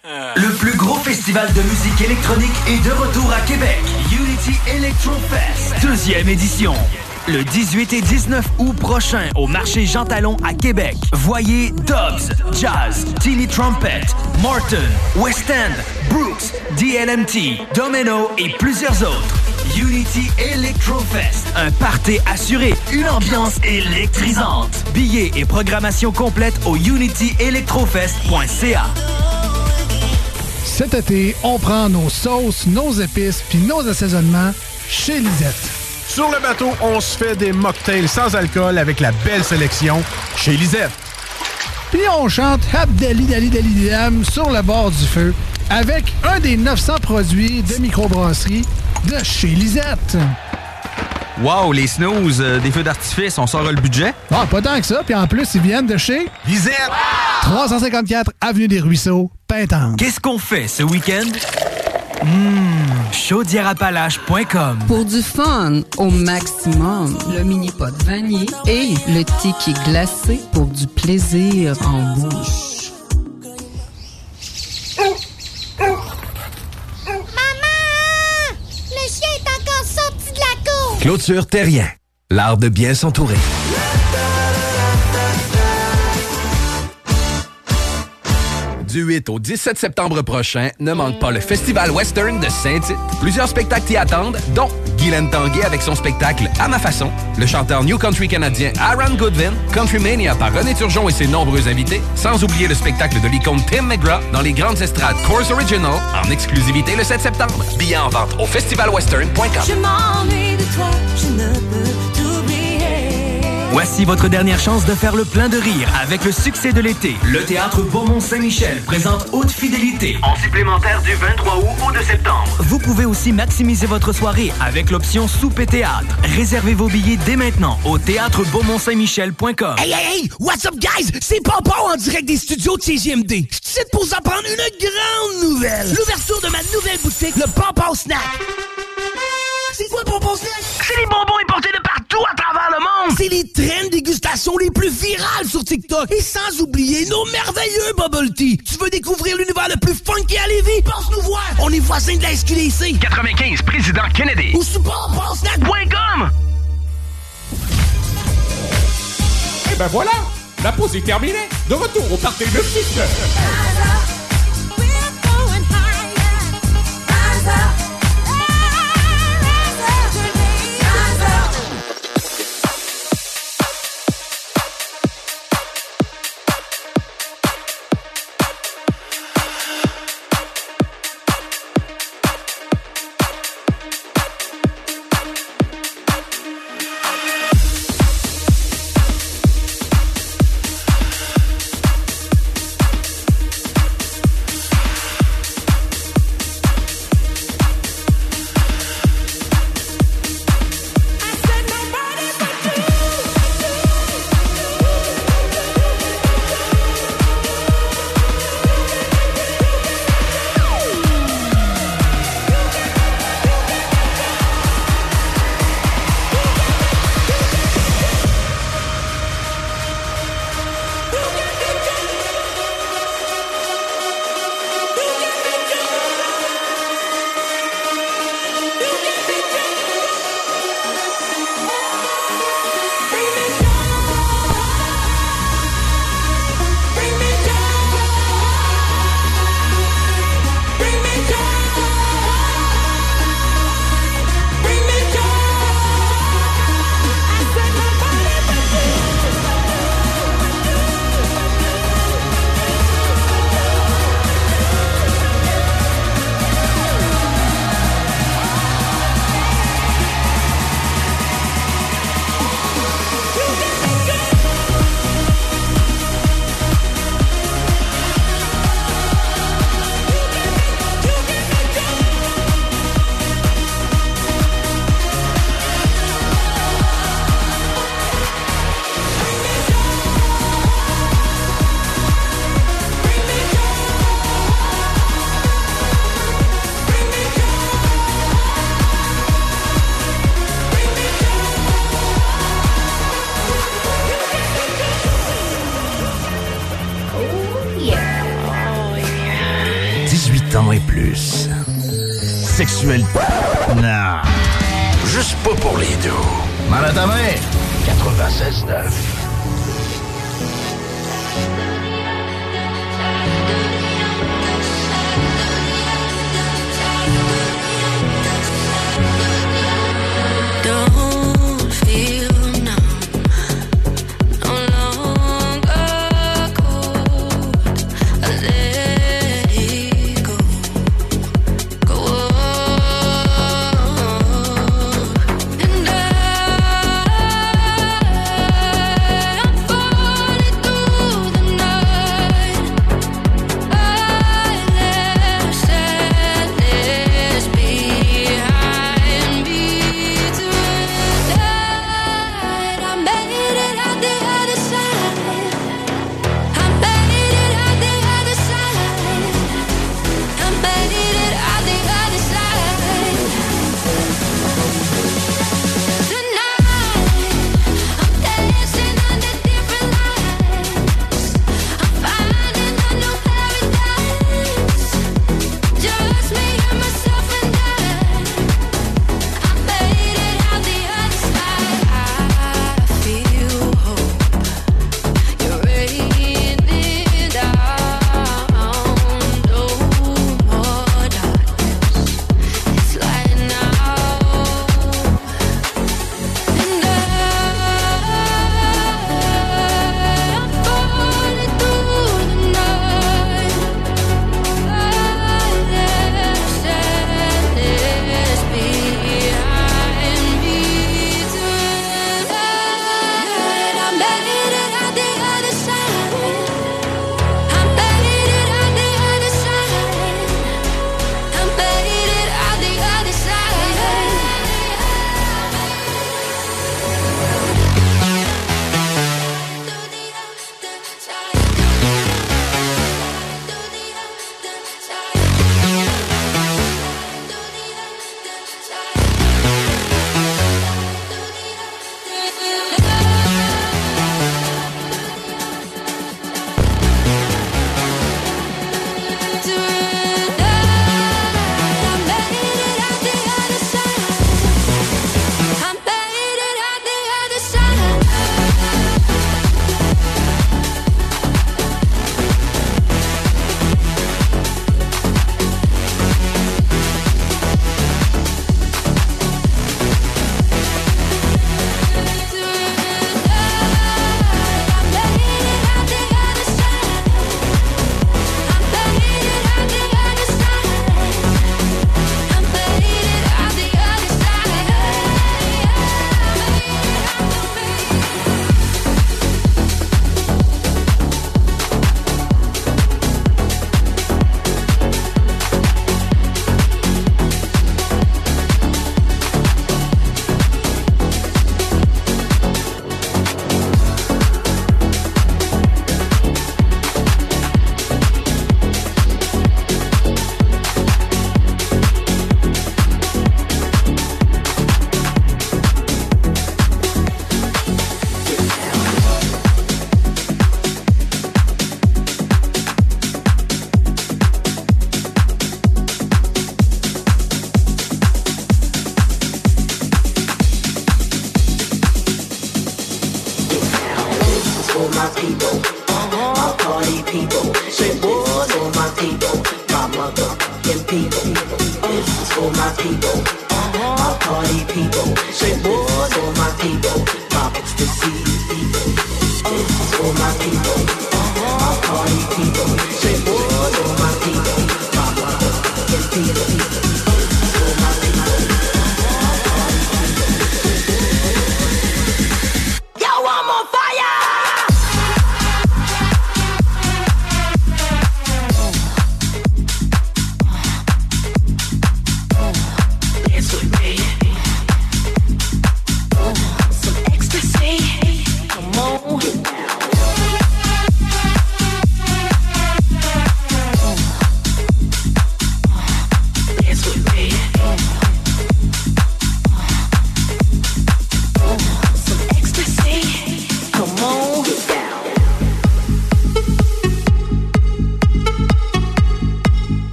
Le plus gros festival de musique électronique est de retour à Québec. Unity Electro Fest, deuxième édition. Le dix-huit et dix-neuf août prochain au marché Jean Talon à Québec. Voyez Dobbs, Jazz, Tilly Trumpet, Morton, West End, Brooks, D L M T, Domino et plusieurs autres. Unity Electrofest, un party assuré, une ambiance électrisante. Billets et programmation complète au unity electrofest point c a. Cet été, on prend nos sauces, nos épices puis nos assaisonnements chez Lisette. Sur le bateau, on se fait des mocktails sans alcool avec la belle sélection chez Lisette. Puis on chante Abdali Dali Dali Dam sur le bord du feu avec un des neuf cents produits de microbrasserie de chez Lisette. Wow, les snooze, euh, des feux d'artifice, on sort le budget? Ah, pas tant que ça, puis en plus, ils viennent de chez Lisette! trois cent cinquante-quatre Avenue des Ruisseaux, Pintante. Qu'est-ce qu'on fait ce week-end? Mmh, chaudière appalaches point com. Pour du fun au maximum, le mini-pot vanille et le tiki glacé pour du plaisir en bouche. Le chien est encore sorti de la cour! Clôture Terrien, l'art de bien s'entourer. Du huit au dix-sept septembre prochain, ne manque pas le Festival Western de Saint-Tite. Plusieurs spectacles t'y attendent, dont Guylaine Tanguay avec son spectacle À ma façon, le chanteur New Country canadien Aaron Goodwin, Country Mania par René Turgeon et ses nombreux invités, sans oublier le spectacle de l'icône Tim McGraw dans les grandes estrades Course Original, en exclusivité le sept septembre. Billets en vente au festival western point com. Je m'ennuie de toi, je ne peux t'oublier. Voici votre dernière chance de faire le plein de rire avec le succès de l'été. Le Théâtre Beaumont-Saint-Michel présente Haute Fidélité en supplémentaire du vingt-trois août au deux septembre. Vous pouvez aussi maximiser votre soirée avec l'option souper théâtre. Réservez vos billets dès maintenant au théâtre beaumont saint michel point com. Hey, hey, hey! What's up, guys? C'est Pompon en direct des studios de C J M D. Je suis pour vous apprendre une grande nouvelle. L'ouverture de ma nouvelle boutique, le Pompon Snack. C'est quoi le Pompon Snack? C'est les bonbons importés de partout à travers le monde. C'est les traînes dégustation les plus virales sur TikTok. Et sans oublier nos merveilleux bubble tea. Tu veux découvrir l'univers le plus funky à Lévis? Pense nous voir. On est voisins de la S Q D C. quatre-vingt-quinze, Président Kennedy. Ou sur pompon snack point com. Et ben voilà, la pause est terminée. De retour au party de six. ans et plus. Sexuel. Non. Juste pas pour les deux. Mal à ta main. quatre-vingt-seize neuf. Don't feel numb, no longer cold. I let it go, go on. And I, I'm falling through the night. I left sadness behind me.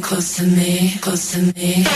close to me, close to me.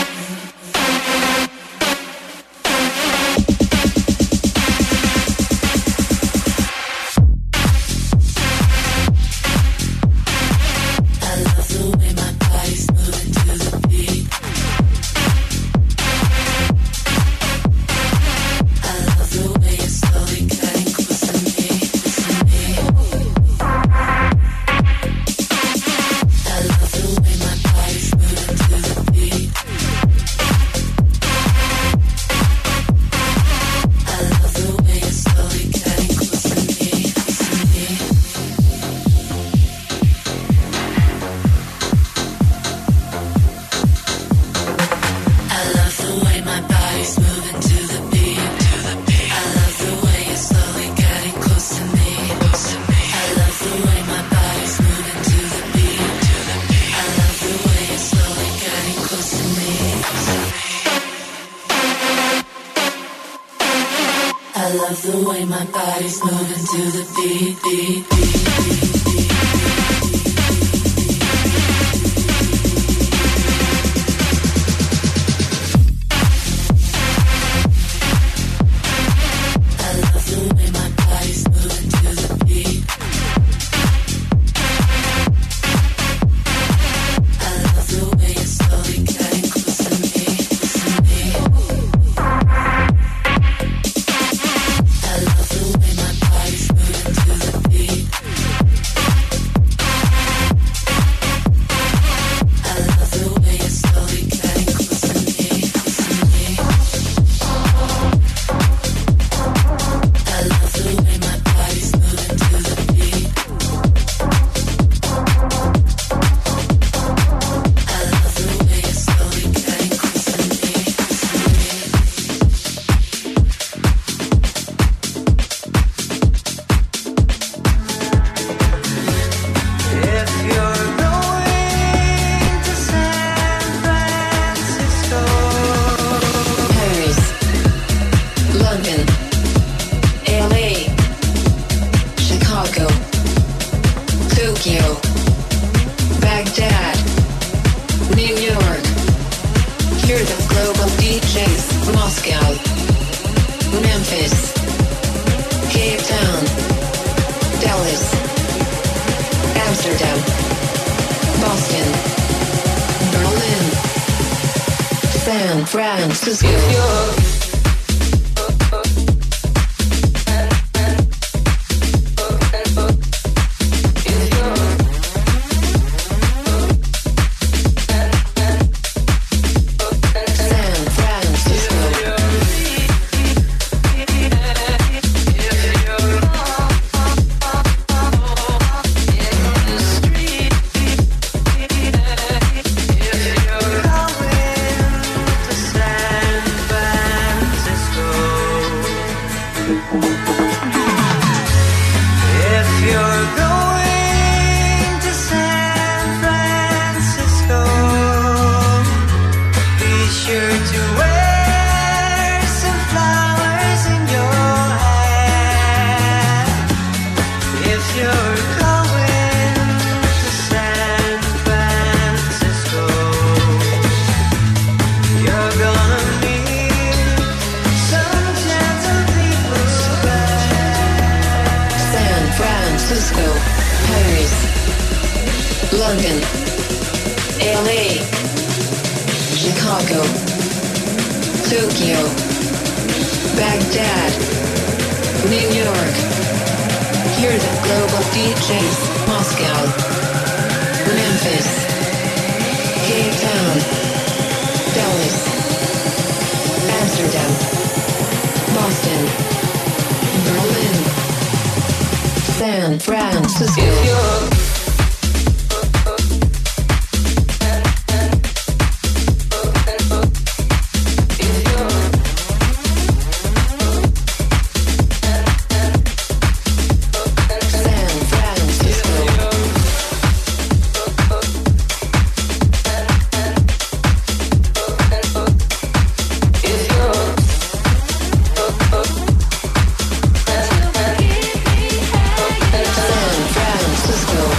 San Francisco.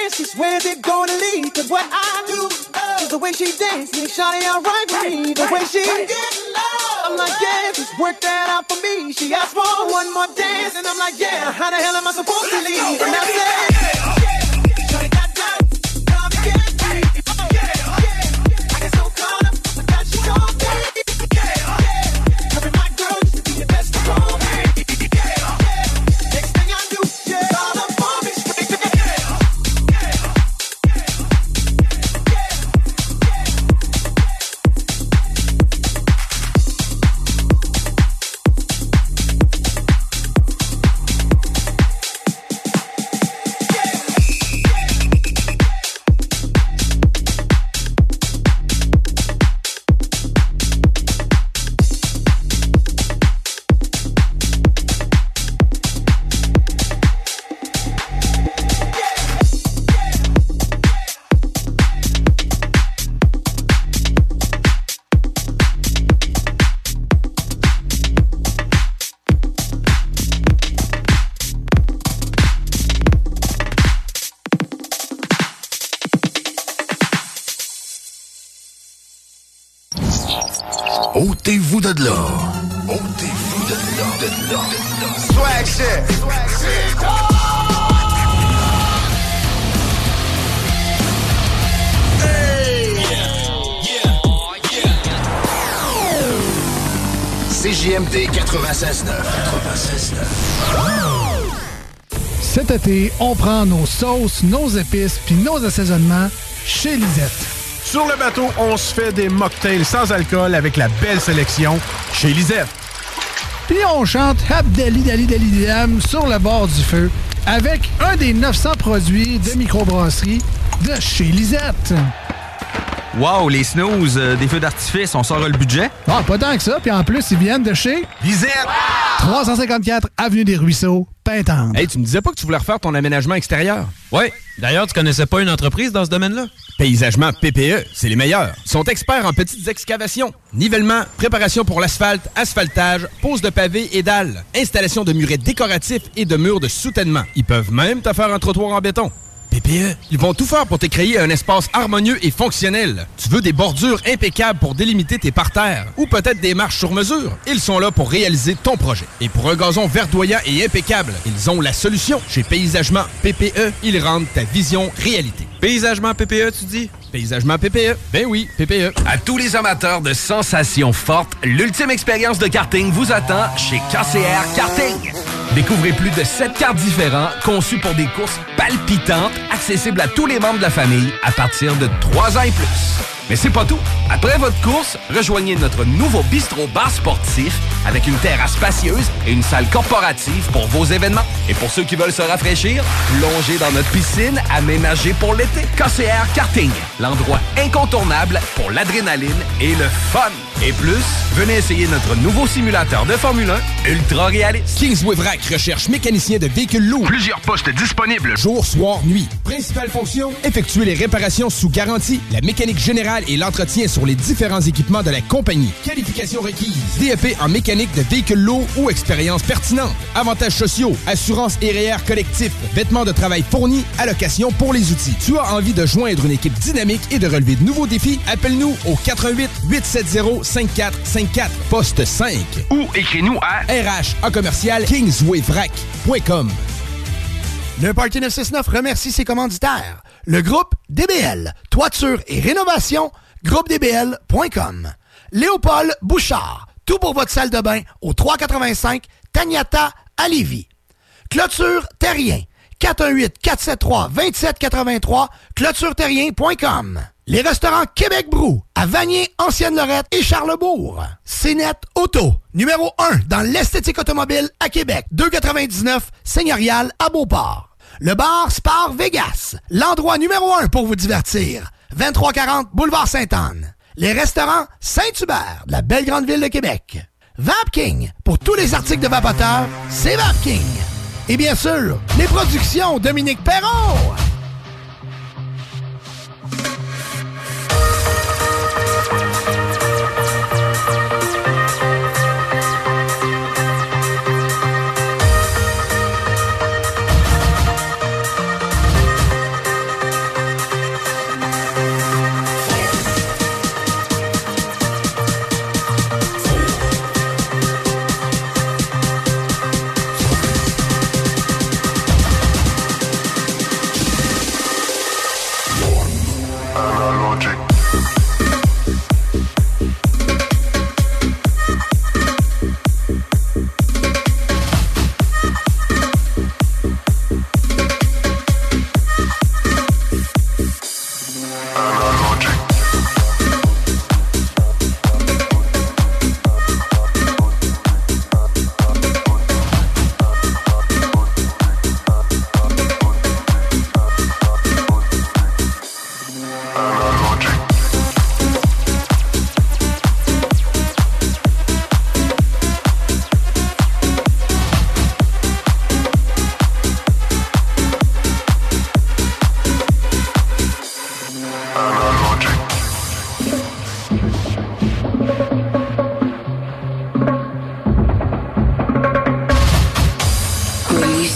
she's where's it gonna lead? Cause what I do is the way she dance, make shawty alright with me. The way she I'm like, yeah, just work that out for me. She asked for one more dance, and I'm like, yeah, how the hell am I supposed to leave? And I said, Ôtez-vous de là. Ôtez-vous de là, de là. Swag shit. Swag shit. Hey! Yeah, yeah, yeah. C J M D quatre-vingt-seize neuf. Cet été, on prend nos sauces, nos épices puis nos assaisonnements chez Lisette. Sur le bateau, on se fait des mocktails sans alcool avec la belle sélection chez Lisette. Puis on chante Habdali Dali Dali Dam sur le bord du feu avec un des neuf cents produits de microbrasserie de chez Lisette. Wow, les snooze, euh, des feux d'artifice, on sort le budget? Ah, pas tant que ça. Puis en plus, ils viennent de chez Lisette! trois cent cinquante-quatre Avenue des Ruisseaux, Pintendre. Hey, tu me disais pas que tu voulais refaire ton aménagement extérieur? Ouais. D'ailleurs, tu connaissais pas une entreprise dans ce domaine-là? Paysagement P P E, c'est les meilleurs. Ils sont experts en petites excavations, nivellement, préparation pour l'asphalte, asphaltage, pose de pavés et dalles, installation de murets décoratifs et de murs de soutènement. Ils peuvent même te faire un trottoir en béton. P P E, ils vont tout faire pour te créer un espace harmonieux et fonctionnel. Tu veux des bordures impeccables pour délimiter tes parterres ou peut-être des marches sur mesure? Ils sont là pour réaliser ton projet. Et pour un gazon verdoyant et impeccable, ils ont la solution. Chez Paysagement P P E, ils rendent ta vision réalité. Paysagement P P E, tu dis? Paysagement P P E. Ben oui, P P E. À tous les amateurs de sensations fortes, l'ultime expérience de karting vous attend chez K C R Karting. Découvrez plus de sept karts différents conçus pour des courses palpitantes, accessibles à tous les membres de la famille à partir de trois ans et plus. Mais c'est pas tout. Après votre course, rejoignez notre nouveau bistrot-bar sportif avec une terrasse spacieuse et une salle corporative pour vos événements. Et pour ceux qui veulent se rafraîchir, plongez dans notre piscine aménagée pour l'été. K C R Karting, l'endroit incontournable pour l'adrénaline et le fun. Et plus, venez essayer notre nouveau simulateur de Formule un ultra réaliste. Kingsway Vrac recherche mécanicien de véhicules lourds. Plusieurs postes disponibles. Jour, soir, nuit. Principale fonction, effectuer les réparations sous garantie, la mécanique générale et l'entretien sur les différents équipements de la compagnie. Qualification requise. D F E en mécanique de véhicules lourds ou expérience pertinente. Avantages sociaux, assurance et R E E R collectif, vêtements de travail fournis, allocation pour les outils. Tu as envie de joindre une équipe dynamique et de relever de nouveaux défis? Appelle-nous au quatre-vingt-huit huit sept zéro cinq quatre cinq quatre, poste cinq. Ou écris-nous à R H A commercial kingswayvrac point com. Le Party neuf cent soixante-neuf remercie ses commanditaires. Le groupe D B L, toiture et rénovation, groupe d b l point com. Léopold Bouchard, tout pour votre salle de bain au trois cent quatre-vingt-cinq Taniata à Lévis. Clôture Terrien, quatre un huit quatre sept trois deux sept huit trois, clôture terrien point com. Les restaurants Québec Brou, à Vanier, Ancienne-Lorette et Charlebourg. Cénet Auto, numéro un dans l'esthétique automobile à Québec. deux cent quatre-vingt-dix-neuf Seigneurial à Beauport. Le bar Spar Vegas, l'endroit numéro un pour vous divertir. vingt-trois quarante Boulevard Sainte-Anne. Les restaurants Saint-Hubert, de la belle grande ville de Québec. Vapking, pour tous les articles de vapoteurs, c'est Vapking. Et bien sûr, les productions Dominique Perrault.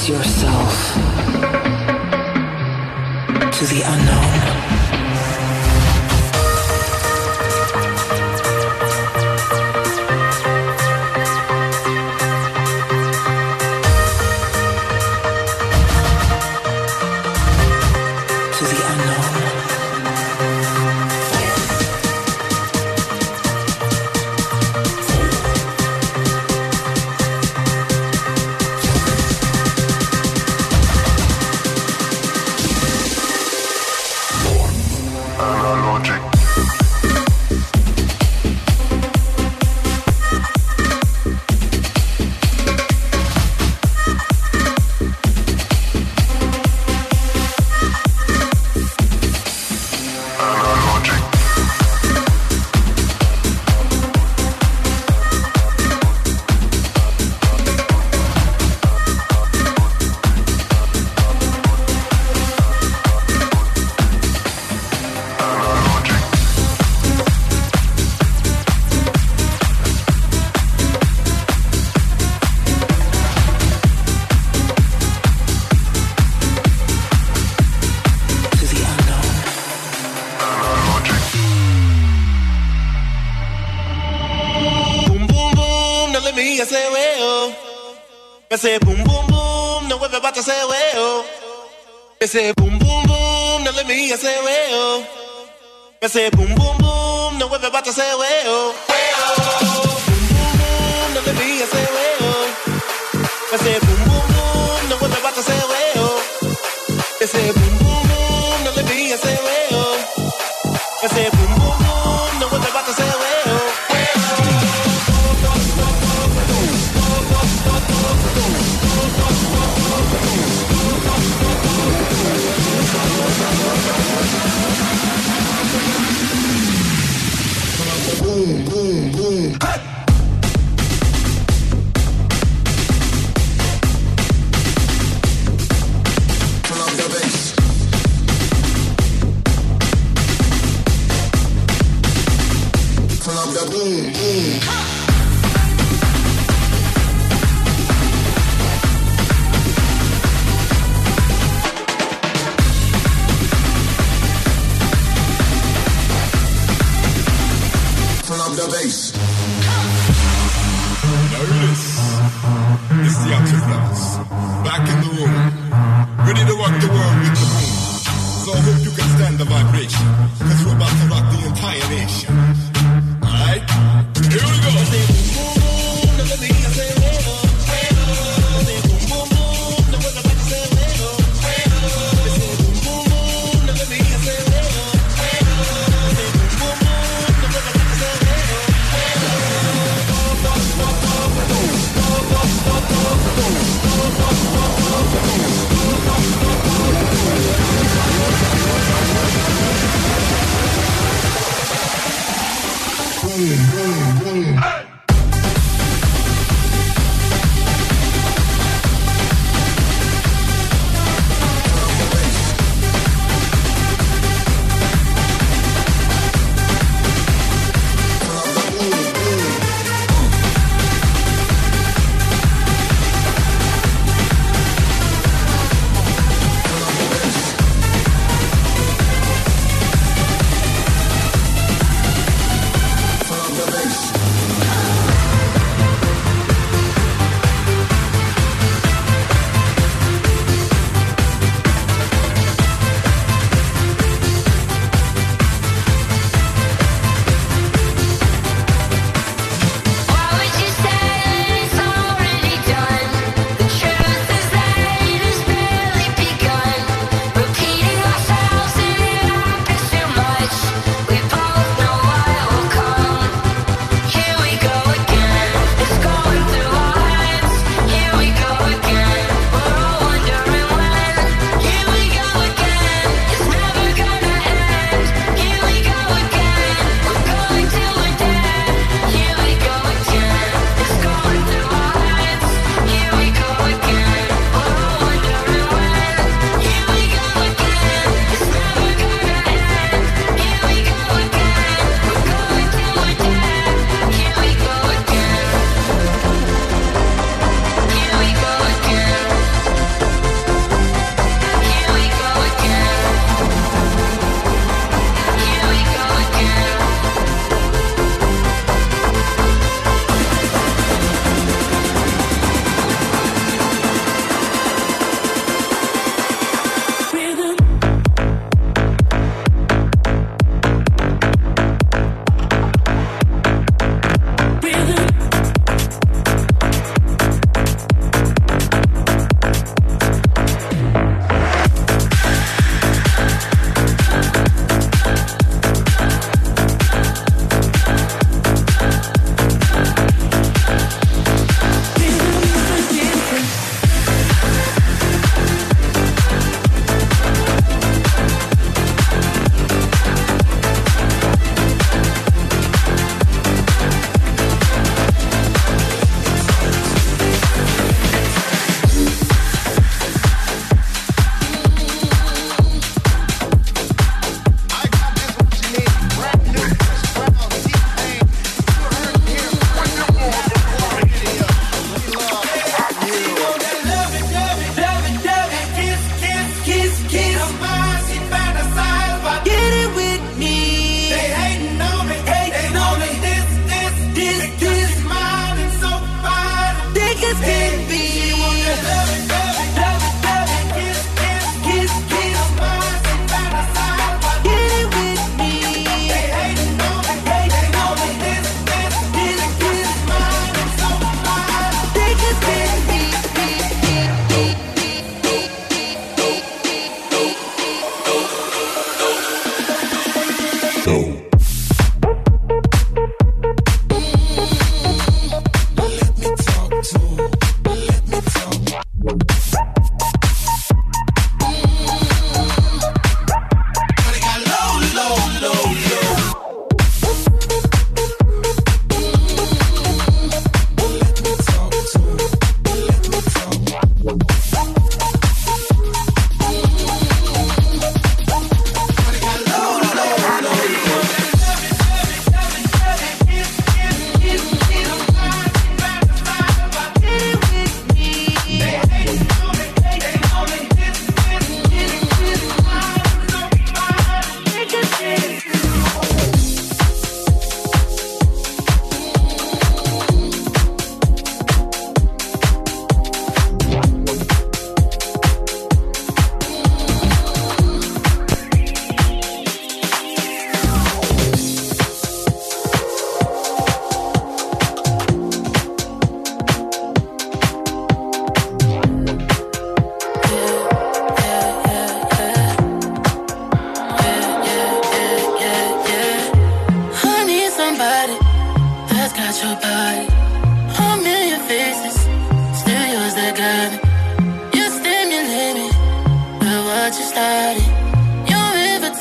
Release yourself to the unknown. Say boom boom boom, no everybody say well. They say boom boom boom, no let me hear say well. They say boom boom boom, no everybody say well. Well, boom boom boom, no let me hear say well. They say boom boom boom, no everybody say well. They say boom boom boom, no let me hear say well. They say boom boom boom, no everybody say well. Boom, boom, boom. Turn up the bass. Turn up the boom, boom. The bass. Now this is the Octaflaps, back in the room, ready to rock the world with the boom. So I hope you can stand the vibration, cause we're about to rock the entire nation. Alright? Here we go. Say boom boom boom, now let me hear say well. Say boom boom boom, now we're about to say well. Say boom boom boom, now let me hear say well. Say boom boom boom, now we're about to say well. Boom, boom, boom.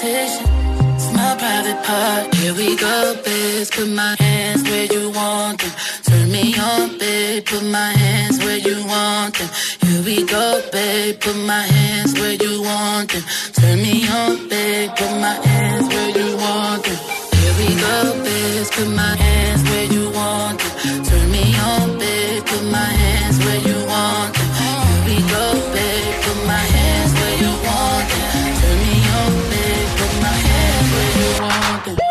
position. It's my private part. Here we go, babe. Put my hands where you want them. Turn me on, babe. Put my hands where you want them. Here we go, babe. Put my hands where you want them. Turn me on, babe. Put my hands where you want them. Here we go, babe. Put my hands where you want them. Turn me on, babe. Put my hands where you want them. Here we go, babe. Put my hands where you want them. Turn me on, babe. Put my hands where you want them.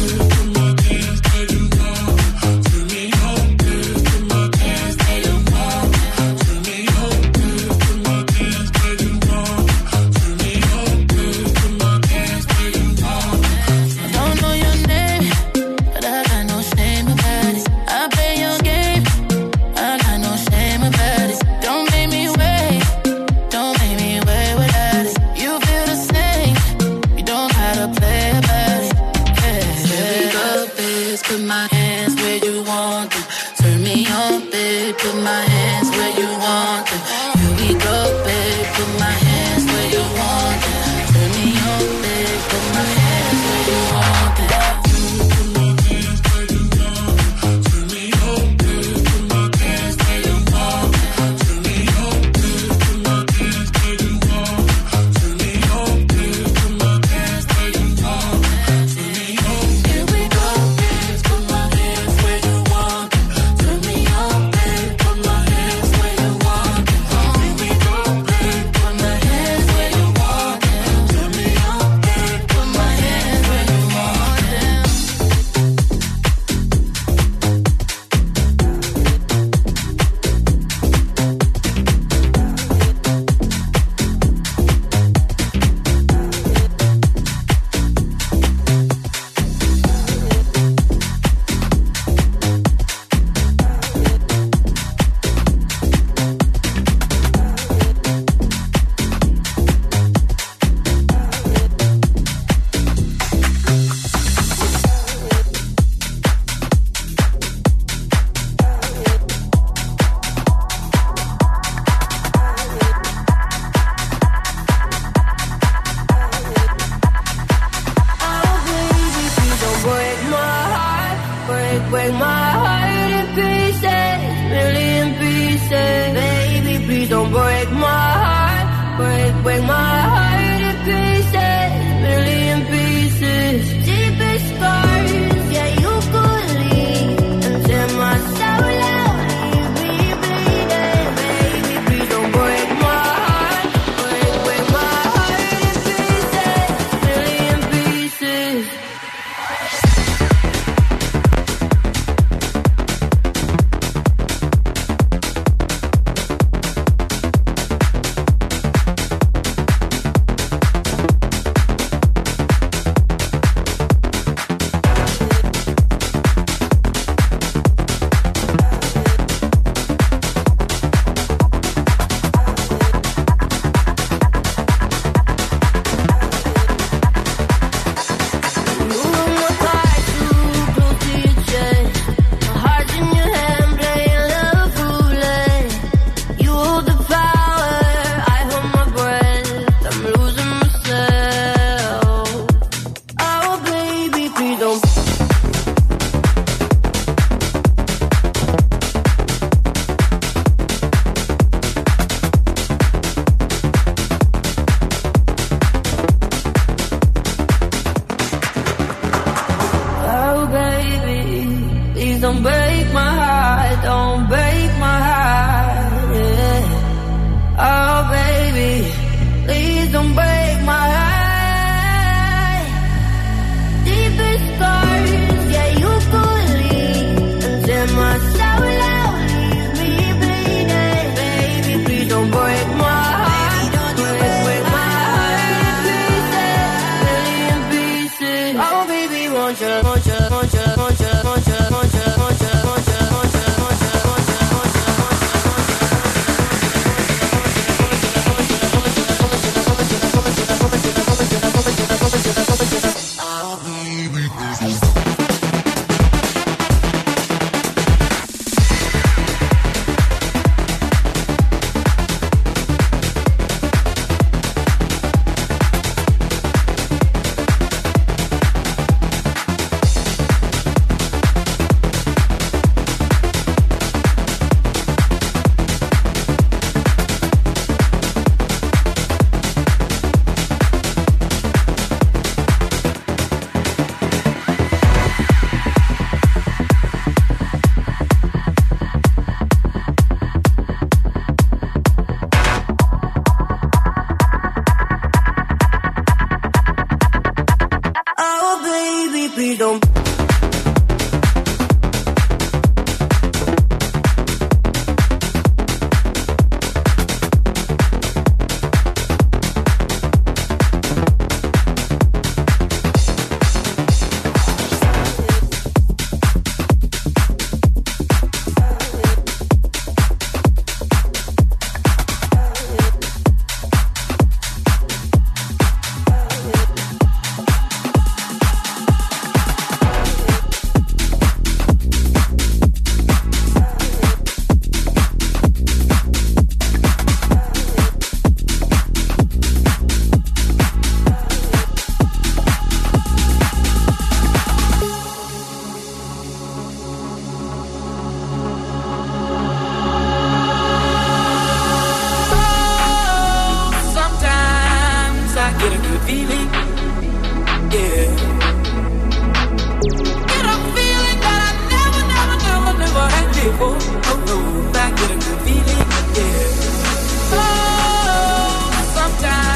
Put my hands where you want them. Here we go, babe. Put my hands where you want them. Turn me on, babe. Put my hands where you want them. get a good feeling. Yeah. Get a feeling that I never, never, never, never had before. Oh no, I get a good feeling. Yeah. Oh, sometimes.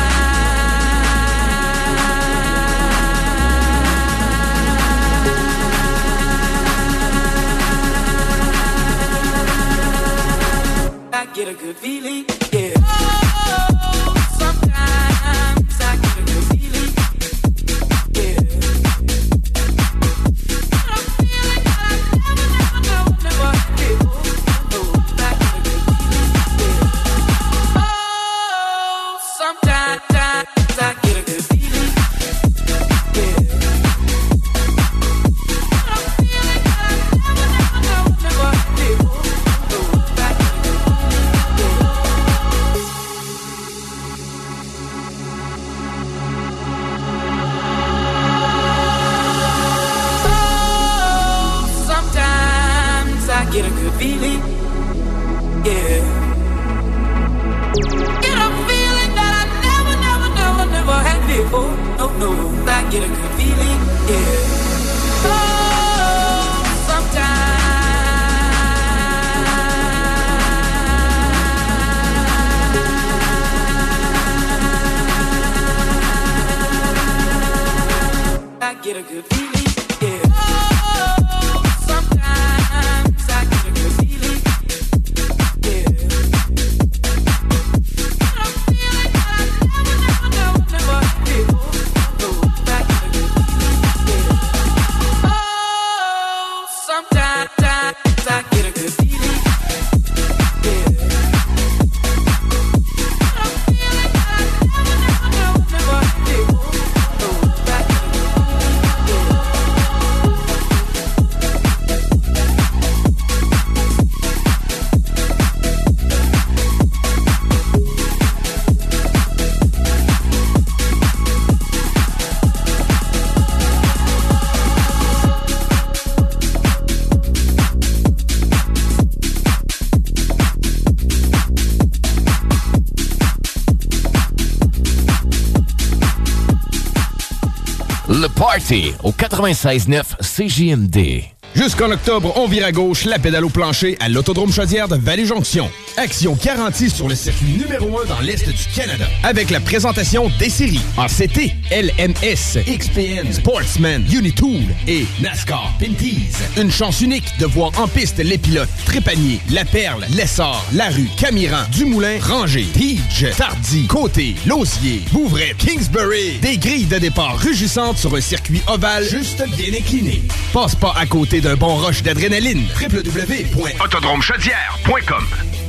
I get a good feeling, yeah. Oh, sometimes I get a good feeling, yeah. I'm feeling that I never, never, never, never had before. Oh, I get a good feeling, yeah. Oh, sometimes I get a good feeling, yeah. I'm feeling that I never, never, never had before. Get a good feeling, yeah. Get a feeling that I never, never, never, never had before. No, no, I get a good feeling, yeah. Oh, sometimes I get a good feeling, yeah. Oh, sometimes I get a good feeling, yeah. I'm feeling that I never, never, never, never had before. No, I get a good feeling, yeah. Oh, sometimes I get a good feeling, yeah. I'm feeling that I never, never, never, never had before. No, I get a good Le Party au quatre-vingt-seize neuf C J M D. Jusqu'en octobre, on vire à gauche la pédale au plancher à l'Autodrome Chaudière de Vallée-Jonction. Action garantie sur le circuit numéro un dans l'Est du Canada. Avec la présentation des séries en C T, L M S, X P N, Sportsman, Unitool et NASCAR Pinties. Une chance unique de voir en piste les pilotes Trépanier, La Perle, Lessard, Larue, Camiran, Dumoulin, Ranger, Tige, Tardy, Côté, Lausier, Bouvray, Kingsbury. Des grilles de départ rugissantes sur un circuit ovale juste bien incliné. Passe pas à côté d'un bon rush d'adrénaline. w w w point autodrome chaudière point com.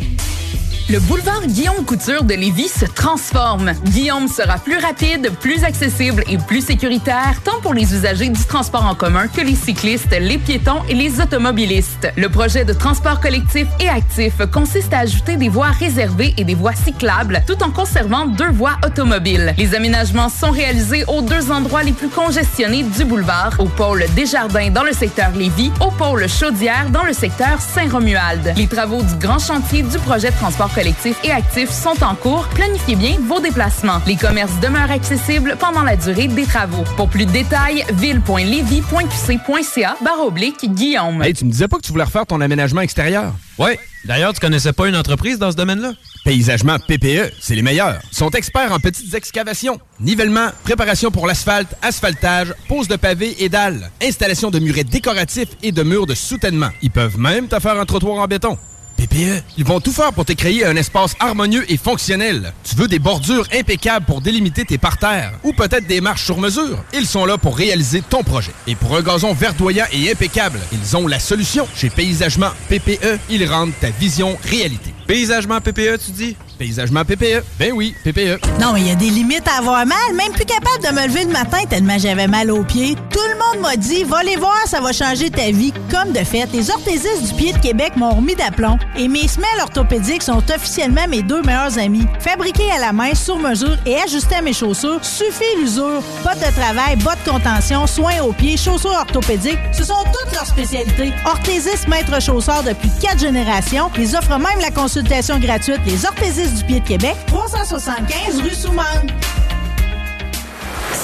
Le boulevard Guillaume Couture de Lévis se transforme. Guillaume sera plus rapide, plus accessible et plus sécuritaire, tant pour les usagers du transport en commun que les cyclistes, les piétons et les automobilistes. Le projet de transport collectif et actif consiste à ajouter des voies réservées et des voies cyclables, tout en conservant deux voies automobiles. Les aménagements sont réalisés aux deux endroits les plus congestionnés du boulevard, au pôle Desjardins dans le secteur Lévis, au pôle Chaudière dans le secteur Saint-Romuald. Les travaux du grand chantier du projet de transport collectifs et actifs sont en cours. Planifiez bien vos déplacements. Les commerces demeurent accessibles pendant la durée des travaux. Pour plus de détails, ville point lévis point q c point c a barre oblique Guillaume. Hey, tu me disais pas que tu voulais refaire ton aménagement extérieur? Ouais. D'ailleurs, tu connaissais pas une entreprise dans ce domaine-là? Paysagement P P E, c'est les meilleurs. Ils sont experts en petites excavations, nivellement, préparation pour l'asphalte, asphaltage, pose de pavés et dalles, installation de murets décoratifs et de murs de soutènement. Ils peuvent même te faire un trottoir en béton. P P E, ils vont tout faire pour te créer un espace harmonieux et fonctionnel. Tu veux des bordures impeccables pour délimiter tes parterres ou peut-être des marches sur mesure? Ils sont là pour réaliser ton projet. Et pour un gazon verdoyant et impeccable, ils ont la solution. Chez Paysagement P P E, ils rendent ta vision réalité. Paysagement P P E, tu dis? Paysagement P P E. Ben oui, P P E. Non, mais il y a des limites à avoir mal. Même plus capable de me lever le matin tellement j'avais mal aux pieds. Tout le monde m'a dit, va les voir, ça va changer ta vie. Comme de fait, les orthésistes du pied de Québec m'ont remis d'aplomb. Et mes semelles orthopédiques sont officiellement mes deux meilleurs amis. Fabriqués à la main, sur mesure et ajustés à mes chaussures, suffit l'usure. Bottes de travail, bottes de contention, soins aux pieds, chaussures orthopédiques, ce sont toutes leurs spécialités. Orthésistes maître chausseur depuis quatre générations. Ils offrent même la consultation gratuite. Les orthésistes du pied de Québec, trois cent soixante-quinze rue Soumane.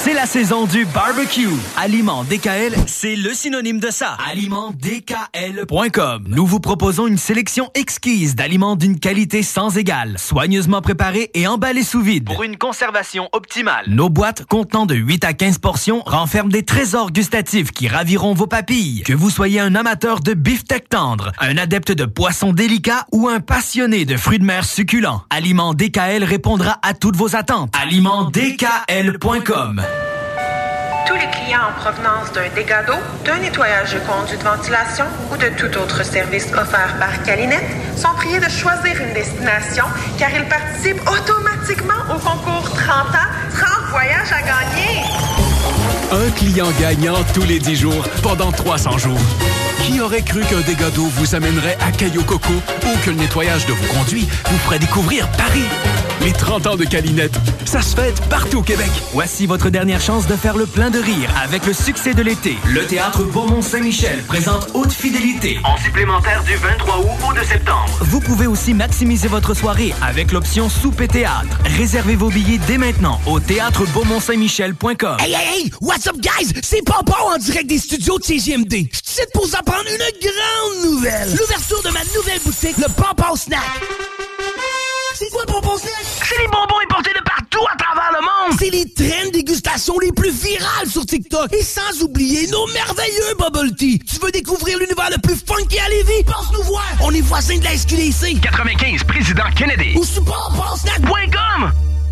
C'est la saison du barbecue. Aliment D K L, c'est le synonyme de ça. Aliment D K L point com. Nous vous proposons une sélection exquise d'aliments d'une qualité sans égale, soigneusement préparés et emballés sous vide pour une conservation optimale. Nos boîtes contenant de huit à quinze portions renferment des trésors gustatifs qui raviront vos papilles. Que vous soyez un amateur de beefsteak tendre, un adepte de poissons délicats ou un passionné de fruits de mer succulents, Aliment D K L répondra à toutes vos attentes. Aliment D K L point com. Tous les clients en provenance d'un dégât d'eau, d'un nettoyage de conduits de ventilation ou de tout autre service offert par Calinette sont priés de choisir une destination car ils participent automatiquement au concours trente ans, trente voyages à gagner. Un client gagnant tous les dix jours pendant trois cents jours. Qui aurait cru qu'un dégât d'eau vous amènerait à Cayo Coco ou que le nettoyage de vos conduits vous ferait découvrir Paris? Les trente ans de Calinette, ça se fête partout au Québec. Voici votre dernière chance de faire le plein de rire avec le succès de l'été. Le Théâtre Beaumont-Saint-Michel présente Haute Fidélité en supplémentaire du vingt-trois août au deux septembre. Vous pouvez aussi maximiser votre soirée avec l'option souper théâtre. Réservez vos billets dès maintenant au théâtre beaumont saint michel point com. Hey, hey, hey! What's up, guys? C'est Popo en direct des studios de C J M D. Je suis pour vous apprendre une grande nouvelle. L'ouverture de ma nouvelle boutique, le Popo Snack. C'est quoi le Popo Snack? C'est les bonbons importés de partout à travers le monde. C'est les trends dégustation les plus virales sur TikTok. Et sans oublier nos merveilleux bubble tea. Tu veux découvrir l'univers le plus funky à Lévis? Passe-nous voir. On est voisins de la S Q D C. quatre-vingt-quinze, Président Kennedy. Ou sur popo snack point com.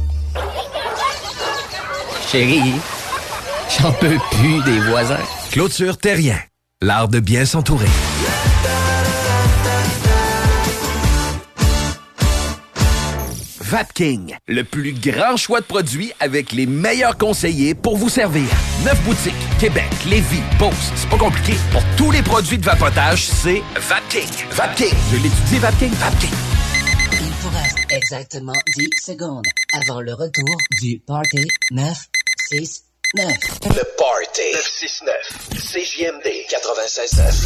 Chérie, j'en peux plus des voisins. Clôture Terrien, l'art de bien s'entourer. Vapking, le plus grand choix de produits avec les meilleurs conseillers pour vous servir. Neuf boutiques, Québec, Lévis, Beauce, c'est pas compliqué. Pour tous les produits de vapotage, c'est Vapking. Vapking, je l'étudie, Vapking, Vapking. Il vous reste exactement dix secondes avant le retour du Party neuf six neuf. Le Party neuf six neuf, C J M D quatre-vingt-seize neuf.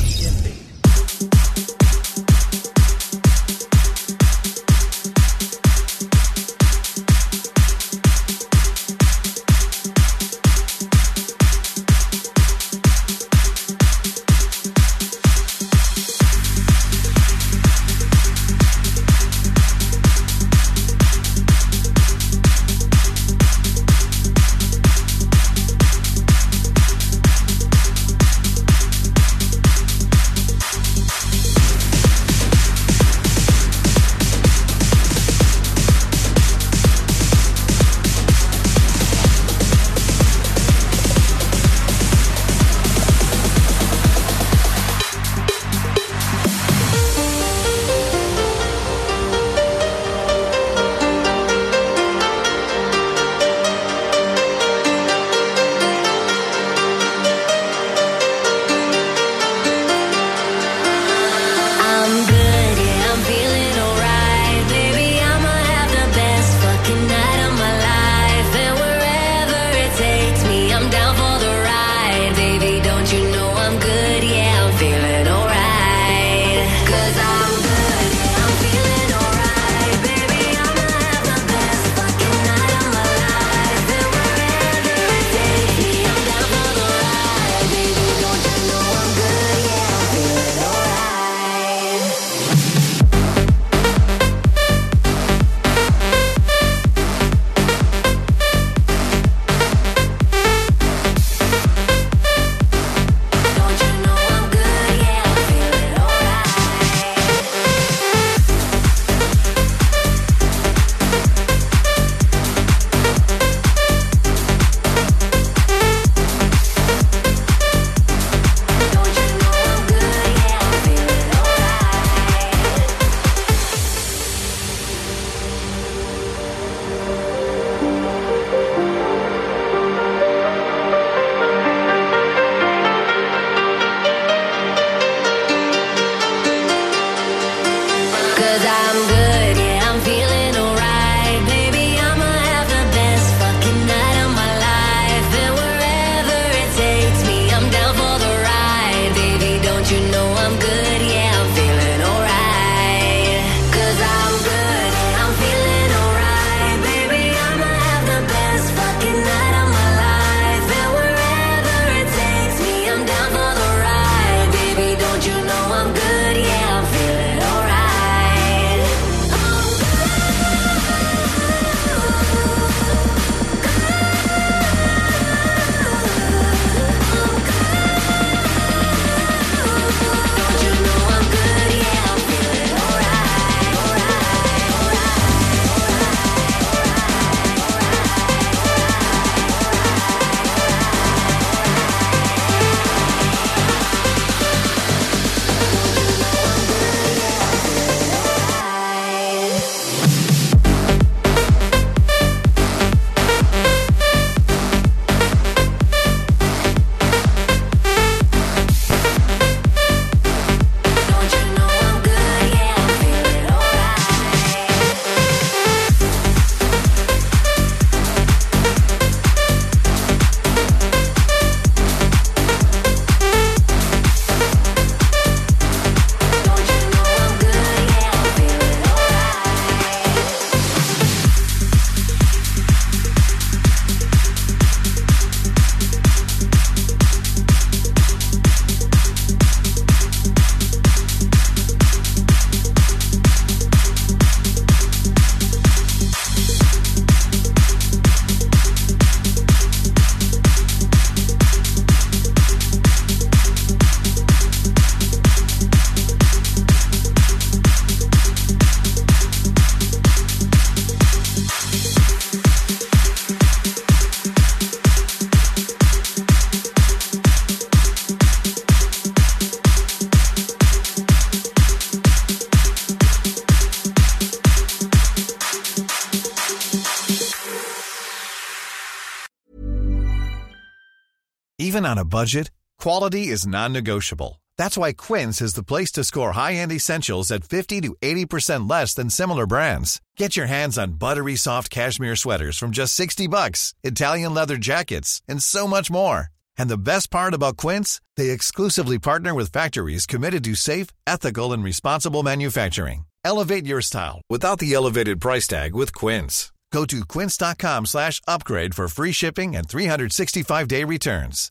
Even on a budget, quality is non-negotiable. That's why Quince is the place to score high-end essentials at fifty to eighty percent less than similar brands. Get your hands on buttery soft cashmere sweaters from just sixty bucks, Italian leather jackets, and so much more. And the best part about Quince, they exclusively partner with factories committed to safe, ethical, and responsible manufacturing. Elevate your style without the elevated price tag with Quince. Go to quince.com slash upgrade for free shipping and three sixty-five day returns.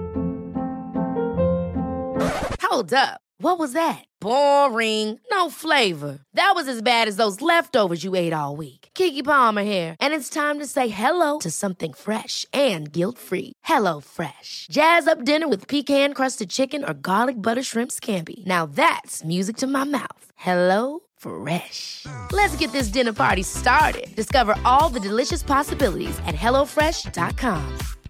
Hold up. What was that? Boring. No flavor. That was as bad as those leftovers you ate all week. Keke Palmer here, and it's time to say hello to something fresh and guilt-free. Hello Fresh. Jazz up dinner with pecan-crusted chicken or garlic butter shrimp scampi. Now that's music to my mouth. Hello Fresh. Let's get this dinner party started. Discover all the delicious possibilities at hello fresh dot com.